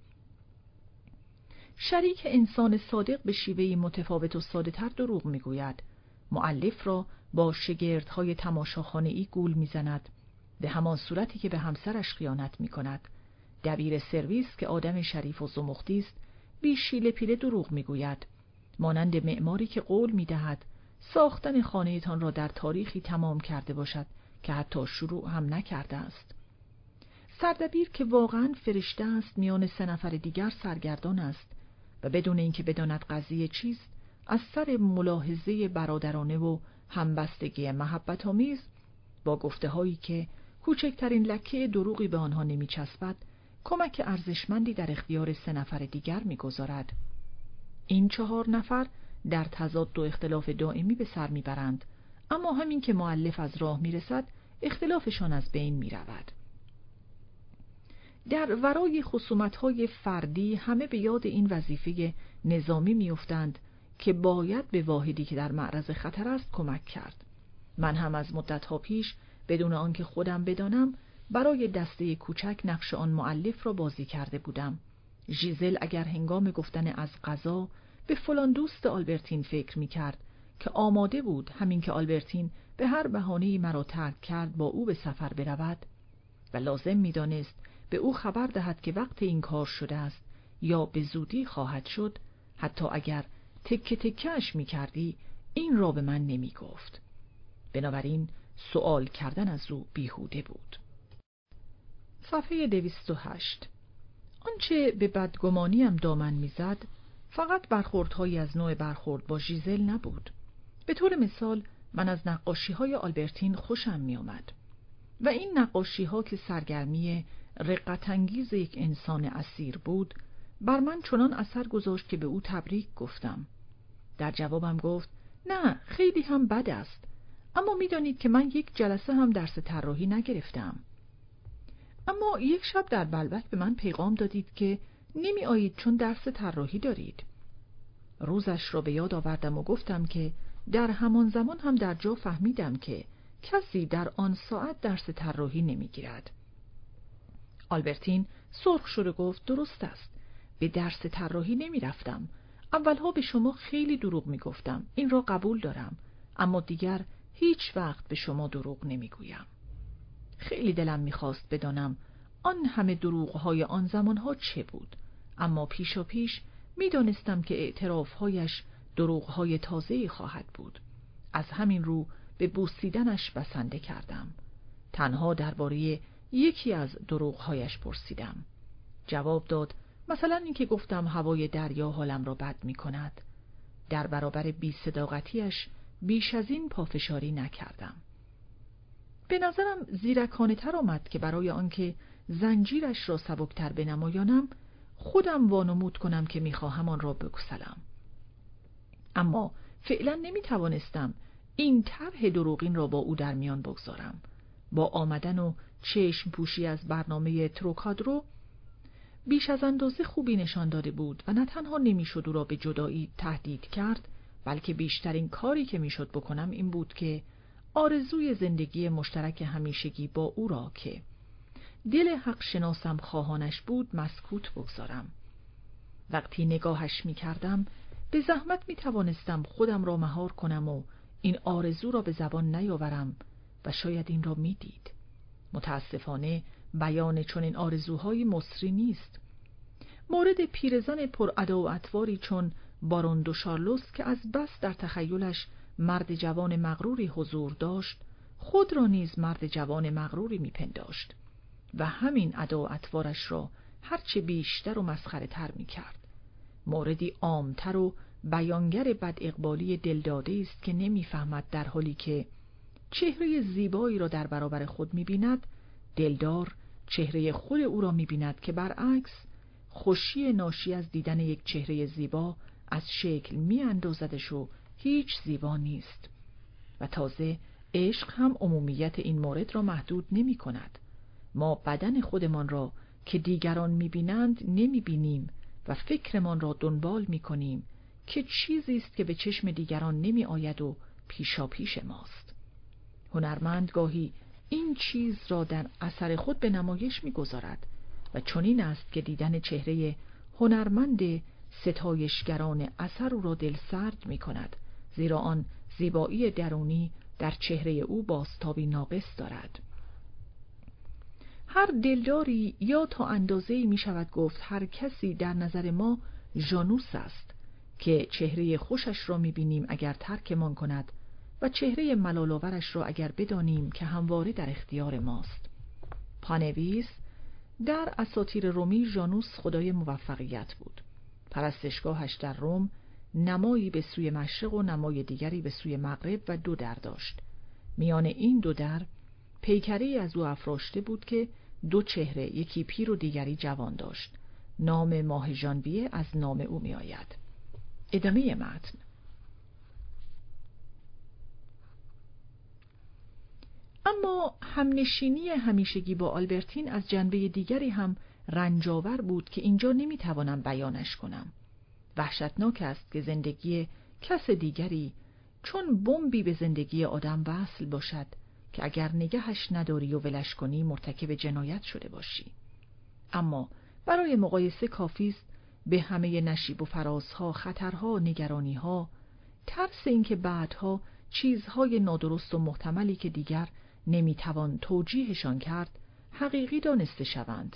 شریک انسان صادق به شیوهی متفاوت و ساده‌تر دروغ می‌گوید. مؤلف را با شگردهای تماشاخانه‌ای گول می‌زند، به همان صورتی که به همسرش خیانت می‌کند. دبیر سرویس که آدم شریف و زمختی است، بی شیله پیله دروغ می‌گوید، مانند معماری که قول می‌دهد ساختن خانه‌تان را در تاریخی تمام کرده باشد که حتی شروع هم نکرده است. سردبیر که واقعاً فرشته است میان 3 نفر دیگر سرگردان است و بدون اینکه بداند قضیه چیست، از سر ملاحظه برادرانه و همبستگی محبت‌آمیز با گفته‌هایی که کوچکترین لکه دروغی به آنها نمی‌چسبد، کمک ارزشمندی در اختیار 3 نفر دیگر می‌گذارد. این 4 نفر در تضاد و اختلاف دائمی به سر میبرند، اما همین که مؤلف از راه میرسد اختلافشان از بین میرود. در ورای خصومت‌های فردی همه به یاد این وظیفه نظامی میافتند که باید به واحدی که در معرض خطر است کمک کرد. من هم از مدت‌ها پیش بدون آنکه خودم بدانم برای دسته کوچک نقش آن مؤلف را بازی کرده بودم. ژیزل اگر هنگام گفتن از قضا به فلان دوست آلبرتین فکر می‌کرد که آماده بود همین که آلبرتین به هر بهانه‌ای مرا ترک کرد با او به سفر برود و لازم می‌دانست به او خبر دهد که وقت این کار شده است یا به زودی خواهد شد، حتی اگر تکه تکه‌اش می‌کردی این را به من نمی‌گفت. بنابراین سؤال کردن از او بیهوده بود. صفحه 208. آنچه به بدگمانیم دامن میزد فقط برخوردهایی از نوع برخورد با ژیزل نبود. به طور مثال من از نقاشی‌های آلبرتین خوشم می‌آمد و این نقاشی‌ها که سرگرمی رقت‌انگیز یک انسان اسیر بود بر من چنان اثر گذاشت که به او تبریک گفتم. در جوابم گفت نه خیلی هم بد است، اما می‌دانید که من یک جلسه هم درس طراحی نگرفتم. اما یک شب در بلبک به من پیغام دادید که نمی آیید چون درس طراحی دارید. روزش را به یاد آوردم و گفتم که در همان زمان هم در جا فهمیدم که کسی در آن ساعت درس طراحی نمیگیرد. آلبرتین سرخ شد و گفت درست است، به درس طراحی نمی رفتم. اولها به شما خیلی دروغ می گفتم، این را قبول دارم، اما دیگر هیچ وقت به شما دروغ نمی گویم. خیلی دلم می‌خواست بدانم آن همه دروغ‌های آن زمانها چه بود، اما پیشا پیش می‌دانستم که اعتراف‌هایش دروغ‌های تازه‌ای خواهد بود. از همین رو به بوسیدنش بسنده کردم. تنها درباره یکی از دروغ‌هایش پرسیدم. جواب داد مثلا اینکه گفتم هوای دریا حالم را بد می‌کند. در برابر بی‌صداقتی‌اش بیش از این پافشاری نکردم. به نظرم زیرکانه تر آمد که برای آنکه زنجیرش را سبکتر بنمایانم خودم وانمود کنم که میخواهم آن را بگسلم. اما فعلا نمیتوانستم این طرح دروغین را با او در میان بگذارم. با آمدن و چشم پوشی از برنامه تروکادرو بیش از اندازه خوبی نشان داده بود و نه تنها نمیشد او را به جدایی تهدید کرد، بلکه بیشترین کاری که میشد بکنم این بود که آرزوی زندگی مشترک همیشگی با او را که دل حق شناسم خواهانش بود مسکوت بگذارم. وقتی نگاهش می کردم به زحمت می توانستم خودم را مهار کنم و این آرزو را به زبان نیاورم و شاید این را می دید. متاسفانه بیان چنین آرزوهای مصری نیست. مورد پیرزن پرادا و اطواری چون بارون دو شارلوس که از بس در تخیلش مرد جوان مغروری حضور داشت، خود را نیز مرد جوان مغروری میپنداشت و همین ادا و اطوارش را هرچه بیشتر و مسخره تر میکرد. موردی عامتر و بیانگر بد اقبالی دلداده است که نمیفهمد در حالی که چهره زیبایی را در برابر خود میبیند، دلدار چهره خود او را میبیند که برعکس خوشی ناشی از دیدن یک چهره زیبا از شکل میاندازدش و هیچ زیبا نیست. و تازه عشق هم عمومیت این مورد را محدود نمی کند. ما بدن خودمان را که دیگران می بینند نمی بینیم و فکرمان را دنبال می کنیم که چیزی است که به چشم دیگران نمی آید و پیشا پیش ماست. هنرمند گاهی این چیز را در اثر خود به نمایش می گذارد و چنین است که دیدن چهره هنرمند ستایشگران اثر او را دل سرد می کند، زیرا آن زیبایی درونی در چهره او بازتابی ناقص دارد. هر دلداری یا تا اندازه‌ای می شود گفت هر کسی در نظر ما ژانوس است که چهره خوشش را می بینیم اگر ترکمان کند و چهره ملال‌آورش را اگر بدانیم که همواره در اختیار ماست. پانویس در اساطیر رومی ژانوس خدای موفقیت بود. پرستشگاهش در روم نمایی به سوی مشرق و نمای دیگری به سوی مغرب و 2 در داشت. میان این 2 در پیکری از او افراشته بود که 2 چهره، یکی پیر و دیگری جوان داشت. نام ماه ژانویه از نام او می آید. ادامه متن. اما همنشینی همیشگی با آلبرتین از جنبه دیگری هم رنجاور بود که اینجا نمیتوانم بیانش کنم. وحشتناک است که زندگی کس دیگری چون بمبی به زندگی آدم وصل باشد که اگر نگهش نداری و ولش کنی مرتکب جنایت شده باشی. اما برای مقایسه کافی است به همه نشیب و فرازها، خطرها، نگرانیها، ترس اینکه بعدها چیزهای نادرست و محتملی که دیگر نمیتوان توجیهشان کرد حقیقی دانسته شوند.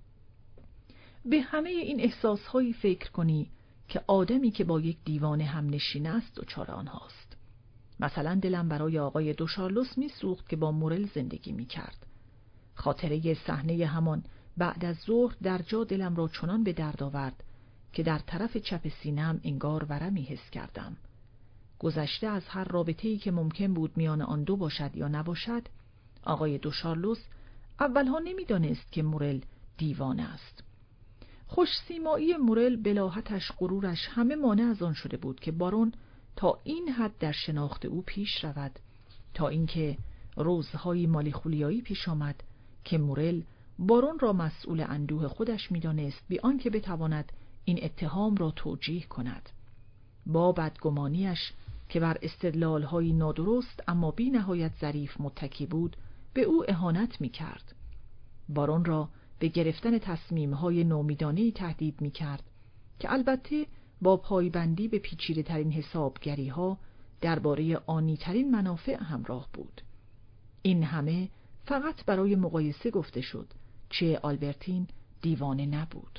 به همه این احساسهایی فکر کنی که آدمی که با یک دیوانه هم نشین است دچار آنهاست. مثلا دلم برای آقای دو شارلوس میسوخت که با مورل زندگی میکرد. خاطره صحنه همان بعد از ظهر در جا دلم را چنان به درد آورد که در طرف چپ سینه‌ام انگار ورمی حس کردم. گذشته از هر رابطه‌ای که ممکن بود میان آن دو باشد یا نباشد، آقای دو شارلوس اولها نمیدانست که مورل دیوانه است. خوش‌سیمایی مورل، بلاهتش، غرورش همه مانع از آن شده بود که بارون تا این حد در شناخت او پیش رود، تا اینکه روزهای مالیخولیایی پیش آمد که مورل بارون را مسئول اندوه خودش می‌دانست بی آنکه بتواند این اتهام را توجیه کند. با بدگمانیش که بر استدلال‌های نادرست اما بی نهایت ظریف متکی بود، به او اهانت می‌کرد. بارون را به گرفتن تصمیم‌های نومیدانه‌ای تهدید می‌کرد که البته با پایبندی به پیچیده‌ترین حسابگری‌ها درباره آنی‌ترین منافع همراه بود. این همه فقط برای مقایسه گفته شد، چه آلبرتین دیوانه نبود.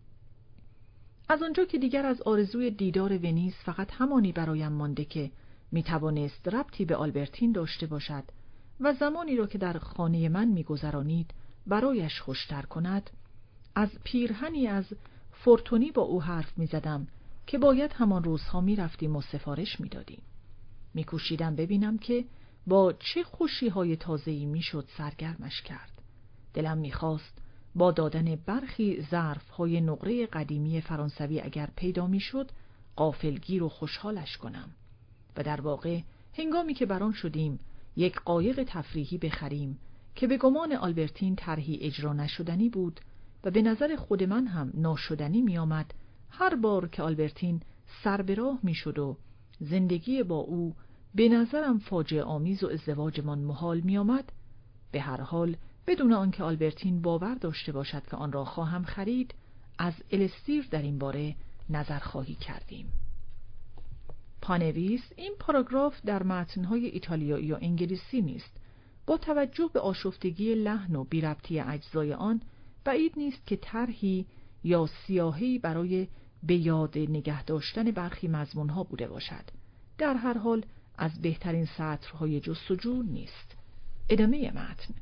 از آنجا که دیگر از آرزوی دیدار ونیز فقط همانی برایم مانده که میتوانست ربطی به آلبرتین داشته باشد و زمانی را که در خانه من میگذرانید برایش خوشتر کند، از پیرهنی از فورتونی با او حرف میزدم که باید همان روزها میرفتیم و سفارش میدادیم. میکوشیدم ببینم که با چه خوشیهای تازه‌ای میشد سرگرمش کرد. دلم میخواست با دادن برخی ظرف‌های نقره قدیمی فرانسوی اگر پیدا میشد غافلگیر و خوشحالش کنم و در واقع هنگامی که بران شدیم یک قایق تفریحی بخریم که به گمان آلبرتین طرحی اجرا نشدنی بود و به نظر خود من هم ناشدنی می آمد، هر بار که آلبرتین سر به راه می شد و زندگی با او به نظرم فاجعه آمیز و ازدواجمان محال می آمد، به هر حال بدون آنکه آلبرتین باور داشته باشد که آن را خواهم خرید، از الستیر در این باره نظر خواهی کردیم. پانویس: این پاراگراف در متن‌های ایتالیایی و انگلیسی نیست. با توجه به آشفتگی لحن و بی‌ربطی اجزای آن، بعید نیست که طرحی یا سیاهی برای به یاد نگه داشتن برخی مضمون‌ها بوده باشد. در هر حال از بهترین سطرهای جستجو نیست. ادامه متن.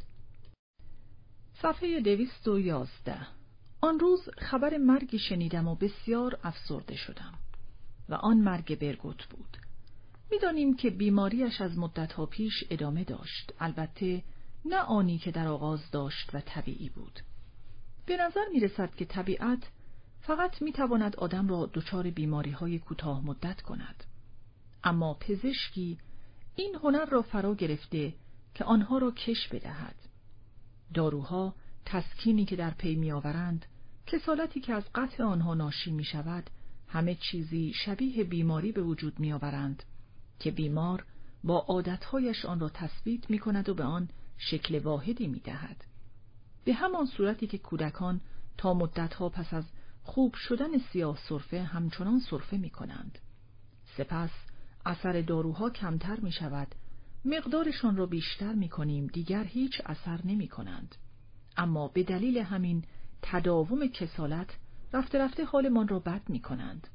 صفحه 211. آن روز خبر مرگی شنیدم و بسیار افسرده شدم و آن مرگ برگوت بود. می‌دانیم که بیماریش از مدت‌ها پیش ادامه داشت، البته نه آنی که در آغاز داشت و طبیعی بود. به نظر می‌رسد که طبیعت فقط می‌تواند آدم را دچار بیماری‌های کوتاه مدت کند، اما پزشکی این هنر را فرا گرفته که آنها را کش بدهد. داروها تسکینی که در پی می‌آورند، کسالتی که از قطع آنها ناشی می‌شود، همه چیزی شبیه بیماری به وجود می‌آورند که بیمار با عادتهایش آن را تثبیت می‌کند و به آن شکل واحدی می‌دهد. به همان صورتی که کودکان تا مدت‌ها پس از خوب شدن سیاه سرفه همچنان سرفه می‌کنند. سپس اثر داروها کمتر می‌شود، مقدارشان را بیشتر می‌کنیم، دیگر هیچ اثر نمی‌کنند. اما به دلیل همین تداوم کسالت رفته رفته حالمان را بد می‌کنند.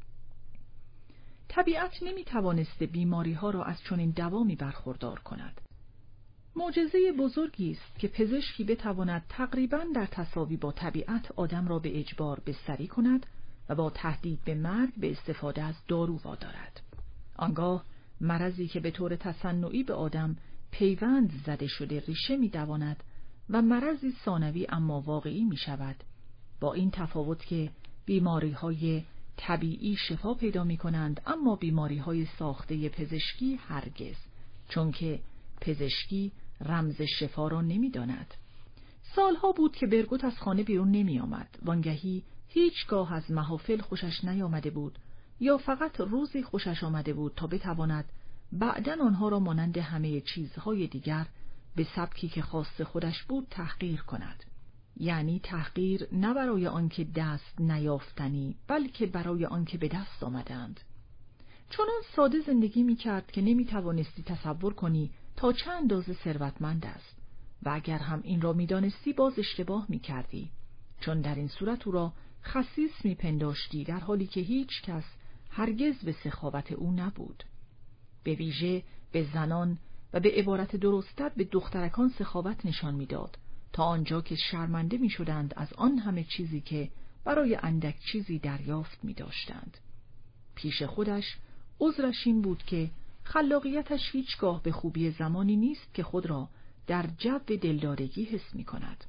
طبیعت نمی‌توانسته بیماری‌ها را از چنین دوامی برخوردار کند. معجزه بزرگی است که پزشکی بتواند تقریباً در تساوی با طبیعت آدم را به اجبار بستری کند و با تهدید به مرگ به استفاده از دارو وادارد. آنگاه مرضی که به طور تصنعی به آدم پیوند زده شده ریشه می‌دواند و مرضی ثانوی اما واقعی می‌شود، با این تفاوت که بیماری‌های طبیعی شفا پیدا می کنند، اما بیماری های ساخته پزشکی هرگز، چون که پزشکی رمز شفا را نمی داند. سالها بود که برگوت از خانه بیرون نمی آمد. وانگهی هیچگاه از محافل خوشش نیامده بود، یا فقط روزی خوشش آمده بود تا بتواند بعداً آنها را مانند همه چیزهای دیگر به سبکی که خاص خودش بود تحقیر کند. یعنی تحقیر نه برای آنکه دست نیافتنی، بلکه برای آنکه به دست آمدند. چنان ساده زندگی می کرد که نمی توانستی تصور کنی تا چه اندازه ثروتمند است، و اگر هم این را می دانستی باز اشتباه می کردی، چون در این صورت او را خسیس می پنداشتی، در حالی که هیچ کس هرگز به سخاوت او نبود. به ویژه به زنان و به عبارت درست‌تر به دخترکان سخاوت نشان می‌داد، تا آنجا که شرمنده می‌شدند از آن همه چیزی که برای اندک چیزی دریافت می‌داشتند. پیش خودش عذرش این بود که خلاقیتش هیچگاه به خوبی زمانی نیست که خود را در جو دلدادگی حس می‌کند.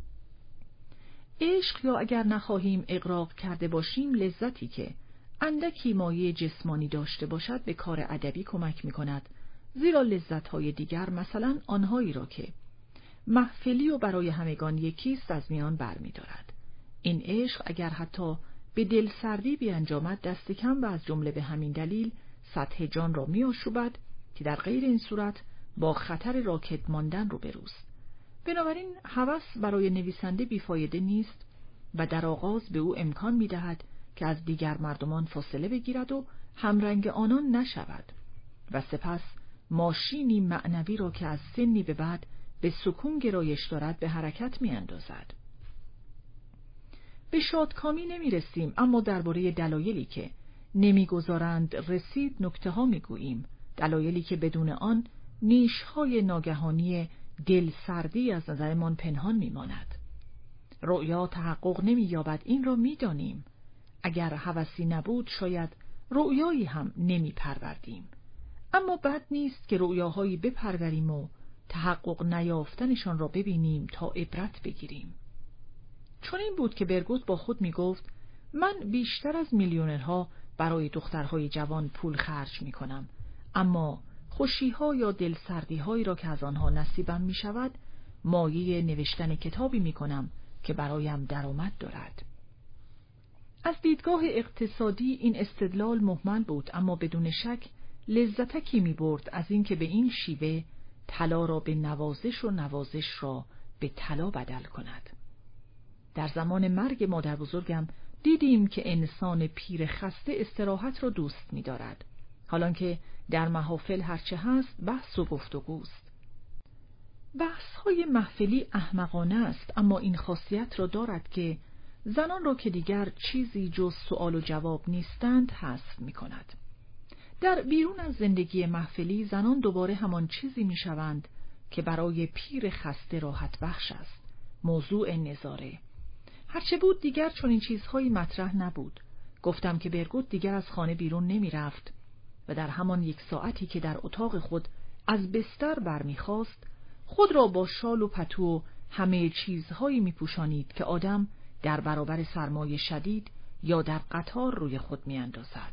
عشق، یا اگر نخواهیم اغراق کرده باشیم لذتی که اندکی مایه جسمانی داشته باشد، به کار ادبی کمک می‌کند، زیرا لذت‌های دیگر، مثلا آنهایی را که محفلی و برای همگان یکیست، از میان برمی‌دارد. این عشق اگر حتی به دل سردی بیانجامد دست کم و از جمله به همین دلیل سطح جان را می‌آشوبد که در غیر این صورت با خطر راکد ماندن روبروست. بنابراین هوس برای نویسنده بیفایده نیست و در آغاز به او امکان می‌دهد که از دیگر مردمان فاصله بگیرد و همرنگ آنان نشود، و سپس ماشینی معنوی را که از سنی به بعد به سکون گرایش دارد به حرکت می‌اندازد. به شادکامی نمی‌رسیم، اما درباره دلایلی که نمی‌گذارند رسید نکته ها می‌گوییم، دلایلی که بدون آن نیش‌های ناگهانی دل سردی از نظرمان پنهان می‌ماند. رؤیا تحقق نمی‌یابد، این را می‌دانیم. اگر هوسی نبود شاید رؤیایی هم نمی‌پروردیم. اما بد نیست که رؤیاهایی بپروریم و تحقق نیافتنشان را ببینیم تا عبرت بگیریم. چون این بود که برگوت با خود می‌گفت من بیشتر از میلیونرها برای دخترهای جوان پول خرج می‌کنم، اما خوشی‌ها یا دلسردی‌هایی را که از آنها نصیبم می‌شود مایه نوشتن کتابی می‌کنم که برایم درآمد دارد. از دیدگاه اقتصادی این استدلال مهمل بود، اما بدون شک لذتکی می‌برد از اینکه به این شیوه طلا را به نوازش و نوازش را به طلا بدل کند. در زمان مرگ مادر بزرگم دیدیم که انسان پیر خسته استراحت را دوست می‌دارد، حالانکه در محافل هرچه هست بحث و گفتگوست. بحث‌های محفلی احمقانه است، اما این خاصیت را دارد که زنان را که دیگر چیزی جز سؤال و جواب نیستند حذف می‌کند. در بیرون از زندگی محفلی زنان دوباره همان چیزی می‌شوند که برای پیر خسته راحت بخش است، موضوع نظاره. هرچه بود دیگر چون این چیزهایی مطرح نبود. گفتم که برگوت دیگر از خانه بیرون نمی‌رفت و در همان یک ساعتی که در اتاق خود از بستر برمیخواست خود را با شال و پتو و همه چیزهایی می‌پوشانید که آدم در برابر سرمای شدید یا در قطار روی خود می‌اندازد.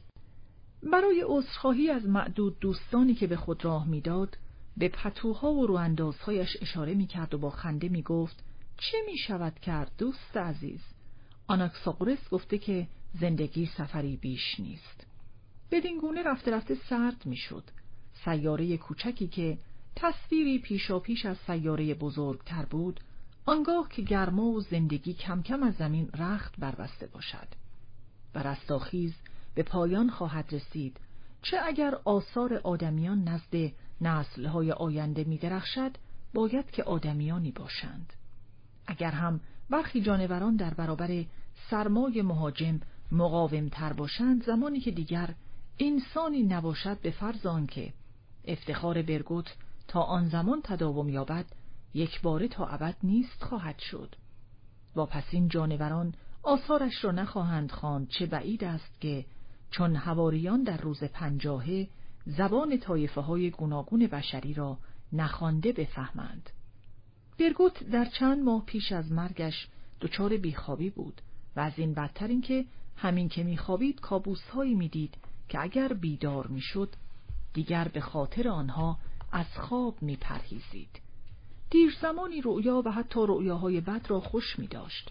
برای عذرخواهی از معدود دوستانی که به خود راه میداد، به پتوها و رواندازهایش اشاره میکرد و با خنده میگفت چه میشود کرد دوست عزیز؟ آناکساگورس گفته که زندگی سفری بیش نیست. بدین گونه رفته رفته سرد میشد. سیاره کوچکی که تصویری پیشاپیش از سیاره بزرگتر بود، آنگاه که گرما و زندگی کم کم از زمین رخت بربسته باشد و رستاخیز به پایان خواهد رسید، چه اگر آثار آدمیان نزد نسل‌های آینده می‌درخشد، باید که آدمیانی باشند. اگر هم برخی جانوران در برابر سرمای مهاجم مقاوم‌تر باشند، زمانی که دیگر انسانی نباشد، به فرض آنکه افتخار برگوت تا آن زمان تداوم یابد، یک باره تا ابد نیست خواهد شد. واپس این جانوران آثارش را نخواهند خواند، چه بعید است که چون حواریان در روز پنجاهه زبان طایفه‌های گوناگون بشری را نخوانده بفهمند. برگوت در چند ماه پیش از مرگش دچار بیخوابی بود و از این بدتر این که همین که می‌خوابید کابوس‌هایی می‌دید که اگر بیدار می‌شد دیگر به خاطر آنها از خواب می‌پرهیزید. دیر زمانی رؤیا و حتی رؤیاهای بد را خوش می‌داشت،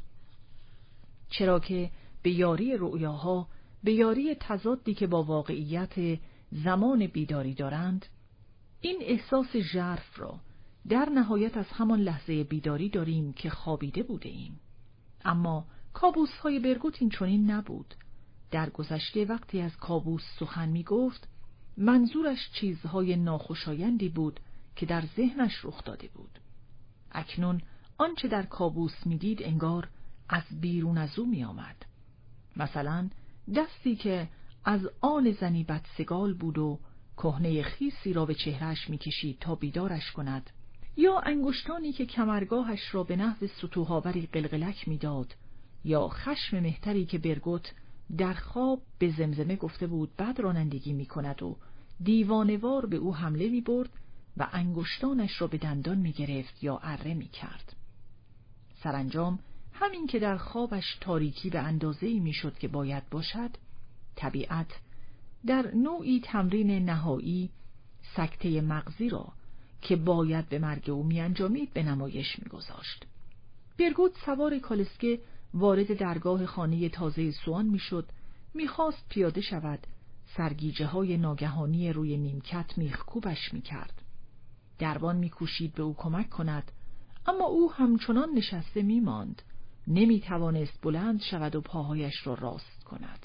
چرا که به یاری رؤیاها، به یاری تضادی که با واقعیت زمان بیداری دارند، این احساس ژرف را در نهایت از همان لحظه بیداری داریم که خوابیده بوده ایم. اما کابوس‌های برگوت این چنین نبود. در گذشته وقتی از کابوس سخن می گفت، منظورش چیزهای ناخوشایندی بود که در ذهنش رخ داده بود. اکنون آنچه در کابوس می دید انگار از بیرون از او می آمد. مثلا دستی که از آن زنی بدسگال بود و کهنه خیسی را به چهرهش می کشید تا بیدارش کند، یا انگشتانی که کمرگاهش را به نحو سطوح‌آوری قلقلک می داد، یا خشم مهتری که برگوت در خواب به زمزمه گفته بود بد رانندگی می کند و دیوانوار به او حمله می برد و انگشتانش را به دندان می گرفت یا اره می کرد. سرانجام همین که در خوابش تاریکی به اندازه‌ای می شد که باید باشد، طبیعت در نوعی تمرین نهایی سکته مغزی را که باید به مرگ او می انجامید به نمایش می گذاشت. برگوت سوار کالسکه وارد درگاه خانه تازه سوان می شد، می خواست پیاده شود، سرگیجه های ناگهانی روی نیمکت میخکوبش می کرد. دربان می کوشید به او کمک کند، اما او همچنان نشسته می ماند، نمی توانست بلند شود و پاهایش را راست کند.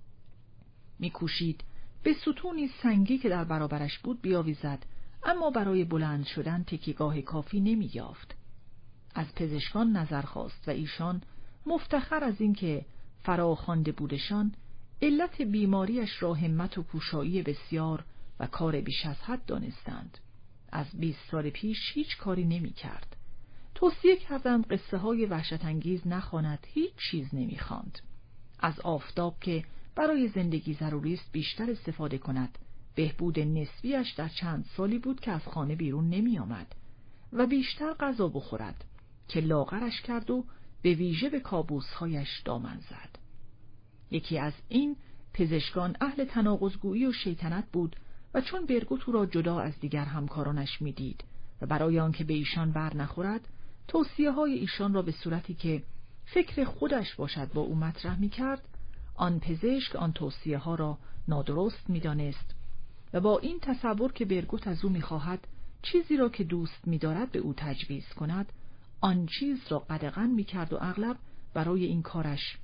می کوشید به ستونی سنگی که در برابرش بود بیاویزد، اما برای بلند شدن تکیه‌گاه کافی نمی یافت. از پزشکان نظر خواست و ایشان مفتخر از اینکه فراخوانده بودشان، علت بیماریش را همت و کوشایی بسیار و کار بیش از حد دانستند. از 20 سال پیش هیچ کاری نمی کرد. توصیه کردند قصه های وحشت انگیز نخواند، هیچ چیز نمی خواند. از آفتاب که برای زندگی ضروری است بیشتر استفاده کند. بهبود نسبیش در چند سالی بود که از خانه بیرون نمی آمد و بیشتر غذا بخورد که لاغرش کرد و به ویژه به کابوس‌هایش دامن زد. یکی از این پزشکان اهل تناقض‌گویی و شیطنت بود و چون برگوت او را جدا از دیگر همکارانش می‌دید و برای آنکه به ایشان بر نخورد، توصیه‌های ایشان را به صورتی که فکر خودش باشد با او مطرح می‌کرد، آن پزشک آن توصیه‌ها را نادرست می‌دانست و با این تصور که برگوت از او می‌خواهد چیزی را که دوست می‌دارد به او تجویز کند، آن چیز را قدغن می‌کرد و اغلب برای این کارش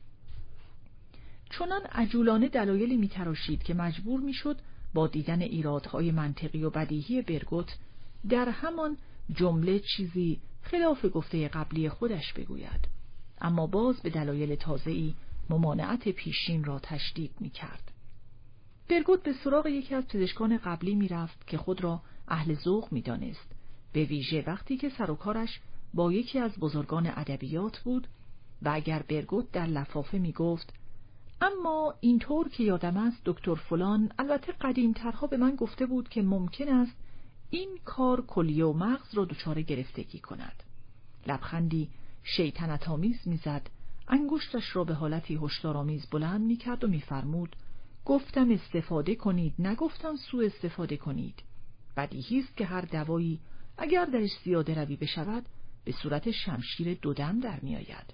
چنان عجولانه دلایلی می‌تراشید که مجبور می‌شد با دیدن ایرادهای منطقی و بدیهی برگوت در همان جمله چیزی خلاف گفته قبلی خودش بگوید، اما باز به دلایل تازه‌ای ممانعت پیشین را تشدید می‌کرد. برگوت به سراغ یکی از پزشکان قبلی می‌رفت که خود را اهل ذوق می‌دانست، به ویژه وقتی که سر و کارش با یکی از بزرگان ادبیات بود و اگر برگوت در لفافه می‌گفت اما اینطور که یادم است دکتر فلان البته قدیم‌ترها به من گفته بود که ممکن است این کار کلیه و مغز را دچار گرفتگی کند، لبخندی شیطنت‌آمیز می‌زد، انگشتش را به حالتی هشدارآمیز بلند می‌کرد و می‌فرمود گفتم استفاده کنید، نگفتم سوء استفاده کنید. بدیهی است که هر دوایی اگر درش زیاده روی بشود به صورت شمشیر دودم در می‌آید.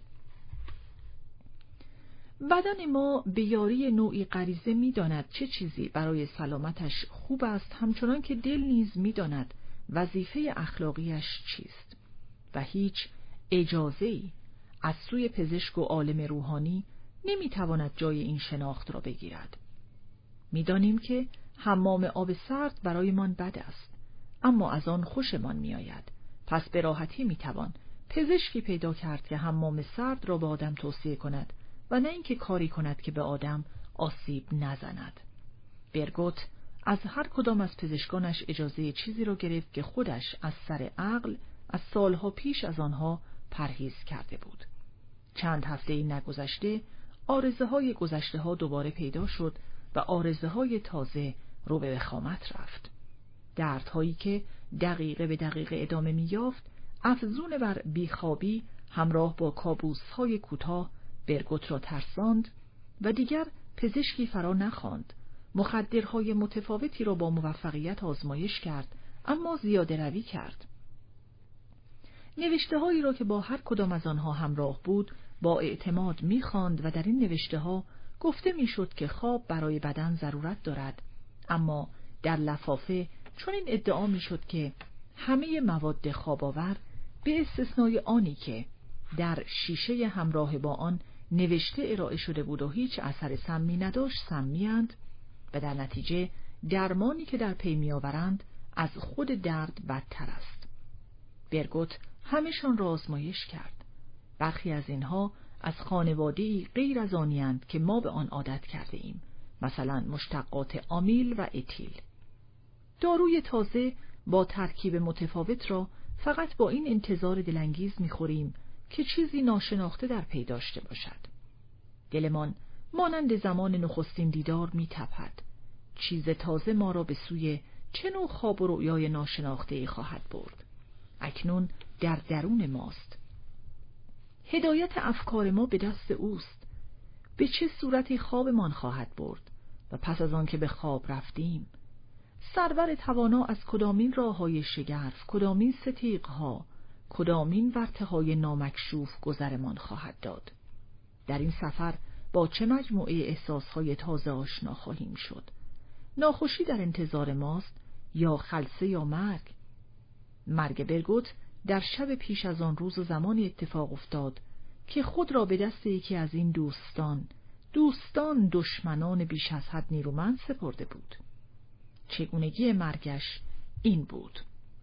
بدن ما به یاری نوعی غریزه می‌داند چه چیزی برای سلامتش خوب است، همچنان که دل نیز می‌داند وظیفه اخلاقیش چیست و هیچ اجازه‌ای از سوی پزشک و عالم روحانی نمی‌تواند جای این شناخت را بگیرد. می‌دانیم که حمام آب سرد برایمان بد است، اما از آن خوشمان می‌آید. پس به راحتی می‌توان پزشکی پیدا کرد که حمام سرد را به آدم توصیه کند و نه اینکه کاری کند که به آدم آسیب نزند. برگوت از هر کدام از پزشکانش اجازه چیزی را گرفت که خودش از سر عقل از سالها پیش از آنها پرهیز کرده بود. چند هفته‌ای نگذشته عارضه‌های گذشته‌ها دوباره پیدا شد و عارضه‌های تازه رو به وخامت رفت. دردهایی که دقیقه به دقیقه ادامه می‌یافت، افزون بر بیخوابی همراه با کابوس‌های کوتاه برگوت را ترساند و دیگر پزشکی فرا نخواند. مخدرهای متفاوتی را با موفقیت آزمایش کرد، اما زیاده روی کرد. نوشته‌هایی را که با هر کدام از آنها همراه بود با اعتماد می‌خواند و در این نوشته‌ها گفته می‌شد که خواب برای بدن ضرورت دارد، اما در لفافه چنین ادعا می‌شد که همه مواد خواب‌آور به استثنای آنی که در شیشه همراه با آن نوشته ارائه شده بود و هیچ اثر سمی نداشت سمی‌اند و در نتیجه درمانی که در پی می‌آورند از خود درد بدتر است. برگوت همشان را آزمایش کرد. برخی از اینها از خانواده‌ای غیر از آنی‌اند که ما به آن عادت کرده ایم، مثلا مشتقات آمیل و اتیل. داروی تازه با ترکیب متفاوت را فقط با این انتظار دلانگیز می‌خوریم که چیزی ناشناخته در پی داشته باشد. دلمان مانند زمان نخستین دیدار می‌تپد. چیز تازه ما را به سوی چه نوع خواب و رؤیای ناشناخته‌ای خواهد برد. اکنون در درون ماست. هدایت افکار ما به دست اوست. به چه صورتی خوابمان خواهد برد و پس از آن که به خواب رفتیم، سرور توانا از کدامین راه‌های شگرف، کدامین ستیق‌ها، کدامین ورطه‌های نامکشوف گذرمان خواهد داد. در این سفر با چه مجموعه احساس‌های تازه آشنا خواهیم شد. ناخوشی در انتظار ماست یا خلسه یا مرگ. مرگ برگوت در شب پیش از آن روز و زمانی اتفاق افتاد که خود را به دست یکی از این دوستان دشمنان بیش از حد نیرومند سپرده بود. چگونگی مرگش این بود: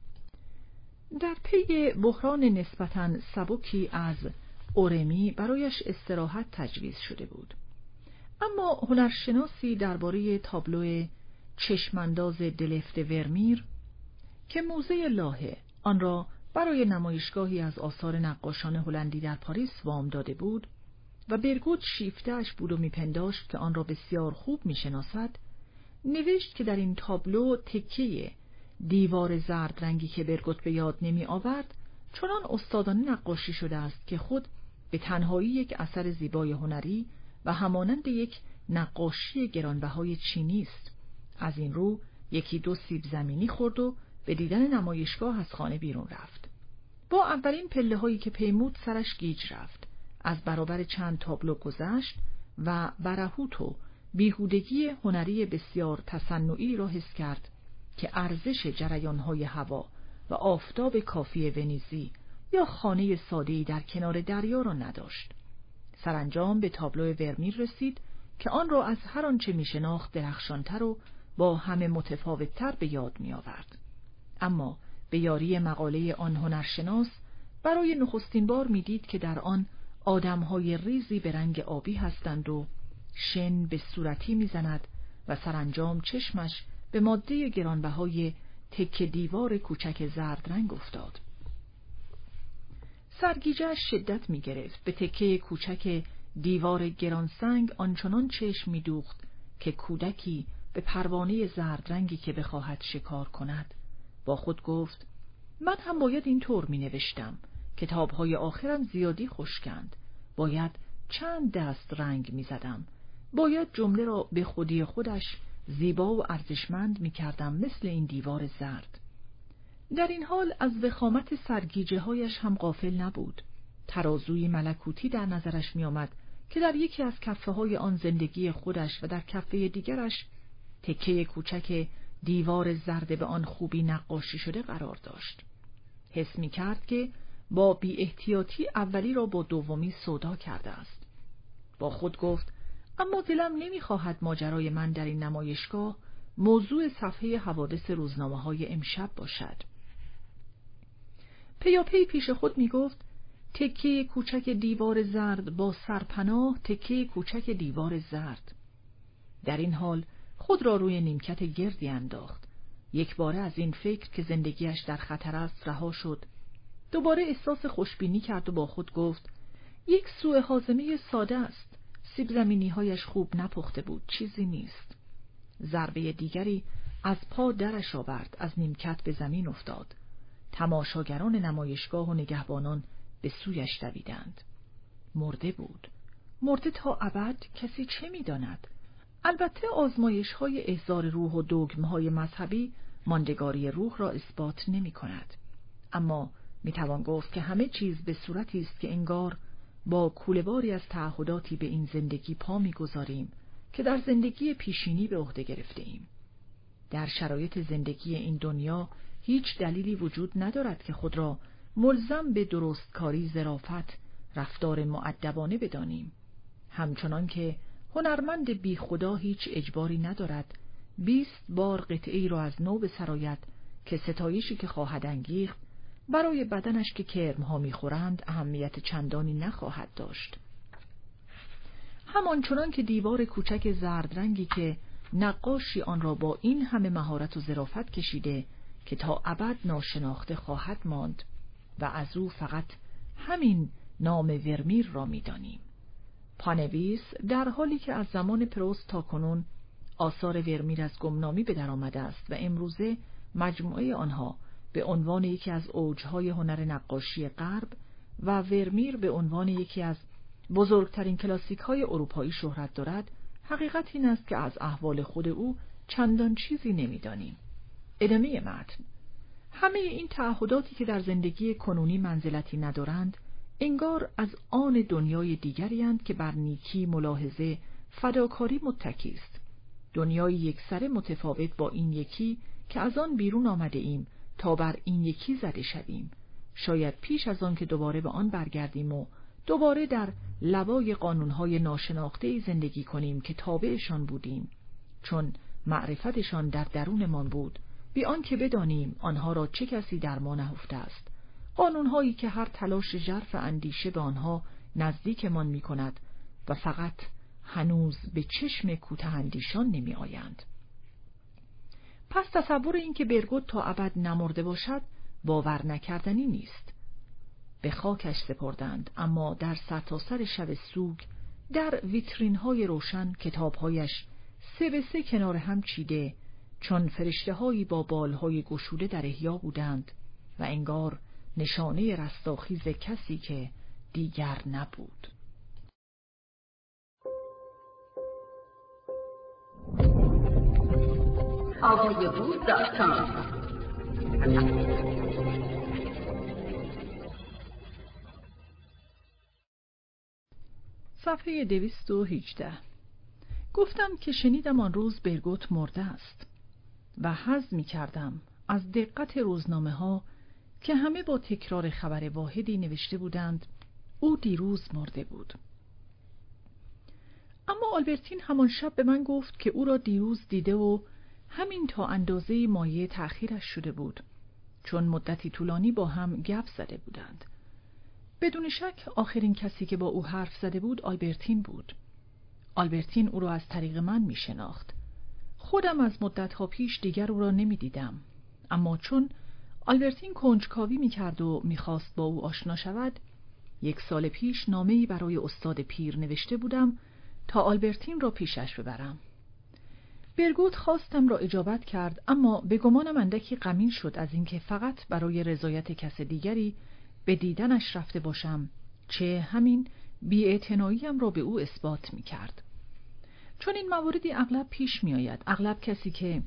در پی بحران نسبتاً سبکی از اورمی برایش استراحت تجویز شده بود، اما هنرشناسی درباره تابلو چشمانداز دلفت ورمیر که موزه لاهه آن را برای نمایشگاهی از آثار نقاشان هلندی در پاریس وام داده بود و برگوت شیفته‌اش بود و میپنداشت که آن را بسیار خوب میشناسد، نوشت که در این تابلو تکیه دیوار زرد رنگی که برگوت به یاد نمی آورد چنان استادانه نقاشی شده است که خود به تنهایی یک اثر زیبای هنری و همانند یک نقاشی گرانبهای چینی است. از این رو یکی دو سیب زمینی خورد و به دیدن نمایشگاه از خانه بیرون رفت. با اولین پله هایی که پیمود سرش گیج رفت. از برابر چند تابلو گذشت و برهوت و بیهودگی هنری بسیار تصنعی را حس کرد که ارزش جریانهای هوا و آفتاب کافی ونیزی یا خانه ساده‌ای در کنار دریا را نداشت. سرانجام به تابلو ورمیر رسید که آن را از هر آنچه می‌شناخت درخشانتر و با همه متفاوت‌تر به یاد می‌آورد. اما به یاری مقاله آن هنرشناس برای نخستین بار می‌دید که در آن آدم‌های ریزی به رنگ آبی هستند و شن به صورتی می‌زند و سرانجام چشمش به ماده گرانبهای تکه دیوار کوچک زرد رنگ افتاد. سرگیجه‌اش شدت می‌گرفت. به تکه کوچک دیوار گرانسنگ آنچنان چشم می‌دوخت که کودکی به پروانه زرد رنگی که بخواهد شکار کند. با خود گفت من هم باید این طور می‌نوشتم. کتاب‌های آخرم زیادی خشکند. باید چند دست رنگ می‌زدم. باید جمله را به خودی خودش زیبا و ارزشمند می‌کردم مثل این دیوار زرد. در این حال از وخامت سرگیجه‌هایش هم غافل نبود. ترازوی ملکوتی در نظرش می‌آمد که در یکی از کفه‌های آن زندگی خودش و در کفه دیگرش تکه کوچک دیوار زرد به آن خوبی نقاشی شده قرار داشت. حس می‌کرد که با بی احتیاطی اولی را با دومی سودا کرده است. با خود گفت اما دلم نمی‌خواهد ماجرای من در این نمایشگاه موضوع صفحه حوادث روزنامه‌های امشب باشد. پیاپی پیش خود می‌گفت تکه کوچک دیوار زرد با سرپناه، تکه کوچک دیوار زرد. در این حال خود را روی نیمکت گردی انداخت. یک باره از این فکر که زندگیش در خطر است رها شد. دوباره احساس خوشبینی کرد و با خود گفت یک سوء هاضمه ساده است. سیب زمینی‌هایش خوب نپخته بود، چیزی نیست. ضربه دیگری از پا درش آورد، از نیمکت به زمین افتاد. تماشاگران نمایشگاه و نگهبانان به سویش دویدند. مرده بود. مرده تا ابد کسی چه می‌داند؟ البته آزمایش‌های احضار روح و دگم‌های مذهبی ماندگاری روح را اثبات نمی‌کند. اما می‌توان گفت که همه چیز به صورتی است که انگار با کوله‌باری از تعهداتی به این زندگی پا می‌گذاریم که در زندگی پیشینی به عهده گرفته‌ایم. در شرایط زندگی این دنیا هیچ دلیلی وجود ندارد که خود را ملزم به درستکاری، ظرافت، رفتار مؤدبانه بدانیم. همچنان که هنرمند بی خدا هیچ اجباری ندارد 20 بار قطعه‌ای را از نو بسراید که ستایشی که خواهد انگیخت برای بدنش که کرم‌ها می‌خورند اهمیت چندانی نخواهد داشت. همانچنان که دیوار کوچک زرد رنگی که نقاشی آن را با این همه مهارت و ظرافت کشیده که تا ابد ناشناخته خواهد ماند و از او فقط همین نام ورمیر را می‌دانیم. پانویس در حالی که از زمان پروست تا کنون آثار ورمیر از گمنامی به در آمده است و امروزه مجموعه آنها به عنوان یکی از اوجهای هنر نقاشی غرب و ورمیر به عنوان یکی از بزرگترین کلاسیک‌های اروپایی شهرت دارد، حقیقت این است که از احوال خود او چندان چیزی نمی‌دانیم. ادامه متن. همه این تعهداتی که در زندگی کنونی منزلتی ندارند، انگار از آن دنیای دیگری اند که بر نیکی، ملاحظه، فداکاری متکی است. دنیای یکسره متفاوت با این یکی که از آن بیرون آمده ایم تا بر این یکی زده شویم. شاید پیش از آن که دوباره به آن برگردیم و دوباره در لوای قانونهای ناشناخته‌ای زندگی کنیم که تابعشان بودیم، چون معرفتشان در درونمان بود، بی آنکه بدانیم آنها را چه کسی در ما نهفته است. قانونهایی که هر تلاش ژرف اندیشه به آنها نزدیکمان می‌کند و فقط هنوز به چشم کوتاه‌اندیشان نمی‌آیند. پس تصور این که برگوت تا ابد نمرده باشد باور نکردنی نیست. به خاکش سپردند، اما در سرتاسر شب سوگ در ویترین‌های روشن کتاب‌هایش 3 به 3 کنار هم چیده چون فرشته‌هایی با بالهای گشوده در احیا بودند و انگار نشانه رستاخیز کسی که دیگر نبود. صفحه 218. گفتم که شنیدم آن روز برگوت مرده است و حظ می کردم از دقت روزنامه ها که همه با تکرار خبر واحدی نوشته بودند او دیروز مرده بود. اما آلبرتین همان شب به من گفت که او را دیروز دیده و همین تا اندازه مایه تأخیرش شده بود، چون مدتی طولانی با هم گپ زده بودند. بدون شک آخرین کسی که با او حرف زده بود آلبرتین بود. آلبرتین او را از طریق من می شناخت. خودم از مدتها پیش دیگر او را نمی دیدم، اما چون آلبرتین کنجکاوی می کرد و می خواست با او آشنا شود، 1 سال پیش نامه‌ای برای استاد پیر نوشته بودم تا آلبرتین را پیشش ببرم. برگوت خواستم را اجابت کرد، اما به گمانم اندکی غمین شد از اینکه فقط برای رضایت کس دیگری به دیدنش رفته باشم، چه همین بی‌اعتنایی‌ام را به او اثبات می کرد. چون این مواردی اغلب پیش می آید، اغلب کسی که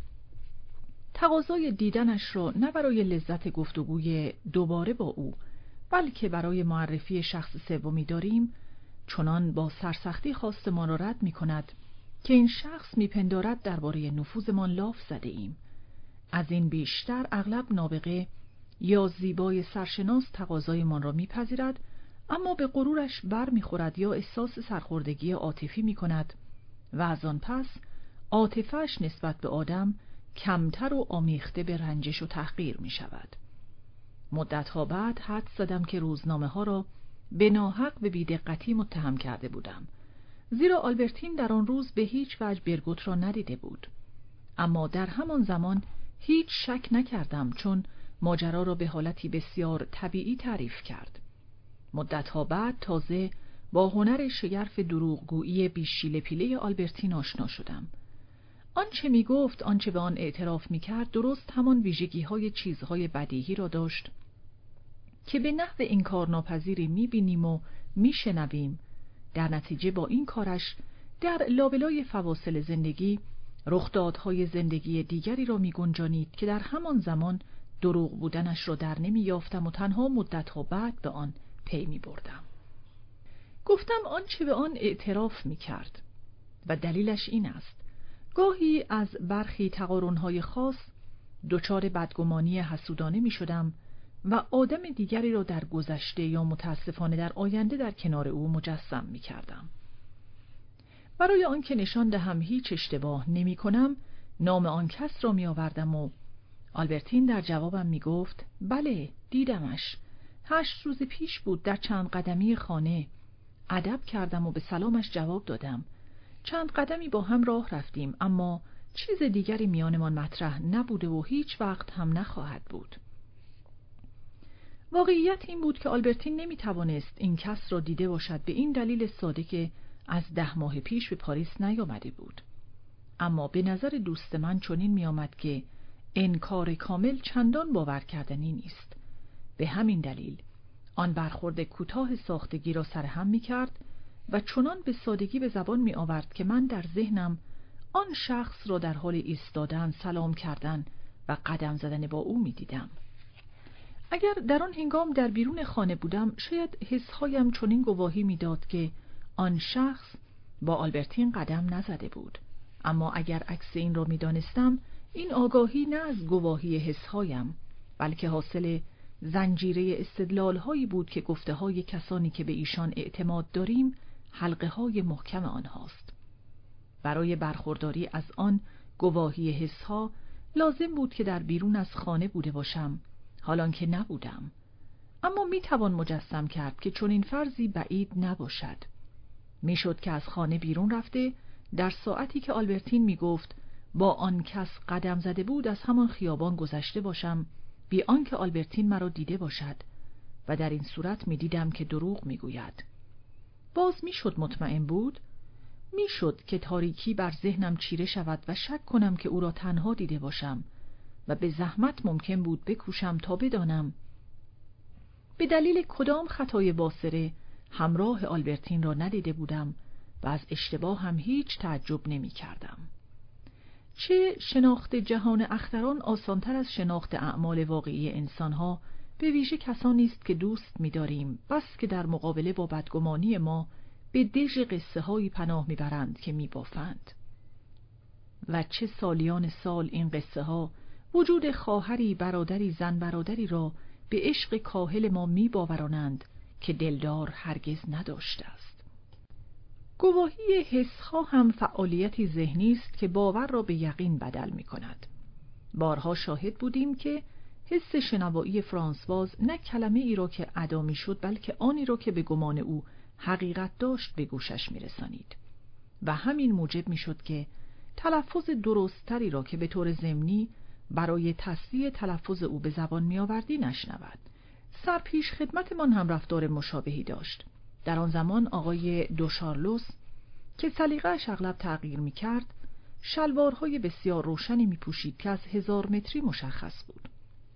تقاضای دیدنش را نه برای لذت گفتگوی دوباره با او بلکه برای معرفی شخص سومی داریم، چنان با سرسختی خواستمان را رد می کند که این شخص می پندارد درباره نفوذمان لاف زده ایم. از این بیشتر اغلب نابغه یا زیبای سرشناس تقاضای من را میپذیرد، اما به غرورش بر میخورد یا احساس سرخوردگی عاطفی میکند و از آن پس عاطفه‌اش نسبت به آدم کمتر و آمیخته به رنجش و تحقیر میشود. مدتها بعد حدس زدم که روزنامه ها را به ناحق به بی‌دقتی متهم کرده بودم، زیرا آلبرتین در آن روز به هیچ وجه برگوت را ندیده بود. اما در همان زمان هیچ شک نکردم، چون ماجرا را به حالتی بسیار طبیعی تعریف کرد. مدتها بعد تازه با هنر شگرف دروغگویی بیشیله پیله آلبرتین آشنا شدم. آنچه می گفت، آنچه به آن اعتراف می کرد، درست همان ویژگی‌های چیزهای بدیهی را داشت که به نحو انکارناپذیری می بینیم و می شنویم، در نتیجه با این کارش در لابلای فواصل زندگی رخدادهای زندگی دیگری را می‌گنجانید که در همان زمان دروغ بودنش را در نمی‌یافتم و تنها مدت‌ها بعد به آن پی می‌بردم. گفتم آنچه به آن اعتراف می‌کرد و دلیلش این است: گاهی از برخی تقارن‌های خاص دچار بدگمانی حسودانه می‌شدم و آدم دیگری را در گذشته یا متاسفانه در آینده در کنار او مجسم می‌کردم. برای آنکه نشان دهم هیچ اشتباه نمی‌کنم، نام آن کس را می‌آوردم و آلبرتین در جوابم می‌گفت: بله، دیدمش. 8 روز پیش بود در چند قدمی خانه. ادب کردم و به سلامش جواب دادم. چند قدمی با هم راه رفتیم، اما چیز دیگری میانمان مطرح نبوده و هیچ وقت هم نخواهد بود. واقعیت این بود که آلبرتین نمی‌توانست این کس را دیده باشد، به این دلیل ساده که از 10 ماه پیش به پاریس نیامده بود. اما به نظر دوست من چنین می‌آمد که انکار کامل چندان باور کردنی نیست. به همین دلیل آن برخورد کوتاه ساختگی را سرهم می‌کرد و چنان به سادگی به زبان می‌آورد که من در ذهنم آن شخص را در حال ایستادن، سلام کردن و قدم زدن با او می‌دیدم. اگر در آن هنگام در بیرون خانه بودم، شاید حسهایم چنین گواهی می‌داد که آن شخص با آلبرتین قدم نزده بود. اما اگر عکس این را می‌دانستم، این آگاهی نه از گواهی حسهایم، بلکه حاصل زنجیره استدلال‌هایی بود که گفته‌های کسانی که به ایشان اعتماد داریم حلقه‌های محکم آنهاست. برای برخورداری از آن گواهی حسها لازم بود که در بیرون از خانه بوده باشم، حالان که نبودم. اما میتوان مجسم کرد که چنین فرضی بعید نباشد. میشد که از خانه بیرون رفته در ساعتی که آلبرتین میگفت با آن کس قدم زده بود از همان خیابان گذشته باشم، بی آنکه آلبرتین مرا دیده باشد، و در این صورت میدیدم که دروغ میگوید. باز میشد مطمئن بود، میشد که تاریکی بر ذهنم چیره شود و شک کنم که او را تنها دیده باشم و به زحمت ممکن بود بکوشم تا بدانم به دلیل کدام خطای باصره همراه آلبرتین را ندیده بودم و از اشتباه هم هیچ تعجب نمی کردم. چه شناخت جهان اختران آسانتر از شناخت اعمال واقعی انسانها، به ویژه کسانی است که دوست می‌داریم، بس که در مقابله با بدگمانی ما به دژ قصه هایی پناه میبرند که میبافند. و چه سالیان سال این قصه ها وجود خواهری، برادری، زن برادری را به عشق کاهل ما میباورانند که دلدار هرگز نداشته است. گواهی حسها هم فعالیتی ذهنی است که باور را به یقین بدل می کند. بارها شاهد بودیم که حس شنوایی فرانسواز نه کلمه ای را که ادا می شد، بلکه آنی را که به گمان او حقیقت داشت به گوشش می رسانید و همین موجب می شد که تلفظ درستری را که به طور ضمنی برای تصحیح تلفظ او به زبان می آوردی نشنود. سرپیش خدمتمان هم رفتار مشابهی داشت. در آن زمان آقای دو شارلوس که سلیقه‌اش اغلب تغییر می کرد، شلوارهای بسیار روشنی می پوشید که از 1000 متری مشخص بود.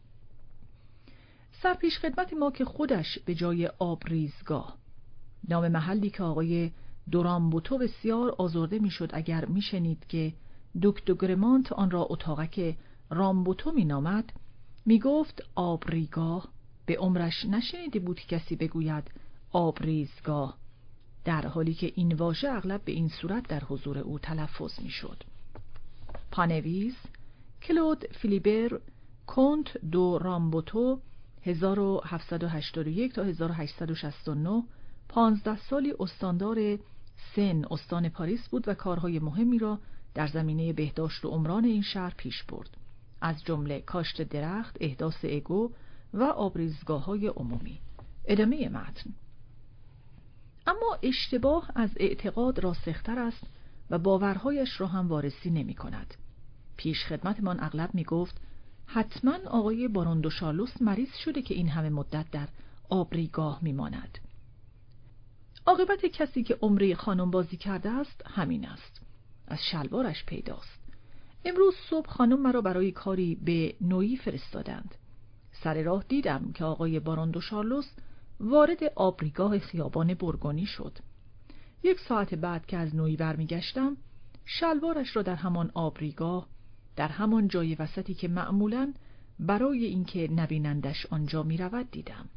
سرپیش خدمت ما که خودش به جای آبریزگاه، نام محلی که آقای دورامبوتو بسیار آزرده می شد اگر می شنید که دوک دو گرمانت آن را اتاقک رامبوتو می نامد، می گفت آبریگاه. به عمرش نشنیده بود کسی بگوید آبریزگاه، در حالی که این واژه اغلب به این صورت در حضور او تلفظ می شد. پانویس کلود فیلیبر کنت دو رامبوتو 1781 تا 1869 15 سالی استاندار سن استان پاریس بود و کارهای مهمی را در زمینه بهداشت و عمران این شهر پیش برد، از جمله کاشت درخت، احداث اگو و آبریزگاه‌های عمومی. ادامه متن. اما اشتباه از اعتقاد راسختر است و باورهایش را هم وارسی نمی کند. پیش خدمتمان اغلب می گفت حتما آقای بارون دو شارلوس مریض شده که این همه مدت در آبریگاه می ماند. عاقبت کسی که عمره خانم بازی کرده است همین است. از شلوارش پیداست. امروز صبح خانم مرا برای کاری به نویی فرستادند. سر راه دیدم که آقای بارون دو شارلوس وارد آبریگاه خیابان برگونی شد. 1 ساعت بعد که از نوی برمیگشتم، شلوارش را در همان آبریگاه، در همان جای وسطی که معمولاً برای اینکه نبینندش آنجا می‌رود دیدم.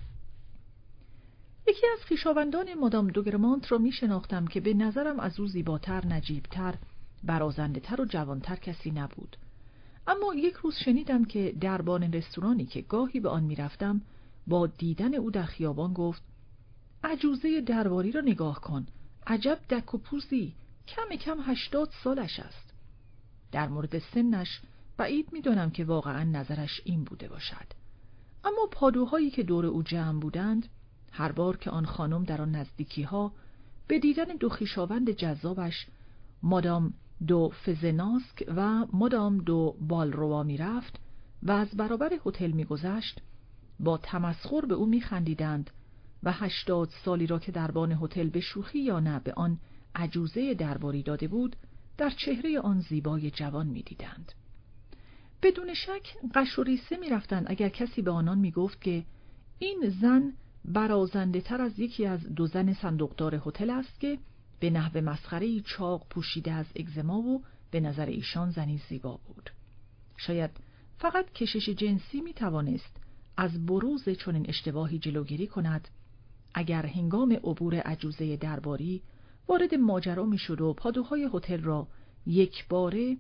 یکی از خویشاوندان مادام دوگرمانت را می‌شناختم که به نظرم از او زیباتر، نجیبتر، برازنده‌تر و جوانتر کسی نبود. اما یک روز شنیدم که دربان رستورانی که گاهی به آن می‌رفتم با دیدن او در خیابان گفت: عجوزه درباری را نگاه کن، عجب دک و پوزی، کم کم 80 سالش است. در مورد سنش بعید می‌دانم که واقعاً نظرش این بوده باشد. اما پادوهایی که دور او جمع بودند، هر بار که آن خانم در آن نزدیکی‌ها به دیدن 2 خویشاوند جذابش، مادام دو فزناسک و مادام دو بالروا می‌رفت و از برابر هتل می‌گذشت، با تمسخر به او می‌خندیدند و 80 سالی را که دربان هتل به شوخی یا نه به آن عجوزه درباری داده بود، در چهره آن زیبای جوان می‌دیدند. بدون شک قش و ریسه می‌رفتند اگر کسی به آنان می‌گفت که این زن برازنده‌تر از یکی از 2 زن صندوقدار هتل است که به نحو مسخره‌ای چاق پوشیده از اگزما و به نظر ایشان زنی زیبا بود. شاید فقط کشش جنسی می‌توانست از بروز چنین اشتباهی جلوگیری کند. اگر هنگام عبور عجوزه درباری وارد ماجرا می‌شد و پادوهای هتل را یک باره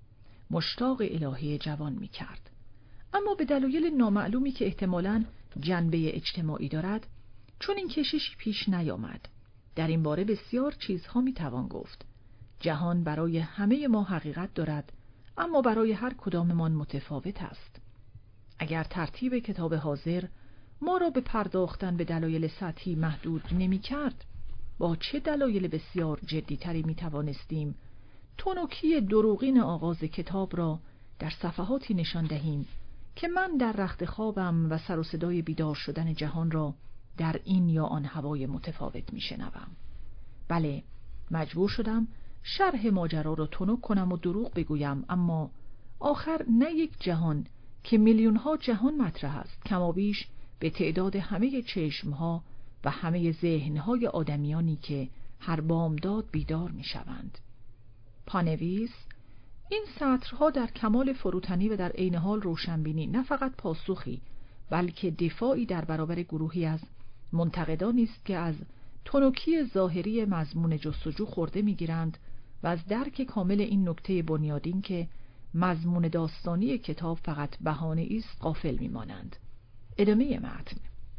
مشتاق الهه جوان می‌کرد. اما به دلایل نامعلومی که احتمالاً جنبه اجتماعی دارد، چون این کششی پیش نیامد. در این باره بسیار چیزها میتوان گفت. جهان برای همه ما حقیقت دارد، اما برای هر کداممان متفاوت است. اگر ترتیب کتاب حاضر ما را به پرداختن به دلایل سطحی محدود نمی‌کرد، با چه دلایل بسیار جدی‌تری میتوانستیم تنکی دروغین آغاز کتاب را در صفحاتی نشان دهیم که من در رخت خوابم و سر و صدای بیدار شدن جهان را در این یا آن هوای متفاوت میشنوم. بله، مجبور شدم شرح ماجرا را تنک کنم و دروغ بگویم، اما آخر نه یک جهان که میلیون‌ها جهان مطرح است، کمابیش به تعداد همه چشم‌ها و همه ذهن‌های آدمیانی که هر بامداد بیدار میشوند. پانویس: این سطرها در کمال فروتنی و در عین حال روشنبینی نه فقط پاسخی بلکه دفاعی در برابر گروهی از منتقدانی است که از تنکی ظاهری مضمون جستجو خورده می‌گیرند و از درک کامل این نکته بنیادین که مضمون داستانی کتاب فقط بهانه‌ای است غافل می‌مانند. ادامه متن.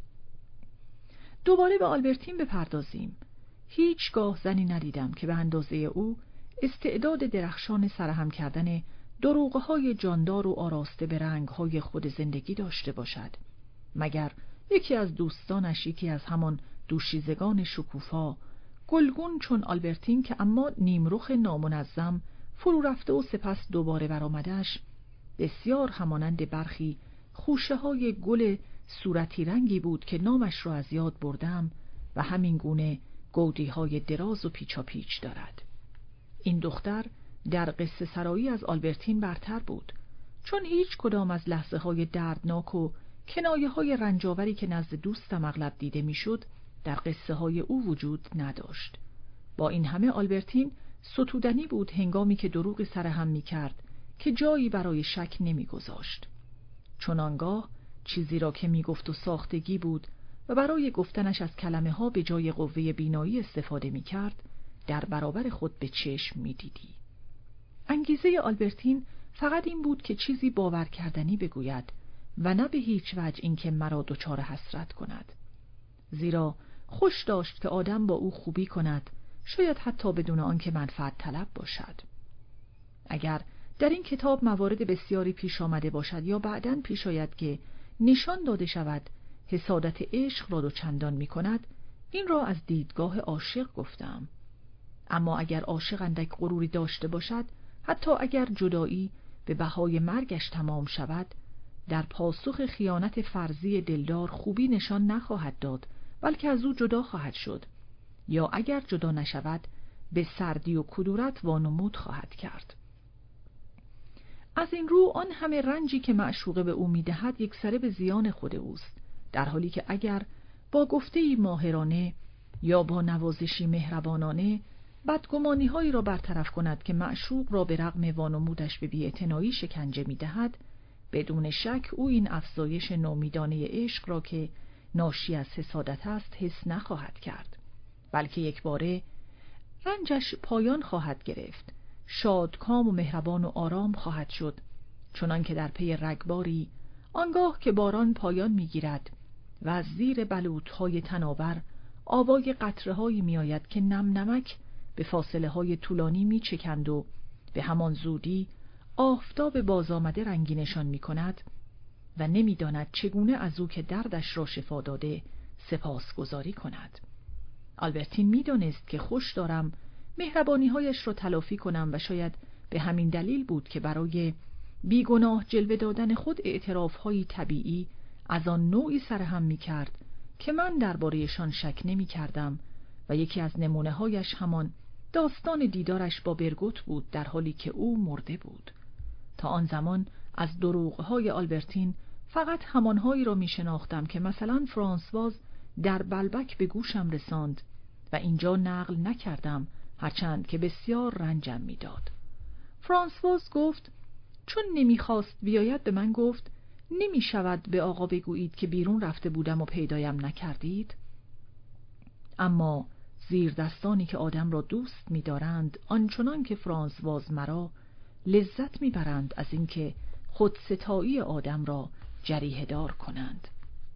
دوباره به آلبرتین بپردازیم. هیچگاه زنی ندیدم که به اندازه او استعداد درخشان سرهم کردن دروغ‌های جاندار و آراسته به رنگ‌های خود زندگی داشته باشد، مگر یکی از دوستانش، یکی از همان دوشیزگان شکوفا، گلگون چون آلبرتین که اما نیمرخ نامنظم فرو رفته و سپس دوباره برآمدش، بسیار همانند برخی خوشه‌های گل صورتی رنگی بود که نامش را از یاد بردم و همین گونه گودی‌های دراز و پیچاپیچ دارد. این دختر در قصه سرایی از آلبرتین برتر بود، چون هیچ کدام از لحظه‌های دردناک و کنایه‌های رنجاوری که نزد دوستم اغلب دیده میشد در قصه‌های او وجود نداشت. با این همه آلبرتین ستودنی بود هنگامی که دروغی سرهم می‌کرد که جایی برای شک نمی‌گذاشت. چون آنگاه چیزی را که می‌گفت و ساختگی بود و برای گفتنش از کلمه‌ها به جای قوه بینایی استفاده می‌کرد، در برابر خود به چشم می‌دیدی. انگیزه آلبرتین فقط این بود که چیزی باور کردنی بگوید و نه به هیچ وجه این که مرا دچار حسرت کند. زیرا خوش داشت که آدم با او خوبی کند، شاید حتی بدون آنکه منفعت طلب باشد. اگر در این کتاب موارد بسیاری پیش آمده باشد یا بعداً پیش آید که نشان داده شود حسادت عشق را دوچندان می‌کند، این را از دیدگاه عاشق گفتم. اما اگر عاشق اندک غروری داشته باشد، حتی اگر جدایی به بهای مرگش تمام شود، در پاسخ خیانت فرضی دلدار خوبی نشان نخواهد داد، بلکه از او جدا خواهد شد، یا اگر جدا نشود به سردی و کدورت وانمود خواهد کرد. از این رو آن همه رنجی که معشوقه به او میدهد یکسره به زیان خود اوست، در حالی که اگر با گفته‌ای ماهرانه یا با نوازشی مهربانانه بدگمانی‌هایی را برطرف کند که معشوق را به رغم وانمودش به بی‌اعتنایی شکنجه می‌دهد، بدون شک او این افزایش نومیدانه عشق را که ناشی از حسادت است حس نخواهد کرد، بلکه یکباره رنجش پایان خواهد گرفت، شادکام و مهربان و آرام خواهد شد، چنان که در پی رگباری آنگاه که باران پایان می‌گیرد و از زیر بلوط‌های تناور آوای قطره‌هایی می‌آید که نم نمک به فاصله‌های طولانی می‌چکند و به همان زودی آفتاب بازآمده رنگینشان می‌کند و نمی‌داند چگونه از او که دردش را شفا داده سپاسگزاری کند. آلبرتین می‌دانست که خوش دارم مهربانی‌هایش را تلافی کنم و شاید به همین دلیل بود که برای بیگناه جلوه دادن خود اعتراف‌هایی طبیعی از آن نوعی سرهم می‌کرد که من درباره‌شان شک نمی‌کردم و یکی از نمونه‌هایش همان داستان دیدارش با برگوت بود در حالی که او مرده بود. تا آن زمان از دروغ‌های آلبرتین فقط همانهایی را می‌شناختم که مثلا فرانسواز در بلبک به گوشم رساند و اینجا نقل نکردم، هرچند که بسیار رنجم می‌داد. فرانسواز گفت چون نمی‌خواست بیاید به من گفت نمی‌شود به آقا بگویید که بیرون رفته بودم و پیدایم نکردید. اما زیر دستانی که آدم را دوست می‌دارند آنچنان که فرانسواز مرا لذت می‌برند از اینکه خودستایی آدم را جریحه دار کنند.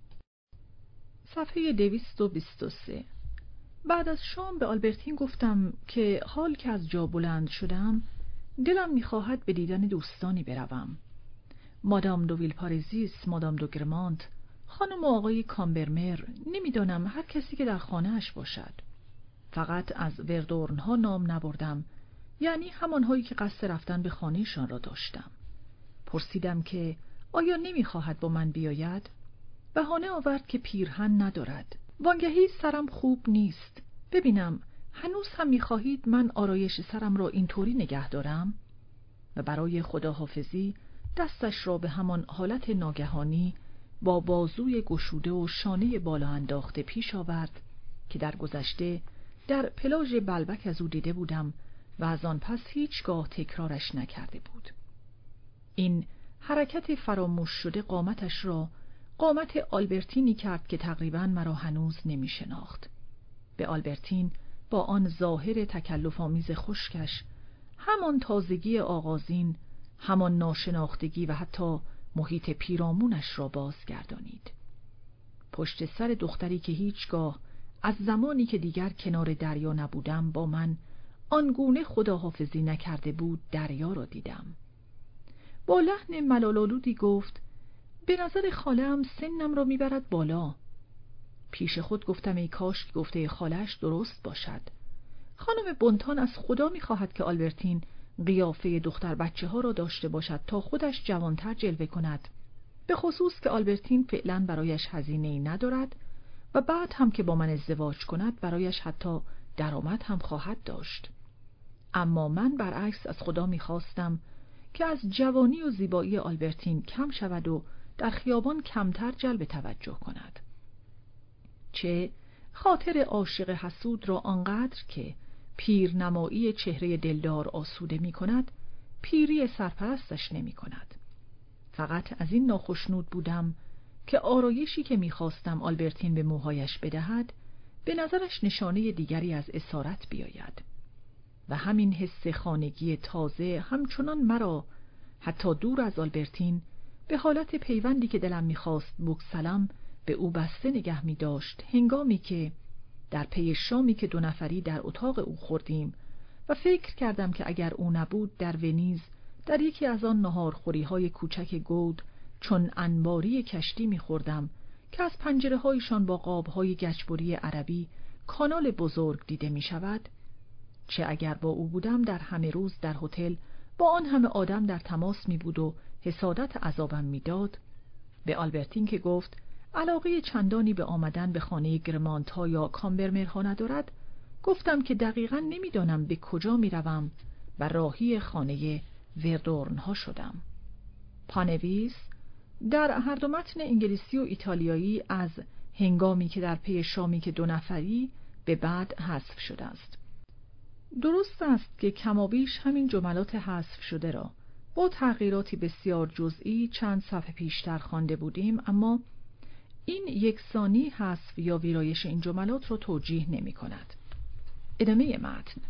صفحه 223. بعد از شام به آلبرتین گفتم که حال که از جا بلند شدم دلم می‌خواهد به دیدن دوستانی بروم. مادام دو ویلپارزیس، مادام دو گرمانت، خانم و آقای کامبرمر، نمی‌دانم هر کسی که در خانه‌اش باشد. فقط از وردورن‌ها نام نبردم، یعنی همانهایی که قصد رفتن به خانه‌شان را داشتم. پرسیدم که آیا نمی‌خواهد با من بیاید؟ بهانه آورد که پیرهن ندارد. وانگهی سرم خوب نیست. ببینم هنوز هم می‌خواهید من آرایش سرم را اینطوری نگه دارم؟ و برای خداحافظی دستش را به همان حالت ناگهانی با بازوی گشوده و شانه بالا انداخته پیش آورد که در گذشته در پلاژ بلبک از او دیده بودم و از آن پس هیچگاه تکرارش نکرده بود. این حرکت فراموش شده قامتش را قامت آلبرتینی کرد که تقریباً مرا هنوز نمی شناخت. به آلبرتین با آن ظاهر تکلف‌آمیز خشکش، همان تازگی آغازین، همان ناشناختگی و حتی محیط پیرامونش را بازگردانید. پشت سر دختری که هیچگاه از زمانی که دیگر کنار دریا نبودم با من آنگونه خداحافظی نکرده بود دریا را دیدم. با لحن ملال‌آلودی گفت به نظر خاله‌ام سنم را میبرد بالا. پیش خود گفتم ای کاش که گفته خاله‌اش درست باشد. خانم بونتان از خدا میخواهد که آلبرتین قیافه دختر بچه ها را داشته باشد تا خودش جوانتر جلوه کند، به خصوص که آلبرتین فعلا برایش هزینه‌ای ندارد و بعد هم که با من ازدواج کند برایش حتی درآمد هم خواهد داشت. اما من برعکس از خدا میخواستم که از جوانی و زیبایی آلبرتین کم شود و در خیابان کمتر جلب توجه کند. چه خاطر عاشق حسود را آنقدر که پیرنمایی چهره دلدار آسوده می کند، پیری سرپرستش نمی کند. فقط از این ناخشنود بودم که آرایشی که می خواستم آلبرتین به موهایش بدهد به نظرش نشانه دیگری از اسارت بیاید و همین حس خانگی تازه همچنان مرا حتی دور از آلبرتین به حالت پیوندی که دلم می خواست بگسلم به او بسته نگه می داشت، هنگامی که در پی شامی که دو نفری در اتاق او خوردیم و فکر کردم که اگر او نبود در ونیز در یکی از آن ناهارخوری‌های کوچک گود چون انباری کشتی می‌خوردم که از پنجره‌هایشان با قاب‌های گچبری عربی کانال بزرگ دیده می‌شود. چه اگر با او بودم در همه روز در هتل با آن همه آدم در تماس می‌بود و حسادت عذابم می‌داد. به آلبرتین که گفت علاقه چندانی به آمدن به خانه گرمانت‌ها یا کامبرمرها ندارد، گفتم که دقیقاً نمی‌دانم به کجا می‌روم و راهی خانه وردورن‌ها شدم. پانویس در هر دو متن انگلیسی و ایتالیایی از هنگامی که در پی شامی که دو نفری به بعد حذف شده است. درست است که کمابیش همین جملات حذف شده را با تغییراتی بسیار جزئی چند صفحه پیشتر خوانده بودیم، اما این یکسانی حذف یا ویرایش این جملات را توجیه نمی کند. ادامه متن.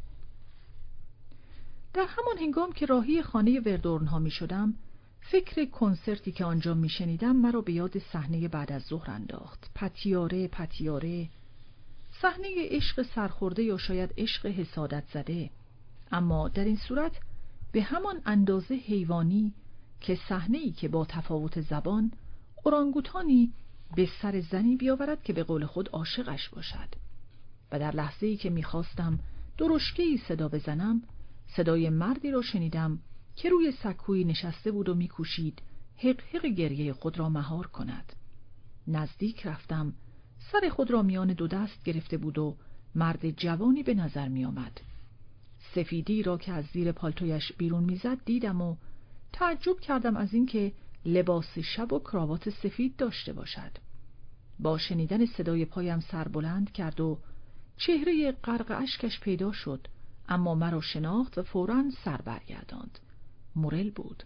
در همان هنگام که راهی خانه وردورنها می شدم، فکر کنسرتی که آنجا می شنیدم مرا به یاد صحنه بعد از ظهر انداخت. پتیاره پتیاره، صحنه عشق سرخورده یا شاید عشق حسادت زده، اما در این صورت به همان اندازه حیوانی که صحنه‌ای که با تفاوت زبان اورانگوتانی به سر زنی بیاورد که به قول خود عاشقش باشد. و در لحظه‌ای که می‌خواستم درشکه‌ای صدا بزنم، صدای مردی را شنیدم که روی سکویی نشسته بود و می‌کوشید حق حق گریه خود را مهار کند. نزدیک رفتم. سر خود را میان دو دست گرفته بود و مرد جوانی به نظر می‌آمد. سفیدی را که از زیر پالتویش بیرون می‌زد دیدم و تعجب کردم از اینکه لباس شب و کراوات سفید داشته باشد. با شنیدن صدای پایم سر بلند کرد و چهره غرق اشکش پیدا شد، اما مرا شناخت و فوراً سر برگرداند. مورل بود.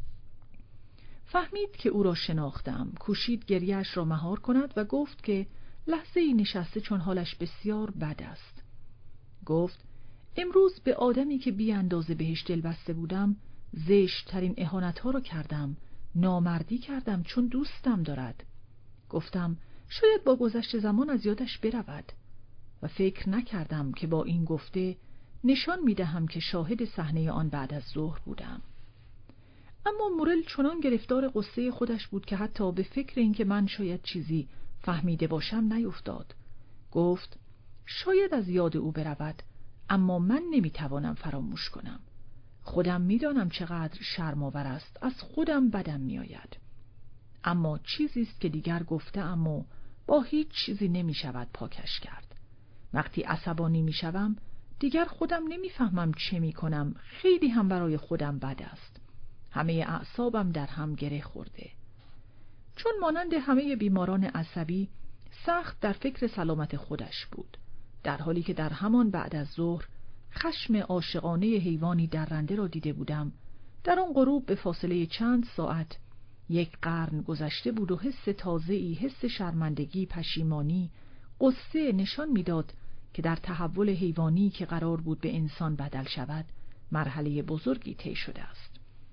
فهمید که او را شناختم، کوشید گریه‌اش را مهار کند و گفت که لحظه‌ای نشسته چون حالش بسیار بد است. گفت امروز به آدمی که بی اندازه بهش دل بسته بودم زشت‌ترین اهانت‌ها را کردم، نامردی کردم چون دوستم دارد. گفتم شاید با گذشت زمان از یادش برود و فکر نکردم که با این گفته نشان می‌دهم که شاهد صحنه آن بعد از ظهر بودم. اما مورل چنان گرفتار غصه خودش بود که حتی به فکر اینکه من شاید چیزی فهمیده باشم نیفتاد. گفت شاید از یاد او برود، اما من نمیتوانم فراموش کنم. خودم میدانم چقدر شرم‌آور است، از خودم بدم میآید. اما چیزی است که دیگر گفته‌ام و با هیچ چیزی نمیشود پاکش کرد. وقتی عصبانی میشوم دیگر خودم نمیفهمم چه میکنم. خیلی هم برای خودم بد است. همه اعصابم در هم گره خورده. چون مانند همه بیماران عصبی سخت در فکر سلامت خودش بود، در حالی که در همان بعد از ظهر خشم عاشقانه حیوانی درنده را دیده بودم. در آن غروب به فاصله چند ساعت 1 قرن گذشته بود و حس تازه‌ای، حس شرمندگی، پشیمانی، غصه نشان میداد که در تحول حیوانی که قرار بود به انسان بدل شود مرحله بزرگی طی شده است.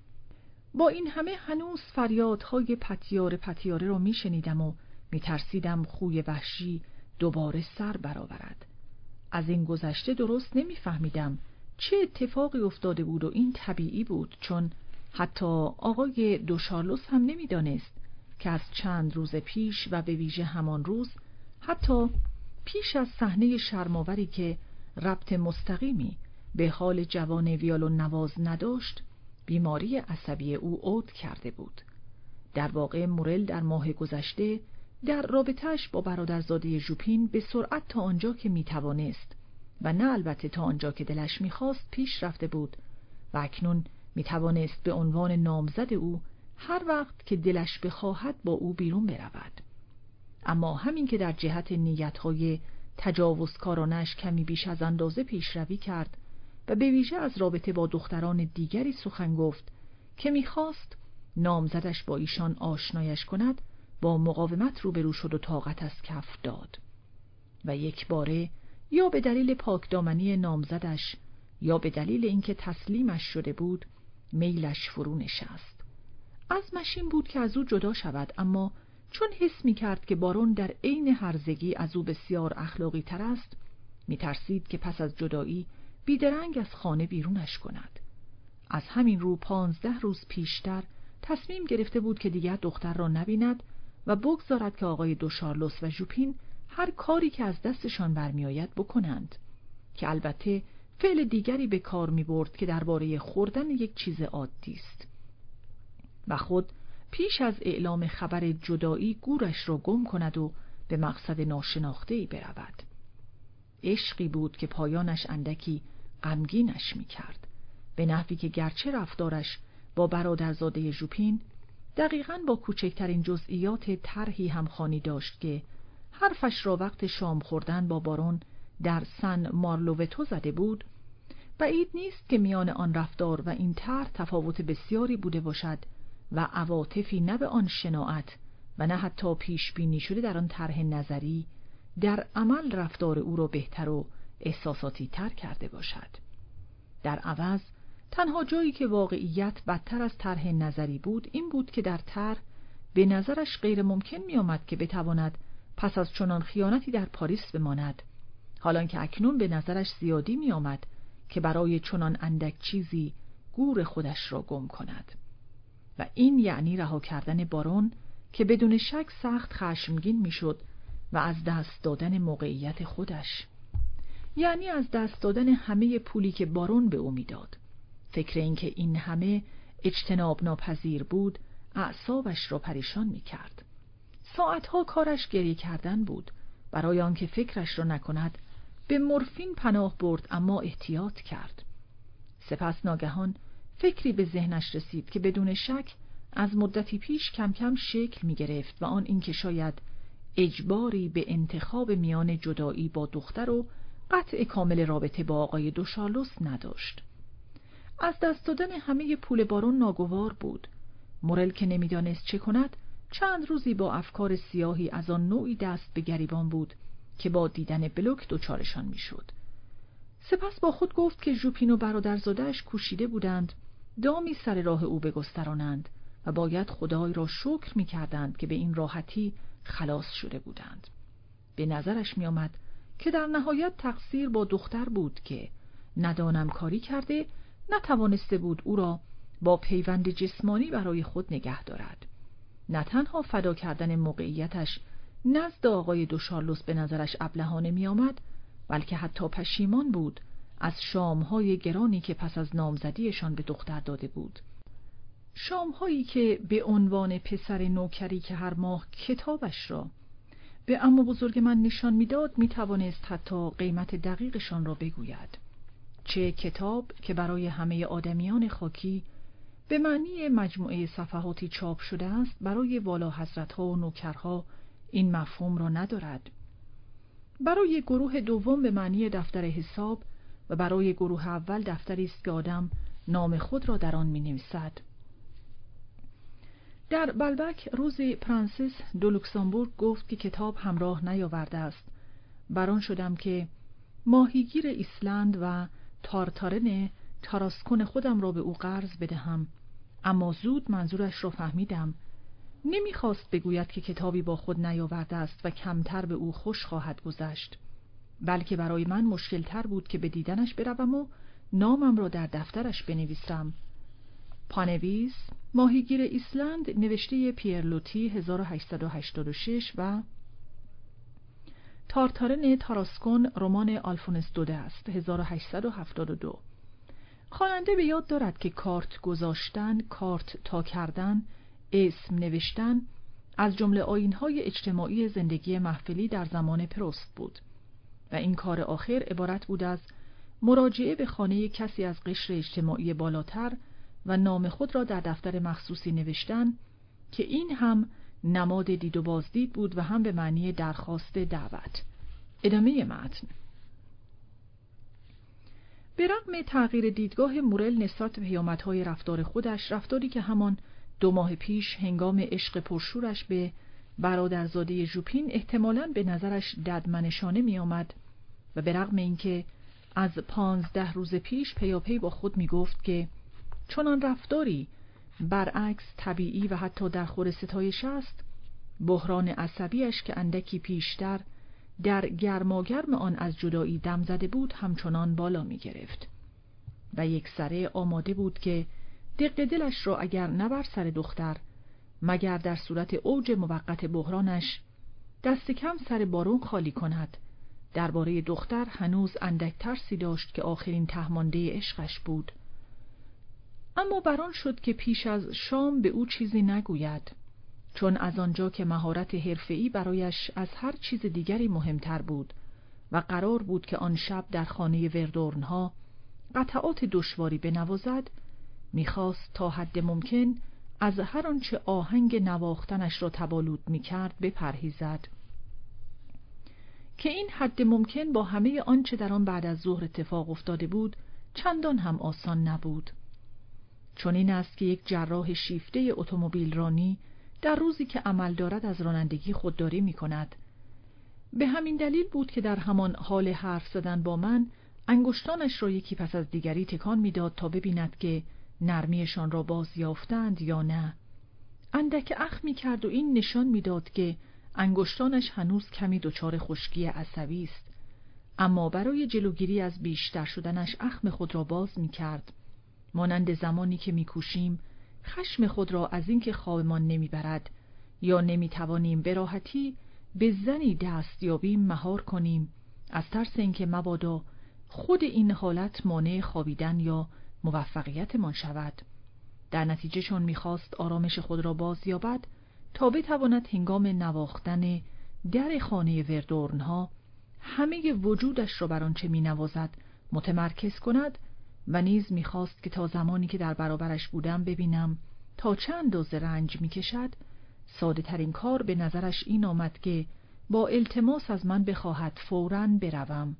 با این همه هنوز فریادهای پتیاره پتیاره را میشنیدم و میترسیدم خوی وحشی دوباره سر برآورد. از این گذشته درست نمیفهمیدم چه اتفاقی افتاده بود و این طبیعی بود، چون حتی آقای دوشارلوس هم نمیدانست که از چند روز پیش و به ویژه همان روز، حتی پیش از صحنه شرم‌آوری که ربط مستقیمی به حال جوان ویولون نواز نداشت، بیماری عصبی او عود کرده بود. در واقع مورل در ماه گذشته در رابطه‌اش با برادرزاده ژوپین به سرعت تا آنجا که میتوانست و نه البته تا آنجا که دلش میخواست پیش رفته بود و اکنون میتوانست به عنوان نامزد او هر وقت که دلش بخواهد با او بیرون برود. اما همین که در جهت نیت‌های تجاوزکارانش کمی بیش از اندازه پیشروی کرد و به ویژه از رابطه با دختران دیگری سخن گفت که میخواست نامزدش با ایشان آشنایش کند، با مقاومت روبرو شد و طاقت از کف داد و یک باره یا به دلیل پاکدامنی نامزدش یا به دلیل اینکه تسلیمش شده بود میلش فرو نشست. عزمش این بود که از او جدا شود، اما چون حس می کرد که بارون در عین هرزگی از او بسیار اخلاقی تر است، می ترسید که پس از جدایی بیدرنگ از خانه بیرونش کند. از همین رو 15 روز پیشتر تصمیم گرفته بود که دیگر دختر را نبیند و بگذارد که آقای دوشارلوس و ژوپین هر کاری که از دستشان برمیآید بکنند، که البته فعل دیگری به کار می برد که درباره خوردن یک چیز عادی است و خود پیش از اعلام خبر جدایی گورش را گم کند و به مقصد ناشناخته‌ای برود. عشقی بود که پایانش اندکی غمگینش می کرد، به نحوی که گرچه رفتارش با برادرزاده ژوپین دقیقاً با کوچکترین جزئیات طرحی همخوانی داشت که حرفش را وقت شام خوردن با بارون در سن مارلووتو زده بود، بعید نیست که میان آن رفتار و این طرح تفاوت بسیاری بوده باشد و عواطفی نه به آن شناعت و نه حتی پیش بینی شده در آن طرح نظری در عمل رفتار او را بهتر و احساساتی تر کرده باشد. در عوض تنها جایی که واقعیت بدتر از طرح نظری بود این بود که در طرح به نظرش غیر ممکن می آمد که بتواند پس از چنان خیانتی در پاریس بماند، حالان که اکنون به نظرش زیادی می آمد که برای چنان اندک چیزی گور خودش را گم کند. و این یعنی رها کردن بارون که بدون شک سخت خشمگین می شد و از دست دادن موقعیت خودش، یعنی از دست دادن همه پولی که بارون به او میداد. فکر این که این همه اجتناب ناپذیر بود اعصابش را پریشان می کرد. ساعتها کارش گریه کردن بود. برای آنکه فکرش را نکند به مورفین پناه برد، اما احتیاط کرد. سپس ناگهان فکری به ذهنش رسید که بدون شک از مدتی پیش کم کم شکل می گرفت و آن اینکه شاید اجباری به انتخاب میان جدایی با دختر و قطع کامل رابطه با آقای دو شارلوس نداشت. از دست دادن همه پول بارون ناگوار بود. مورل که نمیدانست چه کند چند روزی با افکار سیاهی از آن نوعی دست به گریبان بود که با دیدن بلوک دچارشان میشد. سپس با خود گفت که ژوپین و برادرزاده‌اش کوشیده بودند دامی سر راه او بگسترانند و باید خدای را شکر می‌کردند که به این راحتی خلاص شده بودند. به نظرش می‌آمد که در نهایت تقصیر با دختر بود که ندانم کاری کرده، نتوانسته بود او را با پیوند جسمانی برای خود نگه دارد. نه تنها فدا کردن موقعیتش نزد آقای دو شارلوس به نظرش ابلهانه می آمد، بلکه حتی پشیمان بود از شامهای گرانی که پس از نامزدیشان به دختر داده بود. شامهایی که به عنوان پسر نوکری که هر ماه کتابش را به عمو بزرگ من نشان میداد می توانست حتی قیمت دقیقشان را بگوید. چه کتاب که برای همه آدمیان خاکی به معنی مجموعه صفحاتی چاپ شده است، برای والا حضرت‌ها و نوکرها این مفهوم را ندارد. برای گروه دوم به معنی دفتر حساب و برای گروه اول دفتری است که آدم نام خود را در آن می‌نویسد. در بلبک روزی پرنسس دو لوکسامبورگ گفت که کتاب همراه نیاورده است. بران شدم که ماهیگیر ایسلند و تارتارن تاراسکون خودم را به او قرض بدهم، اما زود منظورش را فهمیدم. نمیخواست بگوید که کتابی با خود نیاورده است و کمتر به او خوش خواهد گذشت، بلکه برای من مشکل تر بود که به دیدنش بروم و نامم را در دفترش بنویسم. پانویس ماهیگیر ایسلند، نوشته پیرلوتی 1886 و تارتارن تاراسکون رمان آلفونس دوده است 1872. خواننده به یاد دارد که کارت گذاشتن، کارت تا کردن، اسم نوشتن از جمله آیین‌های اجتماعی زندگی محفلی در زمان پروست بود و این کار آخر عبارت بود از مراجعه به خانه کسی از قشر اجتماعی بالاتر و نام خود را در دفتر مخصوصی نوشتن که این هم نماد دید و بازدید بود و هم به معنی درخواست دعوت. ادامه متن. به رغم تغییر دیدگاه مورل نسبت به پیامدهای رفتار خودش، رفتاری که همان 2 ماه پیش هنگام عشق پرشورش به برادرزاده ژوپین احتمالاً به نظرش ددمنشانه می آمد و به رغم اینکه از 15 روز پیش پیاپی با خود می گفت که چنان رفتاری برعکس طبیعی و حتی در خور ستایش است، بحران عصبیش که اندکی پیشتر در گرماگرم آن از جدایی دم زده بود همچنان بالا می گرفت و یک سره آماده بود که دق دلش را اگر نه بر سر دختر مگر در صورت اوج موقت بحرانش دست کم سر بارون خالی کند. درباره دختر هنوز اندک ترسی داشت که آخرین تهمانده عشقش بود، اما بران شد که پیش از شام به او چیزی نگوید، چون از آنجا که مهارت حرفه‌ای برایش از هر چیز دیگری مهمتر بود و قرار بود که آن شب در خانه وردورنها قطعات دشواری بنوازد، میخواست تا حد ممکن از هر آنچه آهنگ نواختنش را تبالود میکرد بپرهیزد. که این حد ممکن با همه آنچه در آن بعد از ظهر اتفاق افتاده بود چندان هم آسان نبود. چون این است که یک جراح شیفته اتومبیل رانی در روزی که عمل دارد از رانندگی خودداری می کند. به همین دلیل بود که در همان حال حرف زدن با من انگشتانش را یکی پس از دیگری تکان می‌داد تا ببیند که نرمیشان را باز یافتند یا نه. اندک اخم می‌کرد و این نشان می‌داد که انگشتانش هنوز کمی دچار خشکی عصبی است، اما برای جلوگیری از بیشتر شدنش اخم خود را باز می‌کرد، مانند زمانی که می‌کوشیم خشم خود را از اینکه خوابمان نمیبرد یا نمی‌توانیم به راحتی به زنی دست یابیم مهار کنیم، از ترس اینکه مبادا خود این حالت مانع خوابیدن یا موفقیتمان شود. در نتیجه چون می‌خواست آرامش خود را باز یابد تا بتواند هنگام نواختن در خانه وردورنها همه وجودش را بر آنچه می‌نوازد متمرکز کند و نیز می‌خواست که تا زمانی که در برابرش بودم ببینم تا چه اندازه رنج می‌کشد، ساده ترین کار به نظرش این آمد که با التماس از من بخواهد فوراً بروم.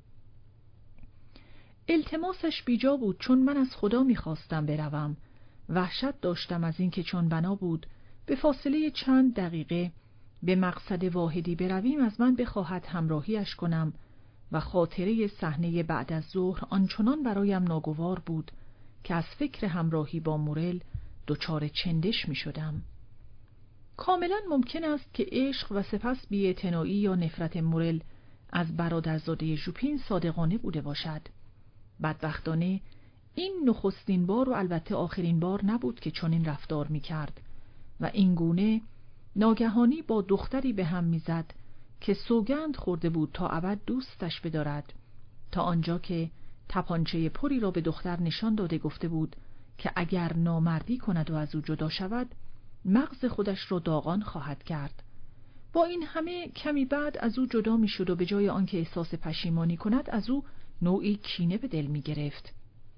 التماسش بیجا بود، چون من از خدا می‌خواستم بروم. وحشت داشتم از اینکه چون بنا بود به فاصله چند دقیقه به مقصد واحدی برویم از من بخواهد همراهیش کنم و خاطره صحنه بعد از ظهر آنچنان برایم ناگوار بود که از فکر همراهی با مورل دچار چندش می‌شدم. کاملا ممکن است که عشق و سپس بی‌اعتنایی یا نفرت مورل از برادرزاده ژوپین صادقانه بوده باشد. بدبختانه این نخستین بار و البته آخرین بار نبود که چنین رفتار می‌کرد و این گونه ناگهانی با دختری به هم می‌زد که سوگند خورده بود تا ابد دوستش بدارد، تا آنجا که تپانچه پری را به دختر نشان داده گفته بود که اگر نامردی کند و از او جدا شود مغز خودش را داغان خواهد کرد. با این همه کمی بعد از او جدا می‌شد و به جای آنکه احساس پشیمانی کند از او نوعی کینه به دل می‌گرفت.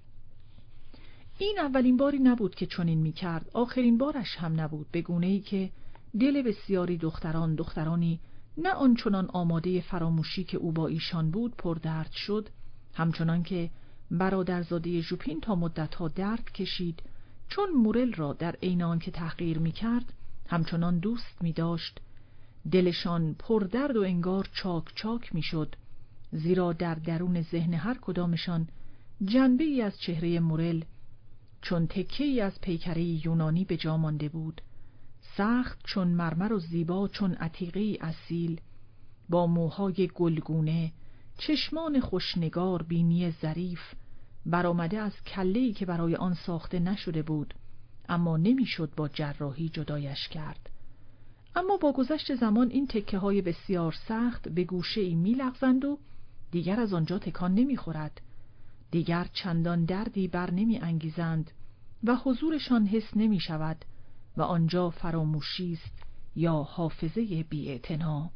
این اولین باری نبود که چنین می‌کرد، آخرین بارش هم نبود، به گونه‌ای که دل بسیاری دخترانی نه آنچنان آماده فراموشی که او با ایشان بود پردرد شد، همچنان که برادرزاده ژوپین تا مدت‌ها درد کشید، چون مورل را در عین آنکه تحقیر می‌کرد همچنان دوست می‌داشت. دلشان پردرد و انگار چاک چاک می‌شد، زیرا در درون ذهن هر کدامشان جنبه‌ای از چهره مورل چون تکه‌ای از پیکره یونانی به جا مانده بود، سخت چون مرمر و زیبا چون عتیقه‌ای اصیل، با موهای گلگونه، چشمان خوشنگار، بینی ظریف، برآمده از کله‌ای که برای آن ساخته نشده بود، اما نمیشد با جراحی جدایش کرد. اما با گذشت زمان این تکه‌های بسیار سخت به گوشه‌ای می‌لغزند و دیگر از آنجا تکان نمی‌خورد، دیگر چندان دردی بر نمی‌انگیزند و حضورشان حس نمی‌شود و آنجا فراموشی است یا حافظه بی‌اعتنا.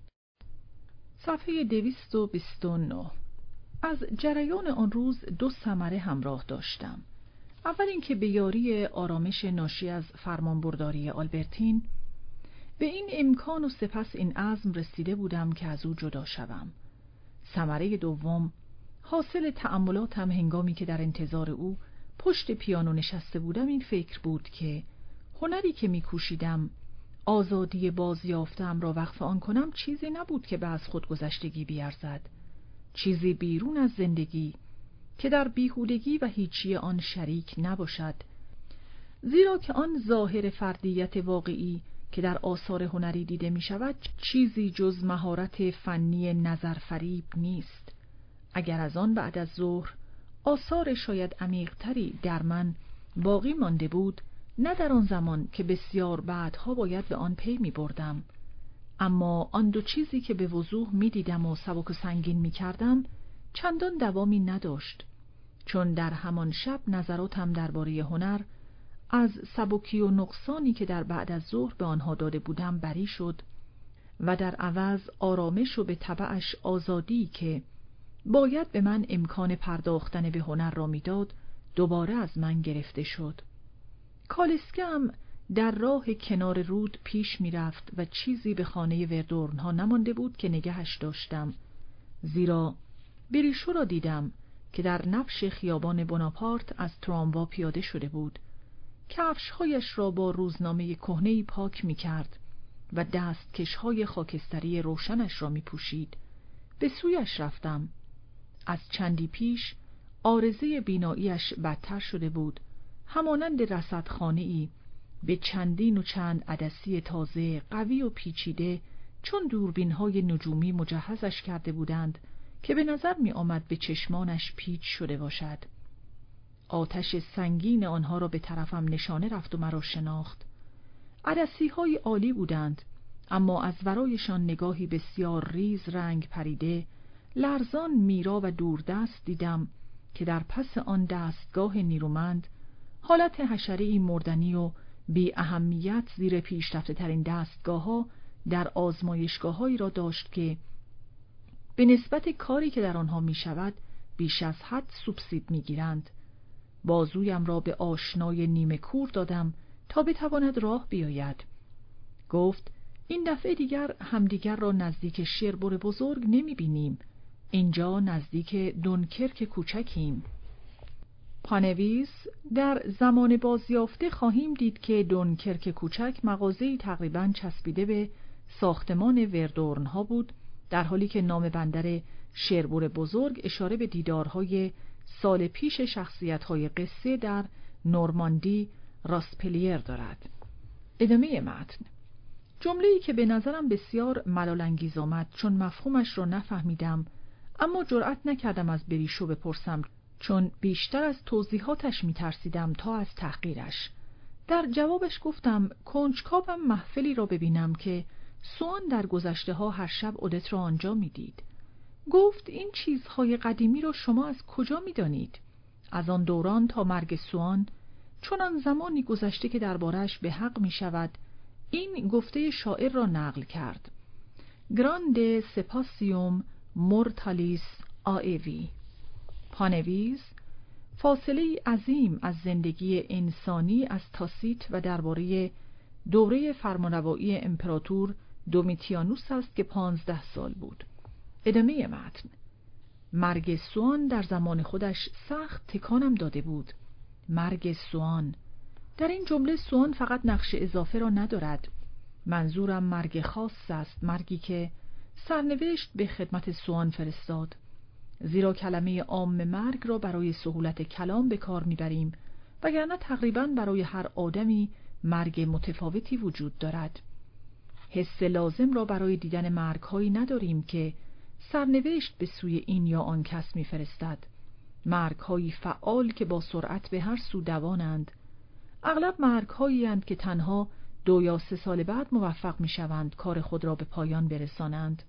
صفحه 229. از جریان آن روز دو ثمره همراه داشتم. اول اینکه به یاری آرامش ناشی از فرمانبرداری آلبرتین به این امکان و سپس این عزم رسیده بودم که از او جدا شوم. ثمره دوم حاصل تأملاتم هنگامی که در انتظار او پشت پیانو نشسته بودم این فکر بود که هنری که می‌کوشیدم آزادی بازیافتم را وقف آن کنم چیزی نبود که به از خودگذشتگی بیارزد، چیزی بیرون از زندگی که در بیهودگی و هیچی آن شریک نباشد، زیرا که آن ظاهر فردیت واقعی که در آثار هنری دیده می شود چیزی جز مهارت فنی نظرفریب نیست. اگر از آن بعد از ظهر آثار شاید عمیق‌تری در من باقی مانده بود، نه در آن زمان که بسیار بعدها باید به آن پی می بردم، اما آن دو چیزی که به وضوح می دیدم و سبک و سنگین می کردم چندان دوامی نداشت، چون در همان شب نظراتم درباره هنر از سبکی و نقصانی که در بعد از ظهر به آنها داده بودم بری شد و در عوض آرامش و به تبعش آزادی که باید به من امکان پرداختن به هنر را میداد دوباره از من گرفته شد. کالسکه‌ام در راه کنار رود پیش می رفت و چیزی به خانه وردورنها نمانده بود که نگهش داشتم زیرا بریشو را دیدم که در نبش خیابان بناپارت از تراموا پیاده شده بود. کفش‌هایش را با روزنامه کهنه‌ای پاک می‌کرد و دستکش‌های خاکستری روشنش را می‌پوشید. به سویش رفتم. از چندی پیش عارضه بیناییش بدتر شده بود. همانند رصدخانه‌ای به چندین و چند عدسی تازه، قوی و پیچیده چون دوربین‌های نجومی مجهزش کرده بودند که به نظر می آمد به چشمانش پیچ شده باشد. آتش سنگین آنها را به طرفم نشانه رفت و مرا شناخت. عدسی‌های عالی بودند، اما از ورایشان نگاهی بسیار ریز رنگ پریده، لرزان، میرا و دوردست دیدم که در پس آن دستگاه نیرومند حالت حشره‌ای مردنی و بی اهمیت زیر پیشرفته ترین دستگاه‌ها در آزمایشگاه‌هایی را داشت که به نسبت کاری که در آنها می شود بیش از حد سوبسید می گیرند. بازویم را به آشنای نیمه کور دادم تا بتواند راه بیاید. گفت این دفعه دیگر همدیگر را نزدیک شیربور بزرگ نمی بینیم. اینجا نزدیک دونکرک کوچکیم. پانویس در زمان بازیافته خواهیم دید که دونکرک کوچک مغازه‌ای تقریباً چسبیده به ساختمان وردورن ها بود، در حالی که نام بندر شیربور بزرگ اشاره به دیدارهای سال پیش شخصیت‌های قصه در نورماندی راسپلیر دارد. ادامه متن. جمله‌ای که به نظرم بسیار ملال‌انگیز آمد چون مفهومش را نفهمیدم، اما جرأت نکردم از بریشو بپرسم چون بیشتر از توضیحاتش می‌ترسیدم تا از تحقیرش. در جوابش گفتم کنجکاوم محفلی را ببینم که سوان در گذشته‌ها هر شب اودت را آنجا می‌دید. گفت این چیزهای قدیمی را شما از کجا می‌دانید؟ از آن دوران تا مرگ سوان، چون آن زمانی گذشته که درباره‌اش به حق می‌شود این گفته شاعر را نقل کرد: گراند سپاسیوم مورتالیس آیوی. پانویس فاصله عظیم از زندگی انسانی از تاسیت و درباره دوره فرمانروایی امپراتور دومیتیانوس است که 15 سال بود. ادامه متن. مرگ سوان در زمان خودش سخت تکانم داده بود. مرگ سوان. در این جمله سوان فقط نقش اضافه را ندارد. منظورم مرگ خاص است، مرگی که سرنوشت به خدمت سوان فرستاد. زیرا کلمه عام مرگ را برای سهولت کلام به کار میبریم، وگرنه تقریباً برای هر آدمی مرگ متفاوتی وجود دارد. حس لازم را برای دیدن مرگ‌هایی نداریم که سرنوشت به سوی این یا آن کس میفرستد. مرگ‌هایی فعال که با سرعت به هر سو دوانند. اغلب مرگ‌هایی اند که تنها 2 یا 3 سال بعد موفق میشوند کار خود را به پایان برسانند.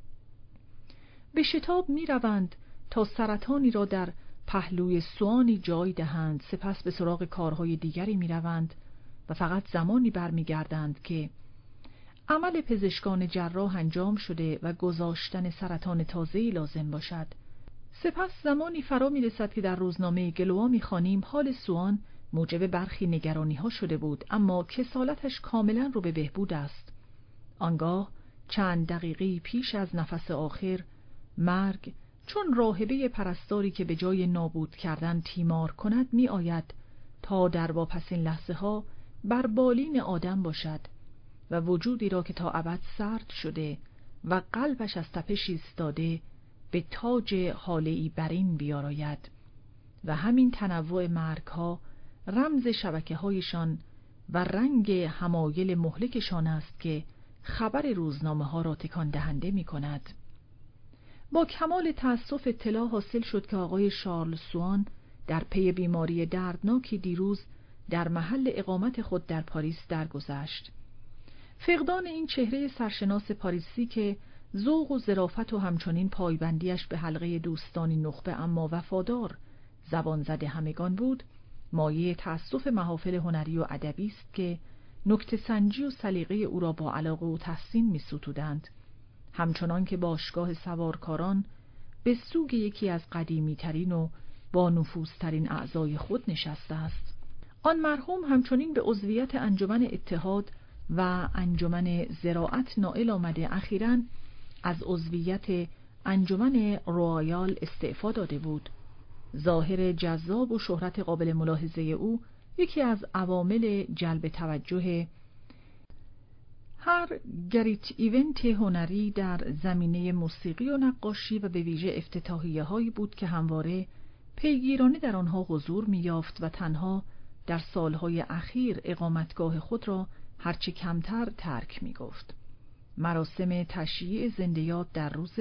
به شتاب میروند تا سرطانی را در پهلوی سوانی جای دهند، سپس به سراغ کارهای دیگری میروند و فقط زمانی برمیگردند که عمل پزشکان جراح انجام شده و گذاشتن سرطان تازه‌ای لازم باشد. سپس زمانی فرا میرسد که در روزنامه گلوآ میخوانیم حال سوان موجب برخی نگرانی‌ها شده بود، اما کسالتش کاملا رو به بهبود است. آنگاه چند دقیقه پیش از نفس آخر، مرگ چون راهبه پرستاری که به جای نابود کردن تیمار کند می آید تا در واپسین لحظه ها بر بالین آدم باشد و وجودی را که تا ابد سرد شده و قلبش از تپش ایستاده به تاج هاله‌ای برین بیاراید. و همین تنوع مرگ ها رمز شبکه هایشان و رنگ حمایل مهلکشان است که خبر روزنامه ها را تکان دهنده می کند. با کمال تأسف اطلاع حاصل شد که آقای شارل سوان در پی بیماری دردناکی دیروز در محل اقامت خود در پاریس درگذشت. فقدان این چهره سرشناس پاریسی که ذوق و ظرافت و همچنین پایبندیش به حلقه دوستانی نخبه اما وفادار زبان زده همگان بود، مایه تأسف محافل هنری و ادبی است که نکته سنجی و سلیقه او را با علاقه و تحسین می‌ستودند، همچنان که باشگاه سوارکاران به سوگ یکی از قدیمی‌ترین و با نفوذترین اعضای خود نشسته است. آن مرحوم همچنین به عضویت انجمن اتحاد و انجمن زراعت نائل آمده، اخیراً از عضویت انجمن رویال استعفا داده بود. ظاهر جذاب و شهرت قابل ملاحظه او یکی از عوامل جلب توجه هر گریت ایونت هنری در زمینه موسیقی و نقاشی و به ویژه افتتاحیه‌هایی بود که همواره پیگیرانه در آنها حضور می‌یافت و تنها در سالهای اخیر اقامتگاه خود را هرچه کمتر ترک می‌گفت. مراسم تشییع زنده یاد در روز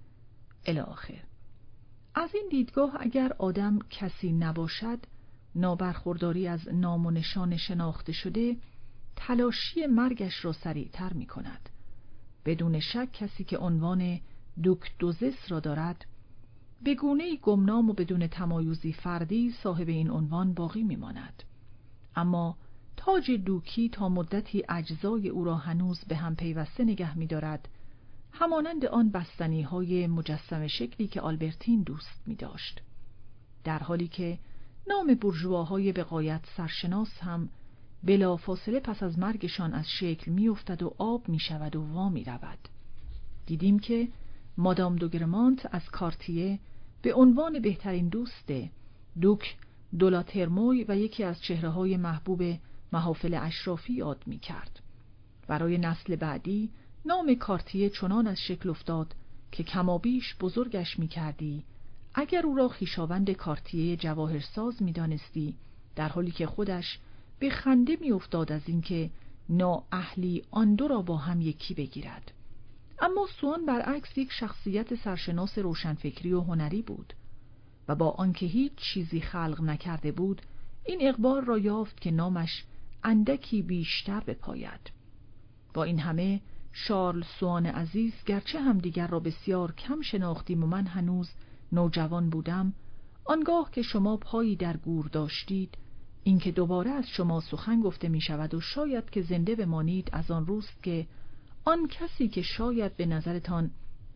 الی آخر. از این دیدگاه اگر آدم کسی نباشد، نابرخورداری از نام و نشان شناخته شده تلاشی مرگش را سریعتر می کند. بدون شک کسی که عنوان دوک دوزس را دارد به گونه‌ای گمنام و بدون تمایزی فردی صاحب این عنوان باقی می ماند. اما تاج دوکی تا مدتی اجزای او را هنوز به هم پیوسته نگه می دارد، همانند آن بستنی‌های مجسمه شکلی که آلبرتین دوست می داشت. در حالی که نام بورژواهای به غایت سرشناس هم بلا فاصله پس از مرگشان از شکل می افتد و آب می شود و وا می رود. دیدیم که مادام دوگرمانت از کارتیه به عنوان بهترین دوست دوک دولاترموی و یکی از چهره‌های محبوب محافل اشرافی یاد می کرد. برای نسل بعدی نام کارتیه چنان از شکل افتاد که کمابیش بزرگش می کردی اگر او را خویشاوند کارتیه جواهرساز می دانستی، در حالی که خودش به خنده می افتاد از اینکه نااهلی آن دو را با هم یکی بگیرد. اما سوان برعکس یک شخصیت سرشناس روشنفکری و هنری بود و با آنکه هیچ چیزی خلق نکرده بود، این اقبال را یافت که نامش اندکی بیشتر بپاید. با این همه شارل سوان عزیز گرچه همدیگر را بسیار کم شناختیم و من هنوز نوجوان بودم، آنگاه که شما پایی در گور داشتید، اینکه دوباره از شما سخن گفته می شود و شاید که زنده بمانید از آن روست که آن کسی که شاید به نظرتان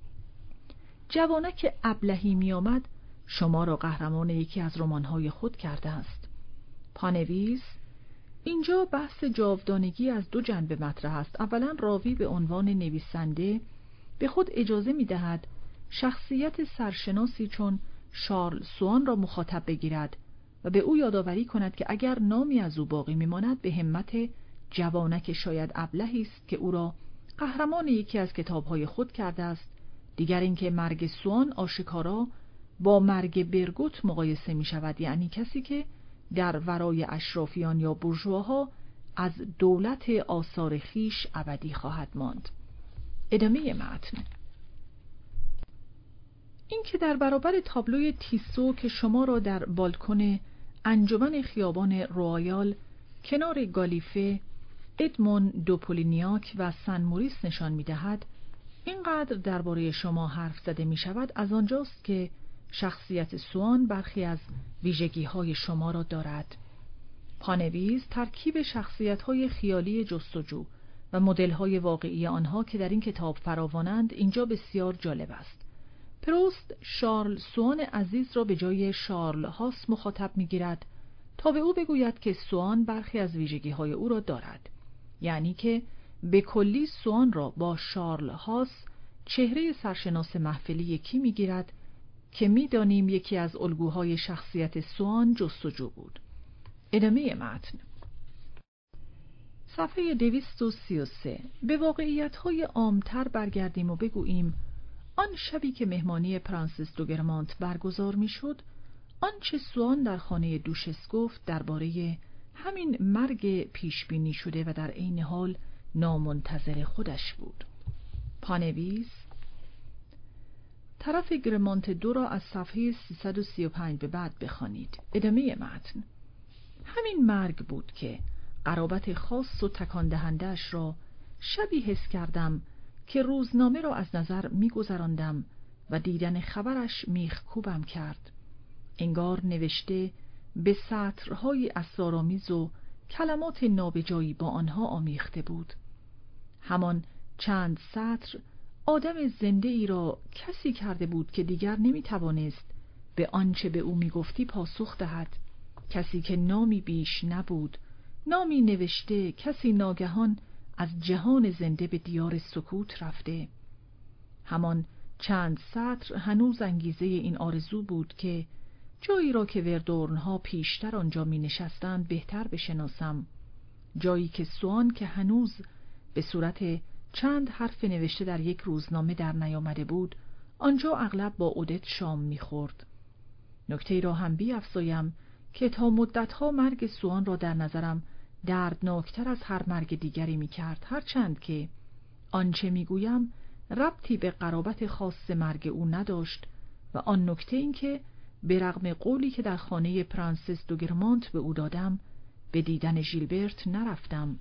جوانک ابلهی می آمد شما را قهرمان یکی از رمان‌های خود کرده است. پانویس اینجا بحث جاودانگی از دو جنبه مطرح است. اولا راوی به عنوان نویسنده به خود اجازه می دهد شخصیت سرشناسی چون شارل سوان را مخاطب بگیرد و به او یادآوری کند که اگر نامی از او باقی میماند به همت جوانک شاید ابلهی است که او را قهرمان یکی از کتاب‌های خود کرده است. دیگر اینکه مرگ سوان آشکارا با مرگ برگوت مقایسه می شود، یعنی کسی که در ورای اشرافیان یا بورژواها از دولت آثار خیش ابدی خواهد ماند. ادامه متن. این که در برابر تابلوی تیسو که شما را در بالکن انجمن خیابان رویال کنار گالیفه، ادمون دوپولینیاک و سن موریس نشان می‌دهد، اینقدر درباره شما حرف زده می‌شود از آنجاست که شخصیت سوان برخی از ویژگی‌های شما را دارد. پانویز ترکیب شخصیت‌های خیالی جستجو و مدل‌های واقعی آنها که در این کتاب فراوانند اینجا بسیار جالب است. پروست شارل سوان عزیز را به جای شارل هاس مخاطب می‌گیرد تا به او بگوید که سوان برخی از ویژگی‌های او را دارد، یعنی که به کلی سوان را با شارل هاس چهره سرشناس محفلی یکی می‌گیرد که می‌دانیم یکی از الگوهای شخصیت سوان جستجو بود. ادامه متن. صفحه 233. به واقعیت‌های عام‌تر برگردیم و بگوییم آن شبی که مهمانی پرنسس دوگرمانت برگزار می‌شد، آنچه سوان در خانه دوشس گفت درباره همین مرگ پیشبینی شده و در عین حال نامنتظر خودش بود. پانویس طرف گرمانت 2 را از صفحه 335 به بعد بخوانید. ادامه متن. همین مرگ بود که قرابت خاص و تکان دهنده‌اش را شبی حس کردم که روزنامه را از نظر می‌گذراندم و دیدن خبرش میخکوبم کرد. انگار نوشته به سطرهای اسرارآمیز و کلمات نابجایی با آنها آمیخته بود. همان چند سطر آدم زنده ای را کسی کرده بود که دیگر نمی‌توانست به آنچه به او میگفتی پاسخ دهد. کسی که نامی بیش نبود، نامی نوشته، کسی ناگهان از جهان زنده به دیار سکوت رفته. همان چند سطر هنوز انگیزه این آرزو بود که جایی را که وردورنها پیشتر آنجا می نشستند بهتر بشناسم، جایی که سوان که هنوز به صورت چند حرف نوشته در یک روزنامه در نیامده بود، آنجا اغلب با اودت شام می‌خورد. نکته را هم بیفزایم که تا مدتها مرگ سوان را در نظرم دردناکتر از هر مرگ دیگری می‌کرد، هرچند که آنچه می‌گویم ربطی به قرابت خاص مرگ او نداشت و آن نکته این که به رغم قولی که در خانه پرنسس دوگرمانت به او دادم، به دیدن ژیلبرت نرفتم.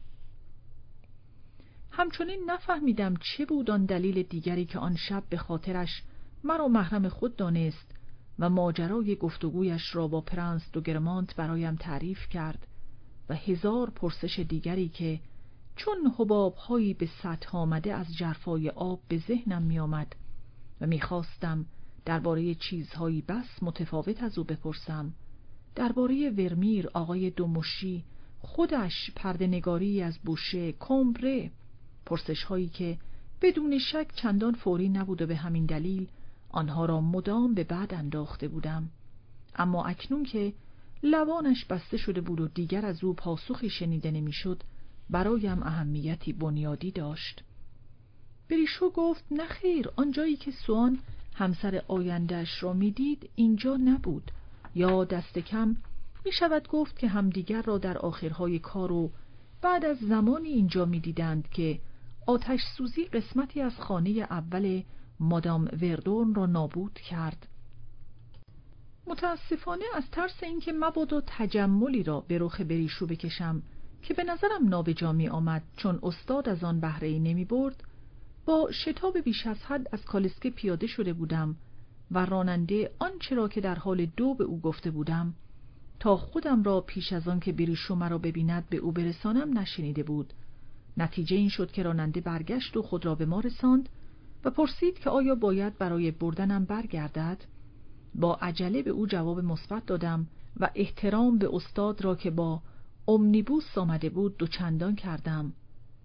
همچنین نفهمیدم چه بود آن دلیل دیگری که آن شب به خاطرش مرا محرم خود دانست و ماجرای گفتگویش را با پرنس دوگرمانت برایم تعریف کرد و هزار پرسش دیگری که چون حباب‌هایی به سطح آمده از جرفای آب به ذهنم می آمد و می خواستم درباره چیزهایی بس متفاوت از او بپرسم، درباره ورمیر، آقای دوموشی، خودش، پرده‌نگاری از بوشه، کمبره، پرسش‌هایی که بدون شک چندان فوری نبود و به همین دلیل آنها را مدام به بعد انداخته بودم. اما اکنون که لبانش بسته شده بود و دیگر از او پاسخی شنیده نمی‌شد، برایم اهمیتی بنیادی داشت. بریشو گفت نه خیر، آنجایی که سوان همسر آینده‌اش را می‌دید اینجا نبود، یا دست کم می شود گفت که همدیگر را در آخرهای کار و بعد از زمانی اینجا می دیدند که آتش سوزی قسمتی از خانه اول مادام وردورن را نابود کرد. متاسفانه از ترس اینکه مبادا تجملی را به رخ بریشو بکشم که به نظرم نابجا می آمد چون استاد از آن بهره‌ای نمی برد، با شتاب بیش از حد از کالسکه پیاده شده بودم و راننده آنچه را که در حال دو به او گفته بودم تا خودم را پیش از آن که بریشو مرا ببیند به او برسانم نشنیده بود. نتیجه این شد که راننده برگشت و خود را به ما رساند و پرسید که آیا باید برای بردنم برگردد. با عجله به او جواب مثبت دادم و احترام به استاد را که با امنیبوس آمده بود دوچندان کردم.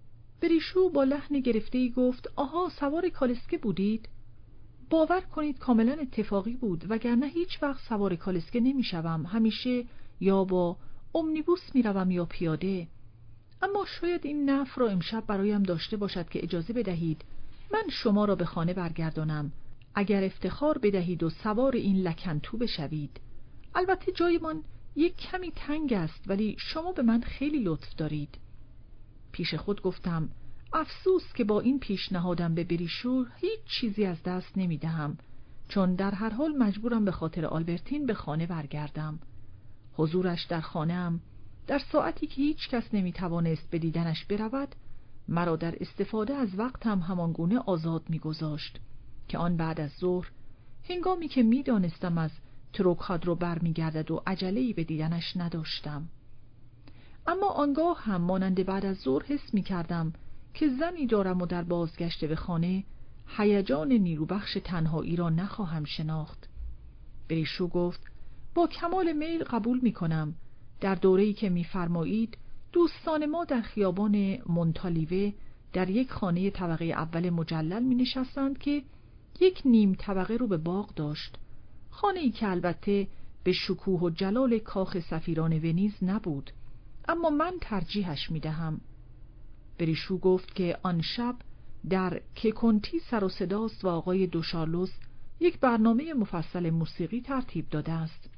بریشو با لحن گرفته‌ای گفت آها، سوار کالسکه بودید؟ باور کنید کاملا اتفاقی بود، وگرنه هیچ وقت سوار کالسکه نمی‌شوم، همیشه یا با امنیبوس میروم یا پیاده. اما شاید این نفع را امشب برایم داشته باشد که اجازه بدهید من شما را به خانه برگردانم، اگر افتخار بدهید و سوار این لکنتو بشوید. البته جایمان یک کمی تنگ است، ولی شما به من خیلی لطف دارید. پیش خود گفتم افسوس که با این پیشنهادم به بریشو هیچ چیزی از دست نمیدهم، چون در هر حال مجبورم به خاطر آلبرتین به خانه برگردم. حضورش در خانه‌ام در ساعتی که هیچ کس نمیتوانست به دیدنش برود مرا در استفاده از وقتم همانگونه آزاد میگذاشت که آن بعد از ظهر، هنگامی که میدانستم از تروکادرو برمیگردد و عجله‌ای به دیدنش نداشتم. اما آنگاه هم مانند بعد از ظهر حس می‌کردم که زنی دارم و در بازگشت به خانه هیجان نیروبخش تنهایی را نخواهم شناخت. بریشو گفت با کمال میل قبول می‌کنم. در دوره‌ای که می‌فرمایید دوستان ما در خیابان مونتالیوه در یک خانه طبقه اول مجلل می‌نشستند که یک نیم طبقه رو به باغ داشت. خانه‌ای که البته به شکوه و جلال کاخ سفیران ونیز نبود، اما من ترجیحش می‌دهم. بریشو گفت که آن شب در ککنتی سر و صداست و آقای دوشارلوس یک برنامه مفصل موسیقی ترتیب داده است.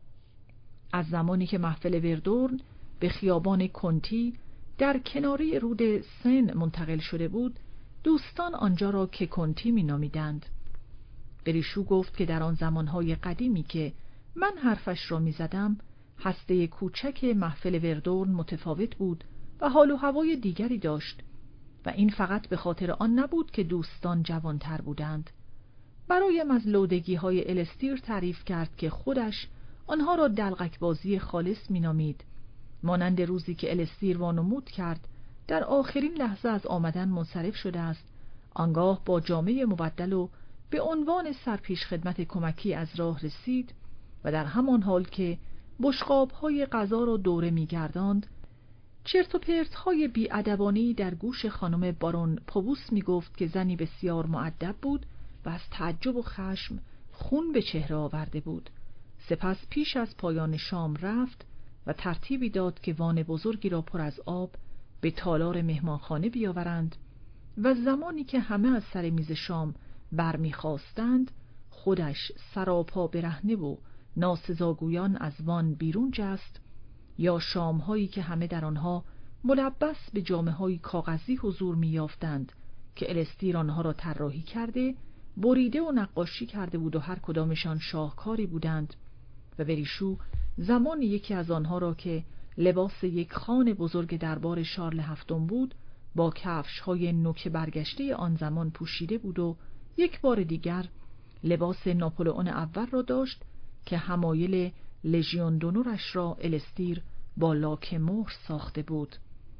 از زمانی که محفل وردورن به خیابان کنتی در کناری رود سن منتقل شده بود، دوستان آنجا را ککنتی می‌نامیدند. بریشو گفت که در آن زمانهای قدیمی که من حرفش را می‌زدم، هسته کوچک محفل وردورن متفاوت بود و حال و هوای دیگری داشت و این فقط به خاطر آن نبود که دوستان جوانتر بودند. برایم از لودگی‌های الستیر تعریف کرد که خودش آنها را دلقک بازی خالص می‌نامید، مانند روزی که الستیر وانمود کرد در آخرین لحظه از آمدن منصرف شده است، آنگاه با جامه مبدل و به عنوان سرپیش خدمت کمکی از راه رسید و در همان حال که بشقاب‌های غذا را دوره می‌گرداند، چرت و پرت‌های بی‌ادبانه‌ای در گوش خانم بارون پوبوس می‌گفت که زنی بسیار مؤدب بود و از تعجب و خشم خون به چهره آورده بود. سپس پیش از پایان شام رفت و ترتیبی داد که وان بزرگی را پر از آب به تالار مهمانخانه بیاورند و زمانی که همه از سر میز شام برمیخواستند خودش سراپا برهنه و ناسزاگویان از وان بیرون جست، یا شام‌هایی که همه در آنها ملبس به جامه‌های کاغذی حضور می‌یافتند که الستیر آنها را طراحی کرده، بریده و نقاشی کرده بود و هر کدامشان شاهکاری بودند. و بریشو زمان یکی از آنها را که لباس یک خان بزرگ دربار شارل هفتم بود با کفش‌های نوک برگشته آن زمان پوشیده بود و یک بار دیگر لباس ناپلئون اول را داشت که حمایل لژیون دونورش را الستیر با لاک مهر ساخته بود.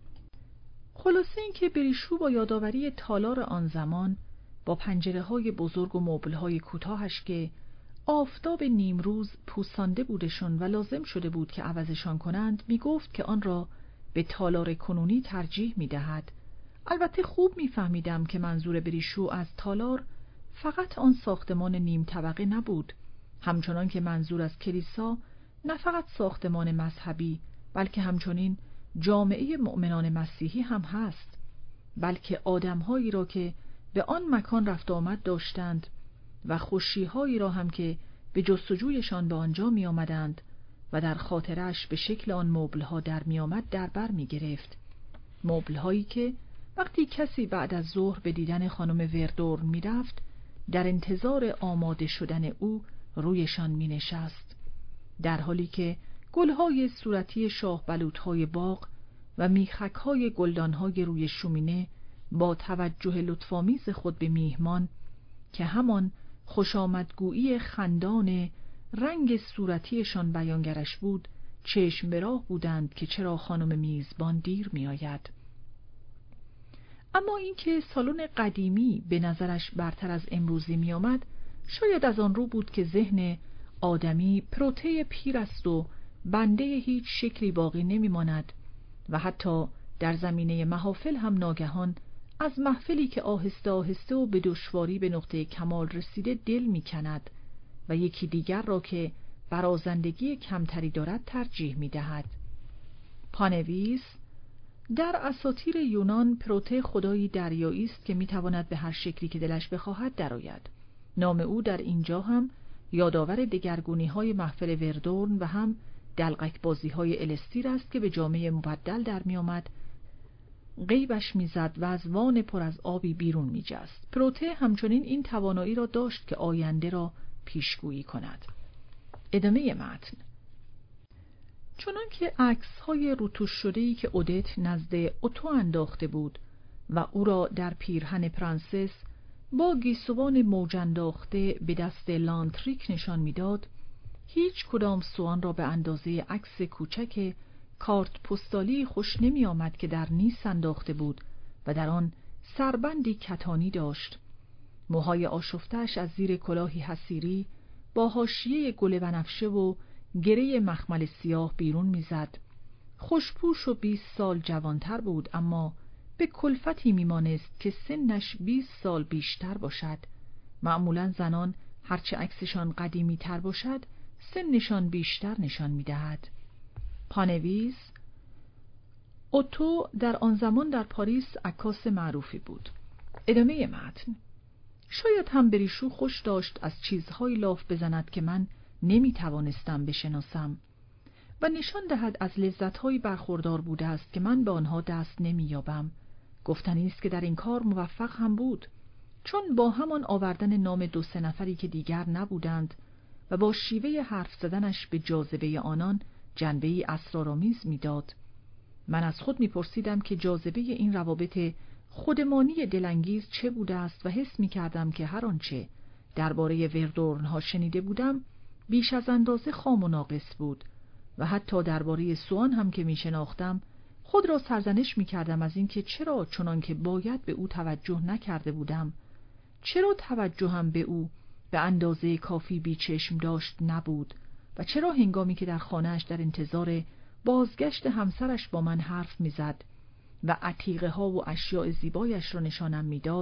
خلاصه این که بریشو با یادآوری تالار آن زمان با پنجره‌های بزرگ و مبل‌های کوتاهش که آفتاب نیمروز پوسانده بودشون و لازم شده بود که عوضشان کنند، می گفت که آن را به تالار کنونی ترجیح می دهد. البته خوب می فهمیدم که منظور بریشو از تالار فقط آن ساختمان نیم طبقه نبود، همچنان که منظور از کلیسا نه فقط ساختمان مذهبی بلکه همچنین جامعه مؤمنان مسیحی هم هست، بلکه آدم‌هایی را که به آن مکان رفت آمد داشتند و خوشی‌هایی را هم که به جستجویشان به آنجا می آمدند و در خاطرش به شکل آن مبل‌ها در می آمد در بر می گرفت. مبل‌هایی که وقتی کسی بعد از ظهر به دیدن خانم وردورن می رفت در انتظار آماده شدن او رویشان می نشست، در حالی که گل‌های صورتی شاه بلوط‌های باغ و میخک‌های گلدان‌های روی شومینه با توجه لطف‌آمیز خود به میهمان که همان خوشامدگویی خندان رنگ صورتیشان بیانگرش بود چشم به راه بودند که چرا خانم میزبان دیر می آید. اما اینکه سالن قدیمی به نظرش برتر از امروزی می آمد شاید از آن رو بود که ذهن آدمی پروته پیر است و بنده هیچ شکلی باقی نمی ماند و حتی در زمینه محافل هم ناگهان از محفلی که آهسته آهسته و به دشواری به نقطه کمال رسیده دل می کند و یکی دیگر را که برازندگی کمتری دارد ترجیح می دهد. پانویس در اساطیر یونان پروته خدایی دریایی است که می تواند به هر شکلی که دلش بخواهد درآید. نام او در اینجا هم یادآور دگرگونی‌های محفل وردورن و هم دلقک بازی‌های الستیر است که به جامعه مبدل در می آمد، غیبش میزد و از وان پر از آبی بیرون میجست. پروته همچنین این توانایی را داشت که آینده را پیشگویی کند. ادامه متن. چنان که عکس‌های روتوش شده‌ای که اودت نزد اوتو انداخته بود و او را در پیرهن پرنسس با گیسوان موج انداخته به دست لانتریک نشان میداد، هیچ کدام سوان را به اندازه عکس کوچک کارت پستالی خوش نمی آمد که در نیس انداخته بود و در آن سربندی کتانی داشت. موهای آشفته‌اش از زیر کلاهی حصیری با حاشیه گل بنفشه و گره مخمل سیاه بیرون میزد. خوشپوش و 20 سال جوانتر بود، اما به کلفتی میمانست که سنش 20 سال بیشتر باشد. معمولاً زنان هرچه عکسشان قدیمی تر باشد سنشان بیشتر نشان میدهد. پانویس اوتو در آن زمان در پاریس عکاس معروفی بود. ادامه متن. شاید هم بریشو خوش داشت از چیزهای لاف بزند که من نمی توانستم بشناسم و نشان دهد از لذت‌هایی برخوردار بوده است که من به آنها دست نمی یابم. گفتنی است که در این کار موفق هم بود، چون با همان آوردن نام 2-3 نفری که دیگر نبودند و با شیوه حرف زدنش به جاذبه آنان جنبه‌ای اسرارآمیز می‌داد. من از خود می‌پرسیدم که جاذبه این روابط خودمانی دلانگیز چه بوده است و حس می‌کردم که هر آنچه درباره وردورن‌ها شنیده بودم بیش از اندازه خام و ناقص بود و حتی درباره سوان هم که می‌شناختم خود را سرزنش می‌کردم از اینکه چرا چنان که باید به او توجه نکرده بودم، چرا توجهم به او به اندازه کافی بیچشم داشت نبود و چرا هنگامی که در خانه‌اش در انتظار بازگشت همسرش با من حرف میزد و عتیقه ها و اشیاء زیبایش را نشانم میداد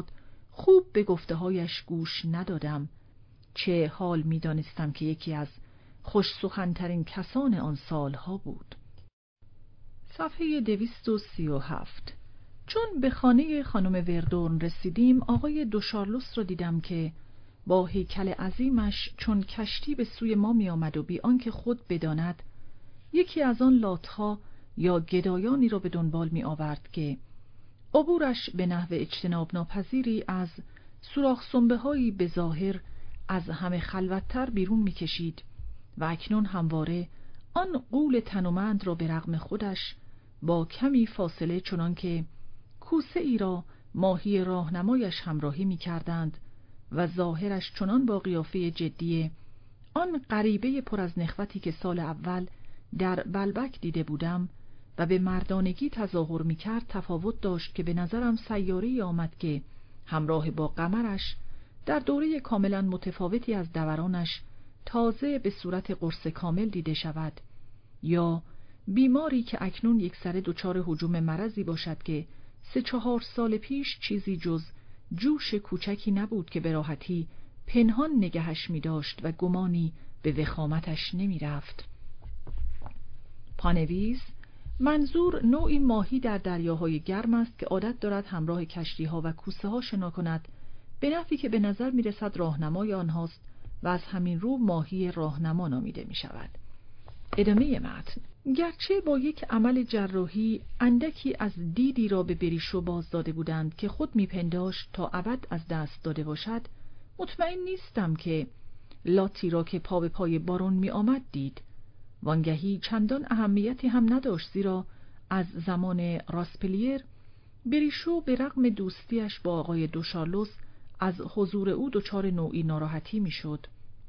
خوب به گفته‌هایش گوش ندادم، چه حال می‌دانستم که یکی از خوش سخن‌ترین کسان آن سالها بود. صفحه 237. چون به خانه خانم وردورن رسیدیم، آقای دوشارلوس را دیدم که با هیکل عظیمش چون کشتی به سوی ما می آمد و بی آنکه خود بداند یکی از آن لاتها یا گدایانی را به دنبال می آورد که عبورش به نحو اجتناب ناپذیری از سوراخ سنبه‌هایی به ظاهر از همه خلوت‌تر بیرون می کشید و اکنون همواره آن غول تنومند را به رغم خودش با کمی فاصله چنان که کوسه ای را ماهی راهنمایش همراهی می کردند و ظاهرش چنان با قیافه جدی آن غریبه پر از نخوتی که سال اول در بلبک دیده بودم و به مردانگی تظاهر می کرد تفاوت داشت که به نظرم سیاره‌ای آمد که همراه با قمرش در دوره کاملا متفاوتی از دورانش تازه به صورت قرص کامل دیده شود، یا بیماری که اکنون یکسره دچار هجوم مرضی باشد که 3-4 سال پیش چیزی جز جوش کوچکی نبود که به راحتی پنهان نگهش می داشت و گمانی به وخامتش نمی رفت. پانویس: منظور نوعی ماهی در دریاهای گرم است که عادت دارد همراه کشتی‌ها و کوسه ها شنا کند، به نحوی که به نظر می رسد راهنمای آنهاست و از همین رو ماهی راهنما نامیده می شود. ادامه متن: گرچه با یک عمل جراحی اندکی از دیدی را به بریشو باز داده بودند که خود میپنداشت تا ابد از دست داده باشد، مطمئن نیستم که لاتی را که پا به پای بارون می آمد دید. وانگهی چندان اهمیتی هم نداشت، زیرا از زمان راسپلیر بریشو به رغم دوستیش با آقای دوشارلوس از حضور او دچار نوعی ناراحتی میشد.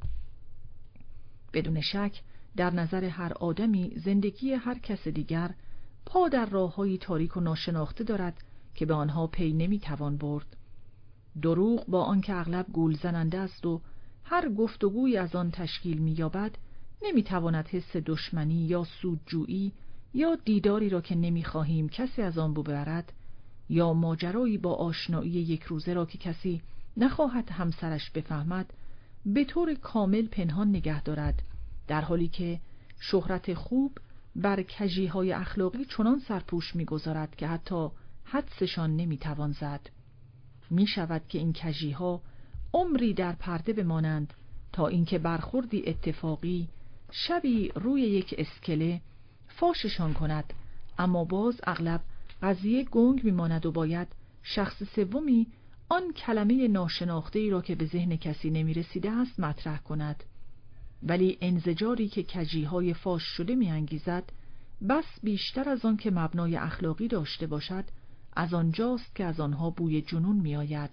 بدون شک در نظر هر آدمی زندگی هر کس دیگر پا در راه‌های تاریک و ناشناخته دارد که به آنها پی نمیتوان برد. دروغ با آنکه اغلب گول زننده است و هر گفتگویی از آن تشکیل می‌یابد، نمیتواند حس دشمنی یا سودجویی یا دیداری را که نمیخواهیم کسی از آن بو ببرد یا ماجرایی با آشنایی یک روزه را که کسی نخواهد همسرش بفهمد به طور کامل پنهان نگه دارد، در حالی که شهرت خوب بر کژی‌های اخلاقی چنان سرپوش می‌گذارد که حتی حدسشان نمی‌توان زد. می‌شود که این کژی‌ها عمری در پرده بمانند تا اینکه برخوردی اتفاقی شبی روی یک اسکله فاششان کند، اما باز اغلب قضیه گنگ می‌ماند و باید شخص سومی آن کلمه ناشناخته‌ای را که به ذهن کسی نمی‌رسیده است مطرح کند. ولی انزجاری که کژی‌های فاش شده می‌انگیزد بس بیشتر از آن که مبنای اخلاقی داشته باشد، از آنجاست که از آنها بوی جنون می‌آید.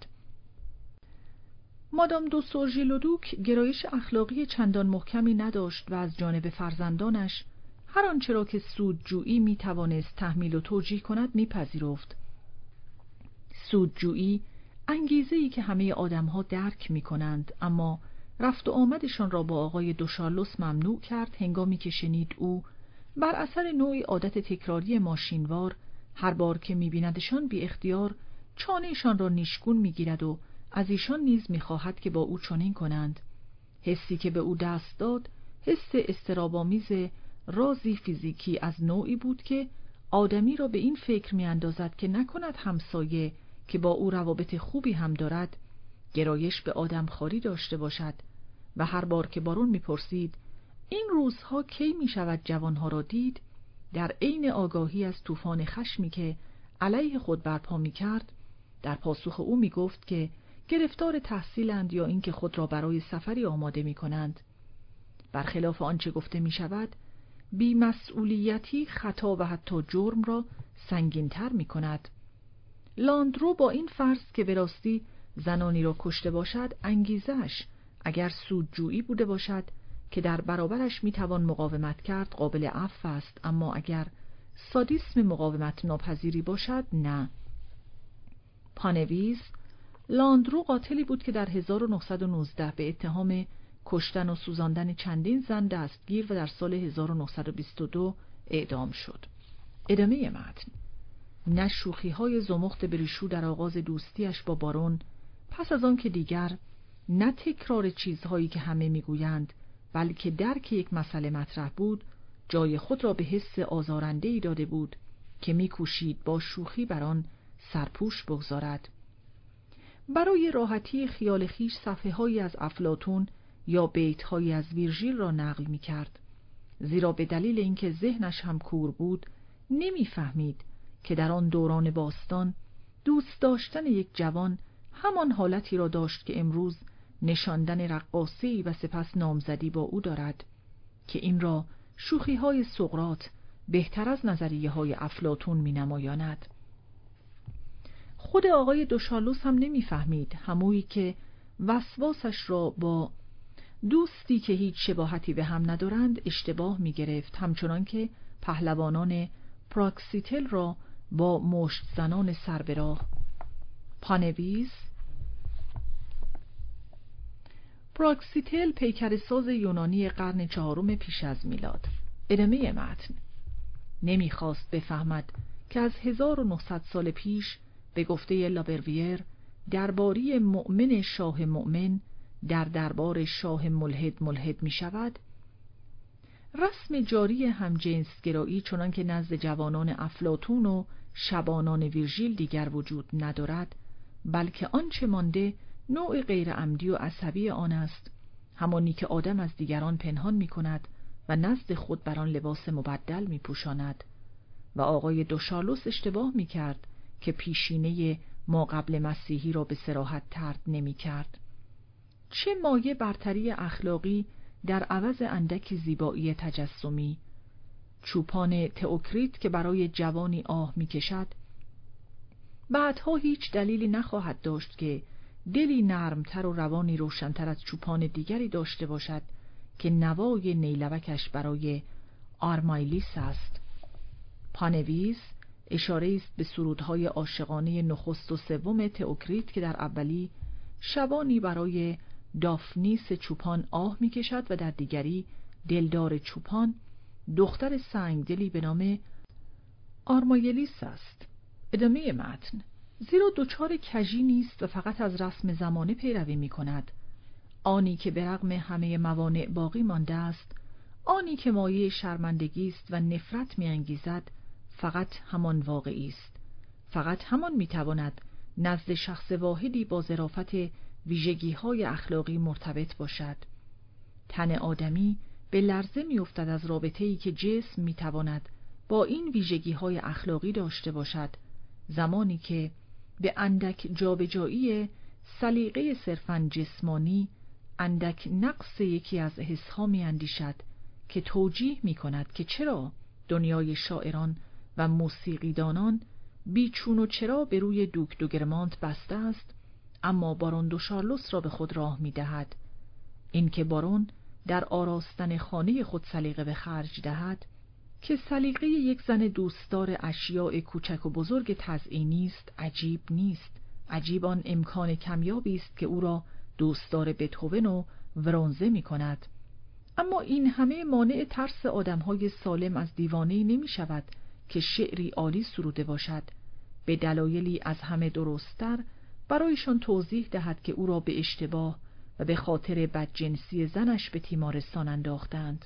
مادام دو سورژی-لودوک گرایش اخلاقی چندان محکمی نداشت و از جانب فرزندانش هر آنچه را که سودجویی می‌توانست تحمیل و توجیه کند می‌پذیرفت. سودجویی انگیزه‌ای که همه آدم‌ها درک می‌کنند، اما رفت و آمدشان را با آقای دوشارلوس ممنوع کرد هنگامی که شنید او بر اثر نوعی عادت تکراری ماشینوار هر بار که می‌بیندشان بی اختیار چانه‌شان را نیشگون می‌گیرد و از ایشان نیز می‌خواهد که با او چنین کنند. حسی که به او دست داد حس اضطراب‌آمیز رازی فیزیکی از نوعی بود که آدمی را به این فکر می‌اندازد که نکند همسایه که با او روابط خوبی هم دارد گرایش به آدمخواری داشته باشد و هر بار که بارون می‌پرسید این روزها کی می‌شود جوانها را دید، در عین آگاهی از طوفان خشمی که علیه خود برپا می‌کرد در پاسخ او می‌گفت که گرفتار تحصیلند یا اینکه خود را برای سفری آماده می‌کنند. برخلاف آنچه گفته می‌شود، بی‌مسئولیتی خطا و حتی جرم را سنگین‌تر می‌کند. لاندرو با این فرض که به راستی زنانی را کشته باشد، انگیزش اگر سودجویی بوده باشد که در برابرش میتوان مقاومت کرد قابل عفو است، اما اگر سادیسم مقاومت ناپذیری باشد نه. پانویس: لاندرو قاتلی بود که در 1919 به اتهام کشتن و سوزاندن چندین زن دستگیر و در سال 1922 اعدام شد. ادامه متن: نه شوخی‌های زمخت بریشو در آغاز دوستیش با بارون، پس از آن که دیگر نه تکرار چیزهایی که همه میگویند بلکه درک یک مسئله مطرح بود، جای خود را به حس آزارنده‌ای داده بود که میکوشید با شوخی بر آن سرپوش بگذارد. برای راحتی خیال خویش صفحه‌هایی از افلاطون یا بیت‌هایی از ویرژیل را نقل می‌کرد، زیرا به دلیل اینکه ذهنش هم کور بود نمی‌فهمید که در آن دوران باستان دوست داشتن یک جوان همان حالتی را داشت که امروز نشاندن رقاصه‌ای و سپس نامزدی با او دارد، که این را شوخی‌های سقراط بهتر از نظریه‌های افلاطون می‌نمایاند. خود آقای دوشالوس هم نمی‌فهمید همویی که وسواسش را با دوستی که هیچ شباهتی به هم ندارند اشتباه می‌گرفت، همچنان که پهلوانان پراکسیتل را با مشت زنان سر به راه. پانویس: پراکسیتل پیکرساز یونانی قرن 4 پیش از میلاد. ادامه متن. نمیخواست بفهمد که از 1900 سال پیش به گفته لابرویر درباری مؤمن شاه مؤمن در دربار شاه ملحد می شود. رسم جاری همجنسگرایی چنان که نزد جوانان افلاطون و شبانان ویرژیل دیگر وجود ندارد، بلکه آنچه مانده نوع غیر عمدی و عصبی آن است، همانی که آدم از دیگران پنهان می کند و نزد خود بر آن لباس مبدل می پوشاند. و آقای دوشالوس اشتباه می کرد که پیشینه ما قبل مسیحی را به صراحت طرد نمی کرد. چه مایه برتری اخلاقی در عوض اندکی زیبایی تجسمی. چوپان تئوکریت که برای جوانی آه می کشد، بعدها هیچ دلیلی نخواهد داشت که دلی نرمتر و روانی روشنتر از چوپان دیگری داشته باشد که نوای نیلوکش برای آرمایلیس است. پانویس اشاره است به سرودهای عاشقانه نخست و سوم تئوکریت که در اولی شبانی برای دافنیس چوپان آه می کشد و در دیگری دلدار چوپان دختر سنگدلی به نام آرمایلیس است. ادامه متن. زیرا دچار کژی نیست و فقط از رسم زمانه پیروی می کند. آنی که به رغم همه موانع باقی مانده است، آنی که مایه شرمندگی است و نفرت می انگیزد، فقط همان واقعی است. فقط همان می تواند نزد شخص واحدی با ظرافت ویژگی‌های اخلاقی مرتبط باشد. تن آدمی به لرزه می افتد از رابطه‌ای که جسم می تواند با این ویژگی‌های اخلاقی داشته باشد، زمانی که به اندک جابجایی سلیقه صرفاً جسمانی، اندک نقص یکی از حسها می اندیشد که توجیه می کند که چرا دنیای شاعران و موسیقیدانان بیچون و چرا به روی دوک دوگرمانت بسته است، اما بارون دوشارلوس را به خود راه می دهد. این که بارون در آراستن خانه خود سلیقه به خرج دهد، که سلیقه یک زن دوستدار اشیاء کوچک و بزرگ تزئینی است، عجیب نیست. عجیب آن امکان کمیابی است که او را دوستدار بتهوون و ورونزه می کند. اما این همه مانع ترس آدمهای سالم از دیوانه‌ای نمی شود که شعری عالی سروده باشد، به دلایلی از همه درست‌تر برایشان توضیح دهد که او را به اشتباه و به خاطر بدجنسی زنش به تیمارستان انداختند.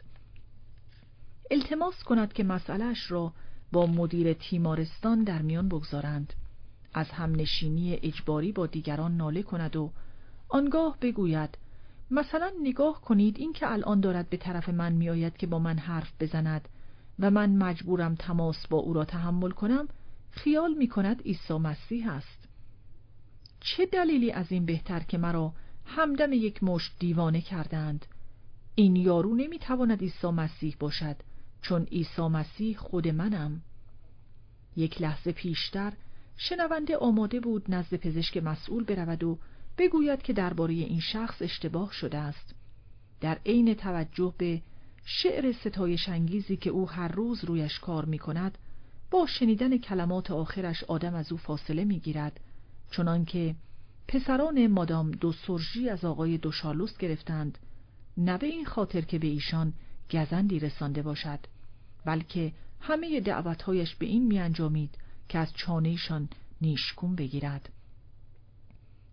التماس کند که مسئله‌اش را با مدیر تیمارستان در میان بگذارند، از همنشینی اجباری با دیگران ناله کند و آنگاه بگوید مثلا نگاه کنید این که الان دارد به طرف من می آید که با من حرف بزند و من مجبورم تماس با او را تحمل کنم، خیال می کند عیسی مسیح است. چه دلیلی از این بهتر که مرا همدم یک مشت دیوانه کردند. این یارو نمی تواند عیسی مسیح باشد، چون عیسی مسیح خود منم. یک لحظه پیشتر شنونده آماده بود نزد پزشک مسئول برود و بگوید که درباره این شخص اشتباه شده است. در عین توجه به شعر ستایش انگیزی که او هر روز رویش کار می کند، با شنیدن کلمات آخرش آدم از او فاصله می گیرد، چنان که پسران مادام دو سورژی از آقای دوشارلوس گرفتند، نه به این خاطر که به ایشان گزندی رسانده باشد، بلکه همه دعوتهایش به این می انجامید که از چانه‌شان نیشگون بگیرد.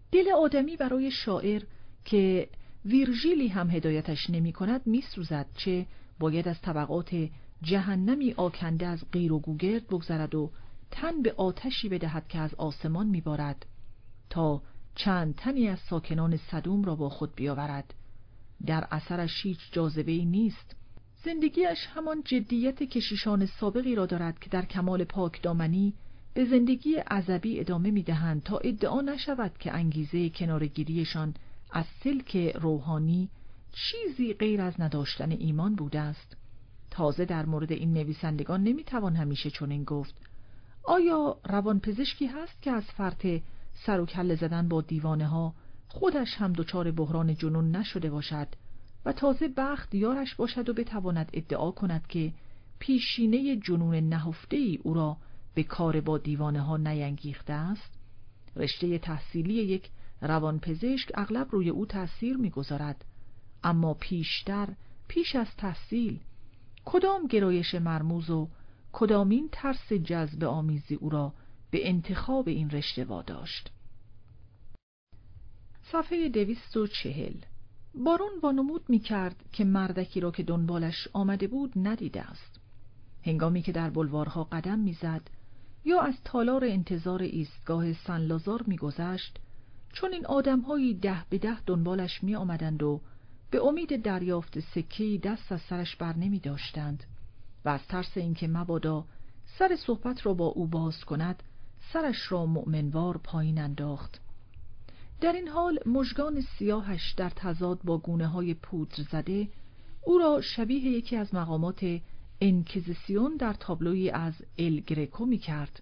دل آدمی برای شاعر که ویرژیلی هم هدایتش نمی کند می سوزد، چه باید از طبقات جهنمی آکنده از قیر و گوگرد بگذرد و تن به آتشی بدهد که از آسمان می بارد تا چند تنی از ساکنان سدوم را با خود بیاورد. در اثرش هیچ جاذبه‌ای نیست. زندگیش همان جدیت کشیشان سابقی را دارد که در کمال پاکدامنی به زندگی عزبی ادامه می‌دهند تا ادعا نشود که انگیزه کناره‌گیریشان از سلک روحانی چیزی غیر از نداشتن ایمان بوده است. تازه در مورد این نویسندگان نمی‌توان همیشه چنین گفت. آیا روانپزشکی هست که از فرط سر و کله زدن با دیوانه‌ها خودش هم دچار بحران جنون نشده باشد و تازه بخت یارش باشد و بتواند ادعا کند که پیشینه جنون نهفته‌ای او را به کار با دیوانه‌ها نینگیخته است؟ رشته تحصیلی یک روانپزشک اغلب روی او تأثیر می‌گذارد، اما پیش از تحصیل کدام گرایش مرموز و کدامین ترس جذب آمیزی او را به انتخاب این رشته واداشت؟ صفحه 240. بارون وانمود می‌کرد که مردکی را که دنبالش آمده بود ندیده است. هنگامی که در بلوارها قدم می‌زد یا از تالار انتظار ایستگاه سن لازار می‌گذشت، چون این آدم‌هایی 10 به 10 دنبالش می‌آمدند و به امید دریافت سکه‌ای دست از سرش بر نمی‌داشتند و از ترس اینکه مبادا سر صحبت را با او باز کند، سرش را مؤمنوار پایین انداخت. در این حال مژگان سیاهش در تضاد با گونه‌های پودر زده او را شبیه یکی از مقامات انکیزیسیون در تابلویی از ال گریکو می‌کرد.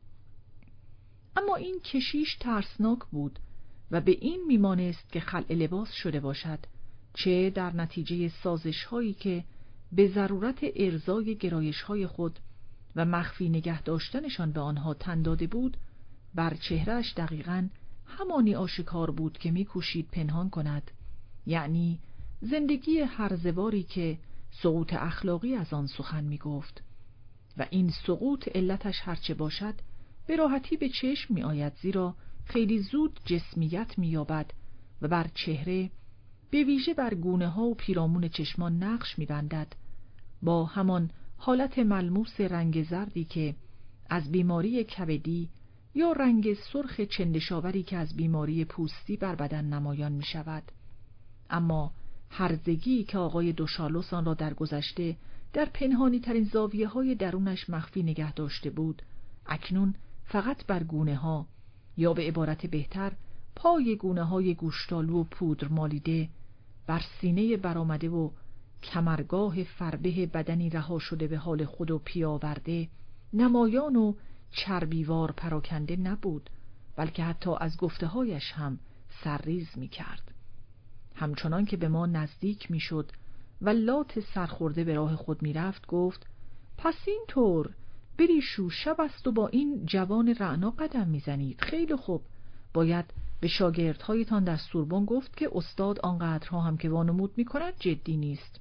اما این کشیش ترسناک بود و به این میمانست که خلع لباس شده باشد، چه در نتیجه سازش‌هایی که به ضرورت ارضای گرایش‌های خود و مخفی نگه داشتنشان به آنها تن داده بود، بر چهرهش دقیقاً همانی آشکار بود که می‌کوشید پنهان کند، یعنی زندگی هرزواری که سقوط اخلاقی از آن سخن می‌گفت. و این سقوط علتش هرچه باشد به راحتی به چشم می‌آید، زیرا خیلی زود جسمیت می‌یابد و بر چهره، به ویژه بر گونه‌ها و پیرامون چشمان نقش می‌بندد، با همان حالت ملموس رنگ زردی که از بیماری کبدی یا رنگ سرخ چندشاوری که از بیماری پوستی بر بدن نمایان می شود. اما هرزگی که آقای دوشارلوس آن را در گذشته در پنهانی ترین زاویه های درونش مخفی نگه داشته بود، اکنون فقط بر گونه ها، یا به عبارت بهتر پای گونه های گوشتالو و پودر مالیده، بر سینه برآمده و کمرگاه فربه بدنی رها شده به حال خود و پیاورده، نمایان و چربیوار پراکنده نبود، بلکه حتی از گفته‌هایش هم سرریز می‌کرد. همچنان که به ما نزدیک می‌شد و لات سرخورده به راه خود می‌رفت، گفت: پس اینطور بریشو شب است و با این جوان رعنا قدم می‌زنید. خیلی خوب، باید به شاگردهایتان در سوربن گفت که استاد آنقدرها هم که وانمود می‌کند جدی نیست.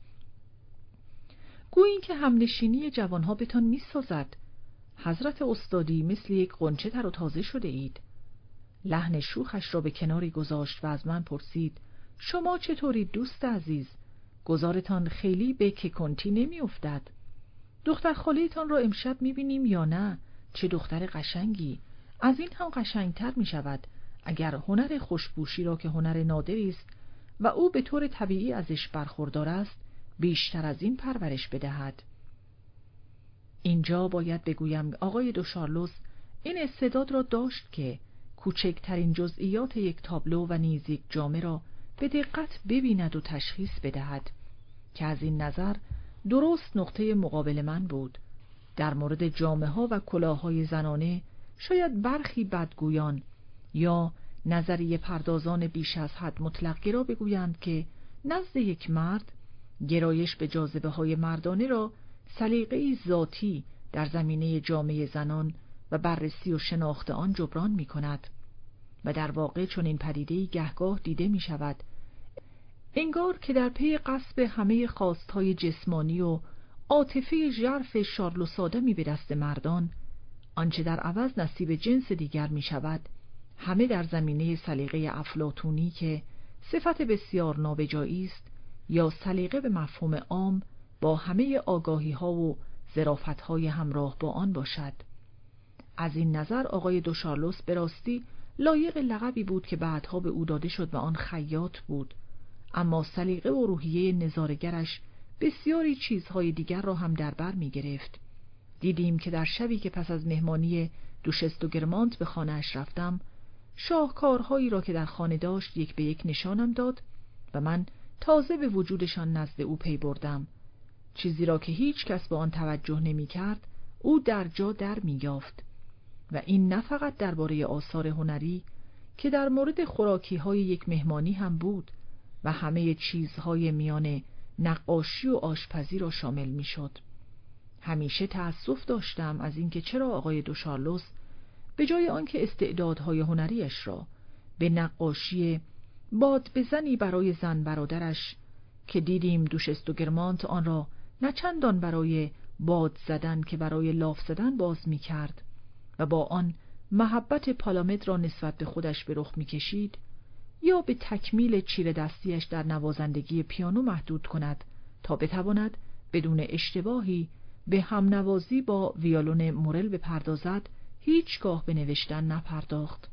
گویی که همنشینی جوانها بهتان می‌سازد. حضرت استادی مثل یک غنچه تر و تازه شده اید. لحن شوخش را به کناری گذاشت و از من پرسید: شما چطورید دوست عزیز؟ گذارتان خیلی به ککنتی نمی افتد. دختر خاله‌تان را امشب می بینیم یا نه؟ چه دختر قشنگی! از این هم قشنگتر می شود اگر هنر خوشبوشی را که هنر نادری است و او به طور طبیعی ازش برخوردار است بیشتر از این پرورش بدهد. اینجا باید بگویم آقای دوشارلوس این استعداد را داشت که کوچکترین جزئیات یک تابلو و نیز یک جامه را به دقت ببیند و تشخیص بدهد، که از این نظر درست نقطه مقابل من بود. در مورد جامه ها و کلاه‌های زنانه شاید برخی بدگویان یا نظریه پردازان بیش از حد مطلق گرا بگویند که نزد یک مرد گرایش به جاذبه های مردانه را سلیقه‌ای ذاتی در زمینه جامعه زنان و بررسی و شناخت آن جبران می کند و در واقع چون این پدیده‌ای گهگاه دیده می شود، انگار که در پی غصب همه خواستهای جسمانی و عاطفه ژرف شارل و ساده می به دست مردان، آنچه در عوض نصیب جنس دیگر می شود همه در زمینه سلیقه افلاطونی که صفت بسیار نابجایی است، یا سلیقه به مفهوم عام با همه آگاهی‌ها و ظرافت‌های همراه با آن باشد. از این نظر آقای دوشارلوس به راستی لایق لقبی بود که بعدها به او داده شد و آن خیاط بود، اما سلیقه و روحیه نظاره‌گرش بسیاری چیزهای دیگر را هم در بر می‌گرفت. دیدیم که در شبی که پس از مهمانی دوشست و گرمانت به خانه‌اش رفتم، شاهکارهایی را که در خانه داشت یک به یک نشانم داد و من تازه به وجودشان نزد او پی بردم. چیزی را که هیچ کس به آن توجه نمی کرد، او در جا در می یافت. و این نه فقط درباره آثار هنری که در مورد خوراکی‌های یک مهمانی هم بود و همه چیزهای میان نقاشی و آشپزی را شامل می شد. همیشه تأسف داشتم از اینکه چرا آقای دوشارلوس به جای آنکه استعدادهای هنریش را به نقاشی باد بزنی برای زن برادرش که دیدیم دوشست و گرمانت آن را نه چندان برای باد زدن که برای لاف زدن باز می کرد و با آن محبت پالامد را نسبت به خودش به رخ می کشید، یا به تکمیل چیره دستیش در نوازندگی پیانو محدود کند تا بتواند بدون اشتباهی به همنوازی با ویولون مورل بپردازد، هیچگاه به نوشتن نپرداخت.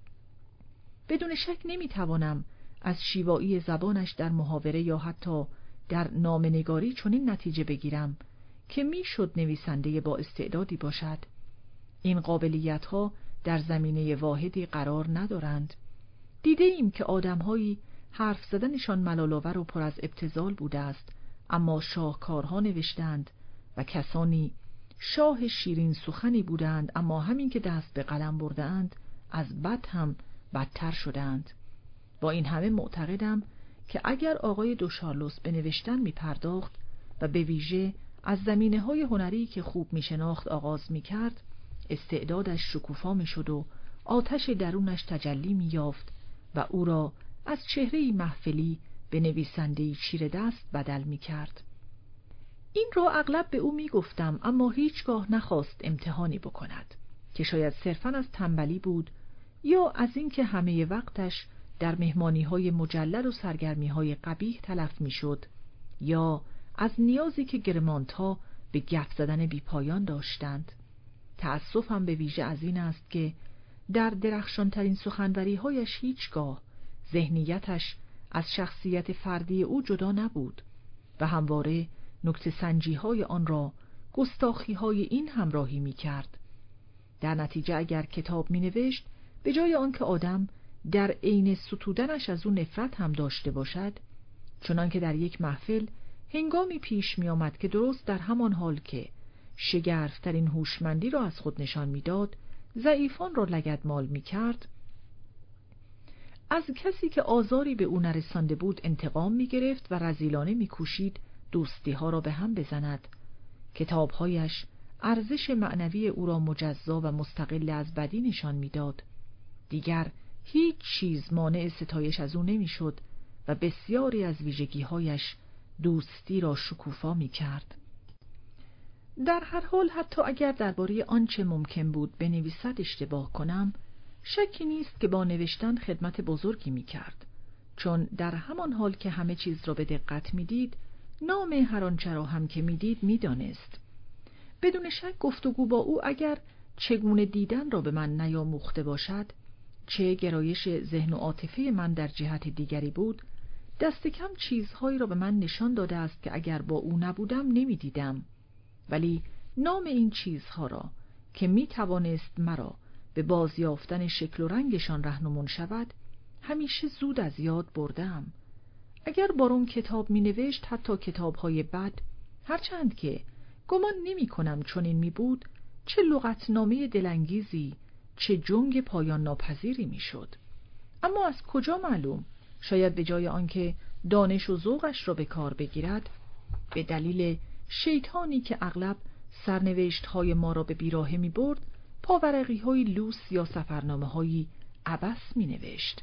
بدون شک نمیتوانم از شیوایی زبانش در محاوره یا حتی در نامه‌نگاری چنین نتیجه بگیرم که میشد نویسنده با استعدادی باشد. این قابلیت‌ها در زمینه واحدی قرار ندارند. دیده ایم که آدم‌هایی حرف زدنشان ملال‌آور و پر از ابتذال بوده است، اما شاهکارها نوشتند، و کسانی شاه شیرین سخنی بودند، اما همین که دست به قلم بردند از بد هم بدتر شدند. با این همه معتقدم که اگر آقای دوشارلوس به نوشتن می پرداخت و به ویژه از زمینه‌های هنری که خوب می شناخت آغاز می کرد، استعدادش شکوفا می شد و آتش درونش تجلی می یافت و او را از چهره‌ای محفلی به نویسنده‌ای چیره دست بدل می کرد. این را اغلب به او می گفتم، اما هیچگاه نخواست امتحانی بکند که شاید صرفاً از تنبلی بود یا از اینکه همه وقتش در مهمانی‌های مجلل و سرگرمی‌های قبیح تلف می‌شد، یا از نیازی که گرمانت‌ها به گپ زدن بی‌پایان داشتند. تأسفم به ویژه از این است که در درخشانترین سخنوری‌هایش هیچگاه ذهنیتش از شخصیت فردی او جدا نبود و همواره نکته سنجی‌های آن را گستاخی‌های این همراهی می‌کرد. در نتیجه اگر کتاب می‌نوشت، به جای آنکه آدم در عین ستودنش از او نفرت هم داشته باشد، چنانکه در یک محفل هنگامی پیش می آمد که درست در همان حال که شگرفترین هوشمندی را از خود نشان میداد، ضعیفان را لگدمال می کرد، از کسی که آزاری به او نرسانده بود انتقام می گرفت و رذیلانه می کوشید دوستی ها را به هم بزند. کتابهایش ارزش معنوی او را مجزا و مستقل از بدی نشان میداد. دیگر هیچ چیز مانع ستایش از او نمیشد و بسیاری از ویژگی‌هایش دوستی را شکوفا می‌کرد. در هر حال حتی اگر درباره آنچه ممکن بود بنویسد اشتباه کنم، شکی نیست که با نوشتن خدمت بزرگی می‌کرد، چون در همان حال که همه چیز را به دقت می‌دید، نام هر آنچه را هم که می‌دید می‌دانست. بدون شک گفتگو با او اگر چگونه دیدن را به من نیاموخته باشد، چه گرایش ذهن و عاطفه من در جهت دیگری بود، دست کم چیزهایی را به من نشان داده است که اگر با او نبودم نمی‌دیدم. ولی نام این چیزها را که می‌توانست مرا به بازیافتن شکل و رنگشان راهنمون شود، همیشه زود از یاد بردم. اگر بارون کتاب می‌نوشت، حتی کتاب‌های بد، هرچند که گمان نمی‌کنم چنین می‌بود، چه لغتنامه دلانگیزی، چه جنگ پایان ناپذیری میشد. اما از کجا معلوم؟ شاید به جای آنکه دانش و ذوقش را به کار بگیرد، به دلیل شیطانی که اغلب سرنوشت‌های ما را به بیراهه می‌برد، پاورقی‌های لوس یا سفرنامه‌های عبث می‌نوشت.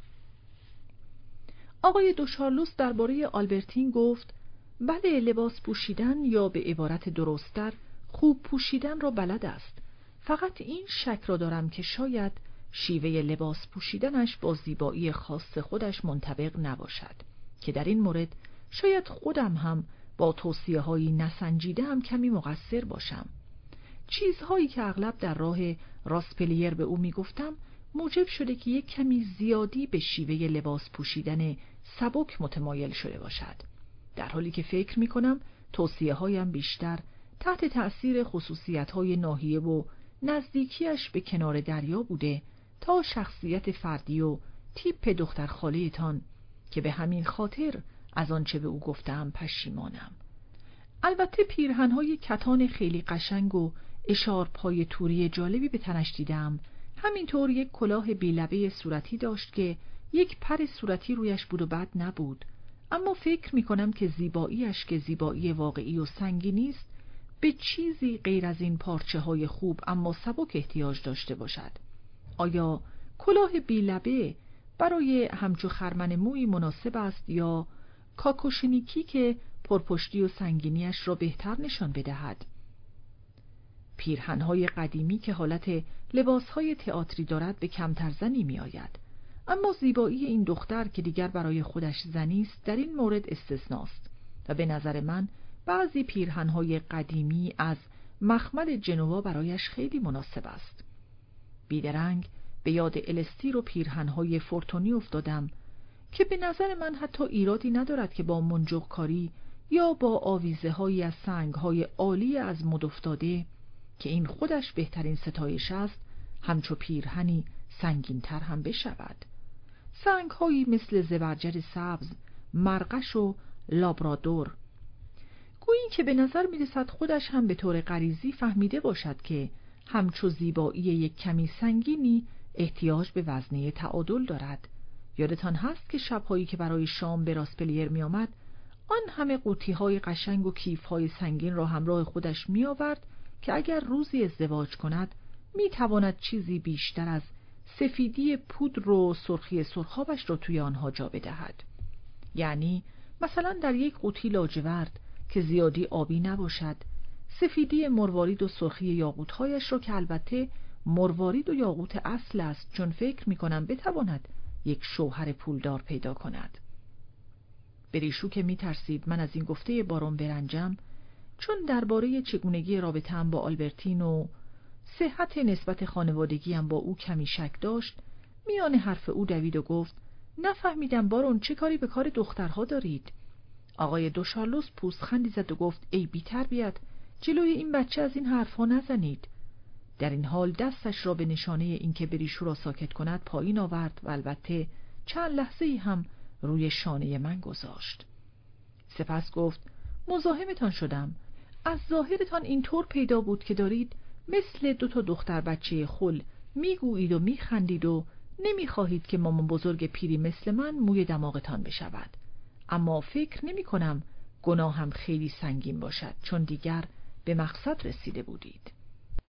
آقای دوشارلوس درباره آلبرتین گفت: بله، لباس پوشیدن یا به عبارت درست‌تر خوب پوشیدن را بلد است. فقط این شک را دارم که شاید شیوه لباس پوشیدنش با زیبایی خاص خودش منطبق نباشد که در این مورد شاید خودم هم با توصیه‌هایی نسنجیده هم کمی مقصر باشم. چیزهایی که اغلب در راه راسپلیر به او میگفتم موجب شده که یک کمی زیادی به شیوه لباس پوشیدن سبک متمایل شده باشد، در حالی که فکر میکنم توصیه‌هایم بیشتر تحت تأثیر خصوصیت‌های ناحیه و نزدیکیش به کنار دریا بوده تا شخصیت فردی و تیپ دختر خاله‌تان که به همین خاطر از آنچه به او گفتم پشیمانم. البته پیرهن‌های کتان خیلی قشنگ و اشارپای توری جالبی به تنش دیدم. همینطور یک کلاه بیلبه صورتی داشت که یک پر صورتی رویش بود و بد نبود، اما فکر می‌کنم که زیباییش که زیبایی واقعی و سنگینی است به چیزی غیر از این پارچه‌های خوب اما سبک احتیاج داشته باشد. آیا کلاه بیلبه برای همچو خرمن مویی مناسب است یا کاکوشنیکی که پرپشتی و سنگینیش را بهتر نشان بدهد؟ پیرهن‌های قدیمی که حالت لباس‌های تئاتری دارد به کمتر زنی می‌آید، اما زیبایی این دختر که دیگر برای خودش زنی است در این مورد استثناست و به نظر من بعضی پیرهن‌های قدیمی از مخمل جنوا برایش خیلی مناسب است. بیدرنگ به یاد الستیر و پیرهن‌های فورتونی افتادم که به نظر من حتی ایرادی ندارد که با منجوق‌کاری یا با آویزه‌هایی از سنگ‌های عالی از مد افتاده که این خودش بهترین ستایش است همچو پیرهنی سنگین‌تر هم بشود. سنگ‌هایی مثل زبرجد سبز، مرقش و لابرادور، گویی که به نظر می‌رسد خودش هم به طور غریزی فهمیده باشد که همچو زیبایی یک کمی سنگینی احتیاج به وزنه تعادل دارد. یادتان هست که شب‌هایی که برای شام به راسپلیر می‌آمد آن همه قوطی‌های قشنگ و کیف‌های سنگین را همراه خودش می‌آورد که اگر روزی ازدواج کند می‌تواند چیزی بیشتر از سفیدی پودر و سرخی سرخابش را توی آنها جا بدهد. یعنی مثلا در یک قوطی لاجورد که زیادی آبی نباشد، سفیدی مروارید و سرخی یاقوت‌هایش را که البته مروارید و یاقوت اصل است، چون فکر می‌کنم بتواند یک شوهر پولدار پیدا کند. بریشو که می‌ترسید من از این گفته بارون برنجم، چون درباره چگونگی رابطه‌ام با آلبرتین و صحت نسبت خانوادگیم با او کمی شک داشت، میان حرف او دوید و گفت نفهمیدم بارون چه کاری به کار دخترها دارید؟ آقای دوشارلوس پوزخندی زد و گفت ای بی تربیت، جلوی این بچه از این حرفها نزنید. در این حال دستش را به نشانه اینکه بریشو را ساکت کند پایین آورد و البته چند لحظه‌ای هم روی شانه من گذاشت. سپس گفت مزاحمتان شدم. از ظاهرتان اینطور پیدا بود که دارید مثل دو تا دختر بچه خل میگویید و میخندید و نمیخواهید که مامان بزرگ پیری مثل من موی دماغتان بشود. اما فکر نمی کنم گناهم خیلی سنگین باشد، چون دیگر به مقصد رسیده بودید.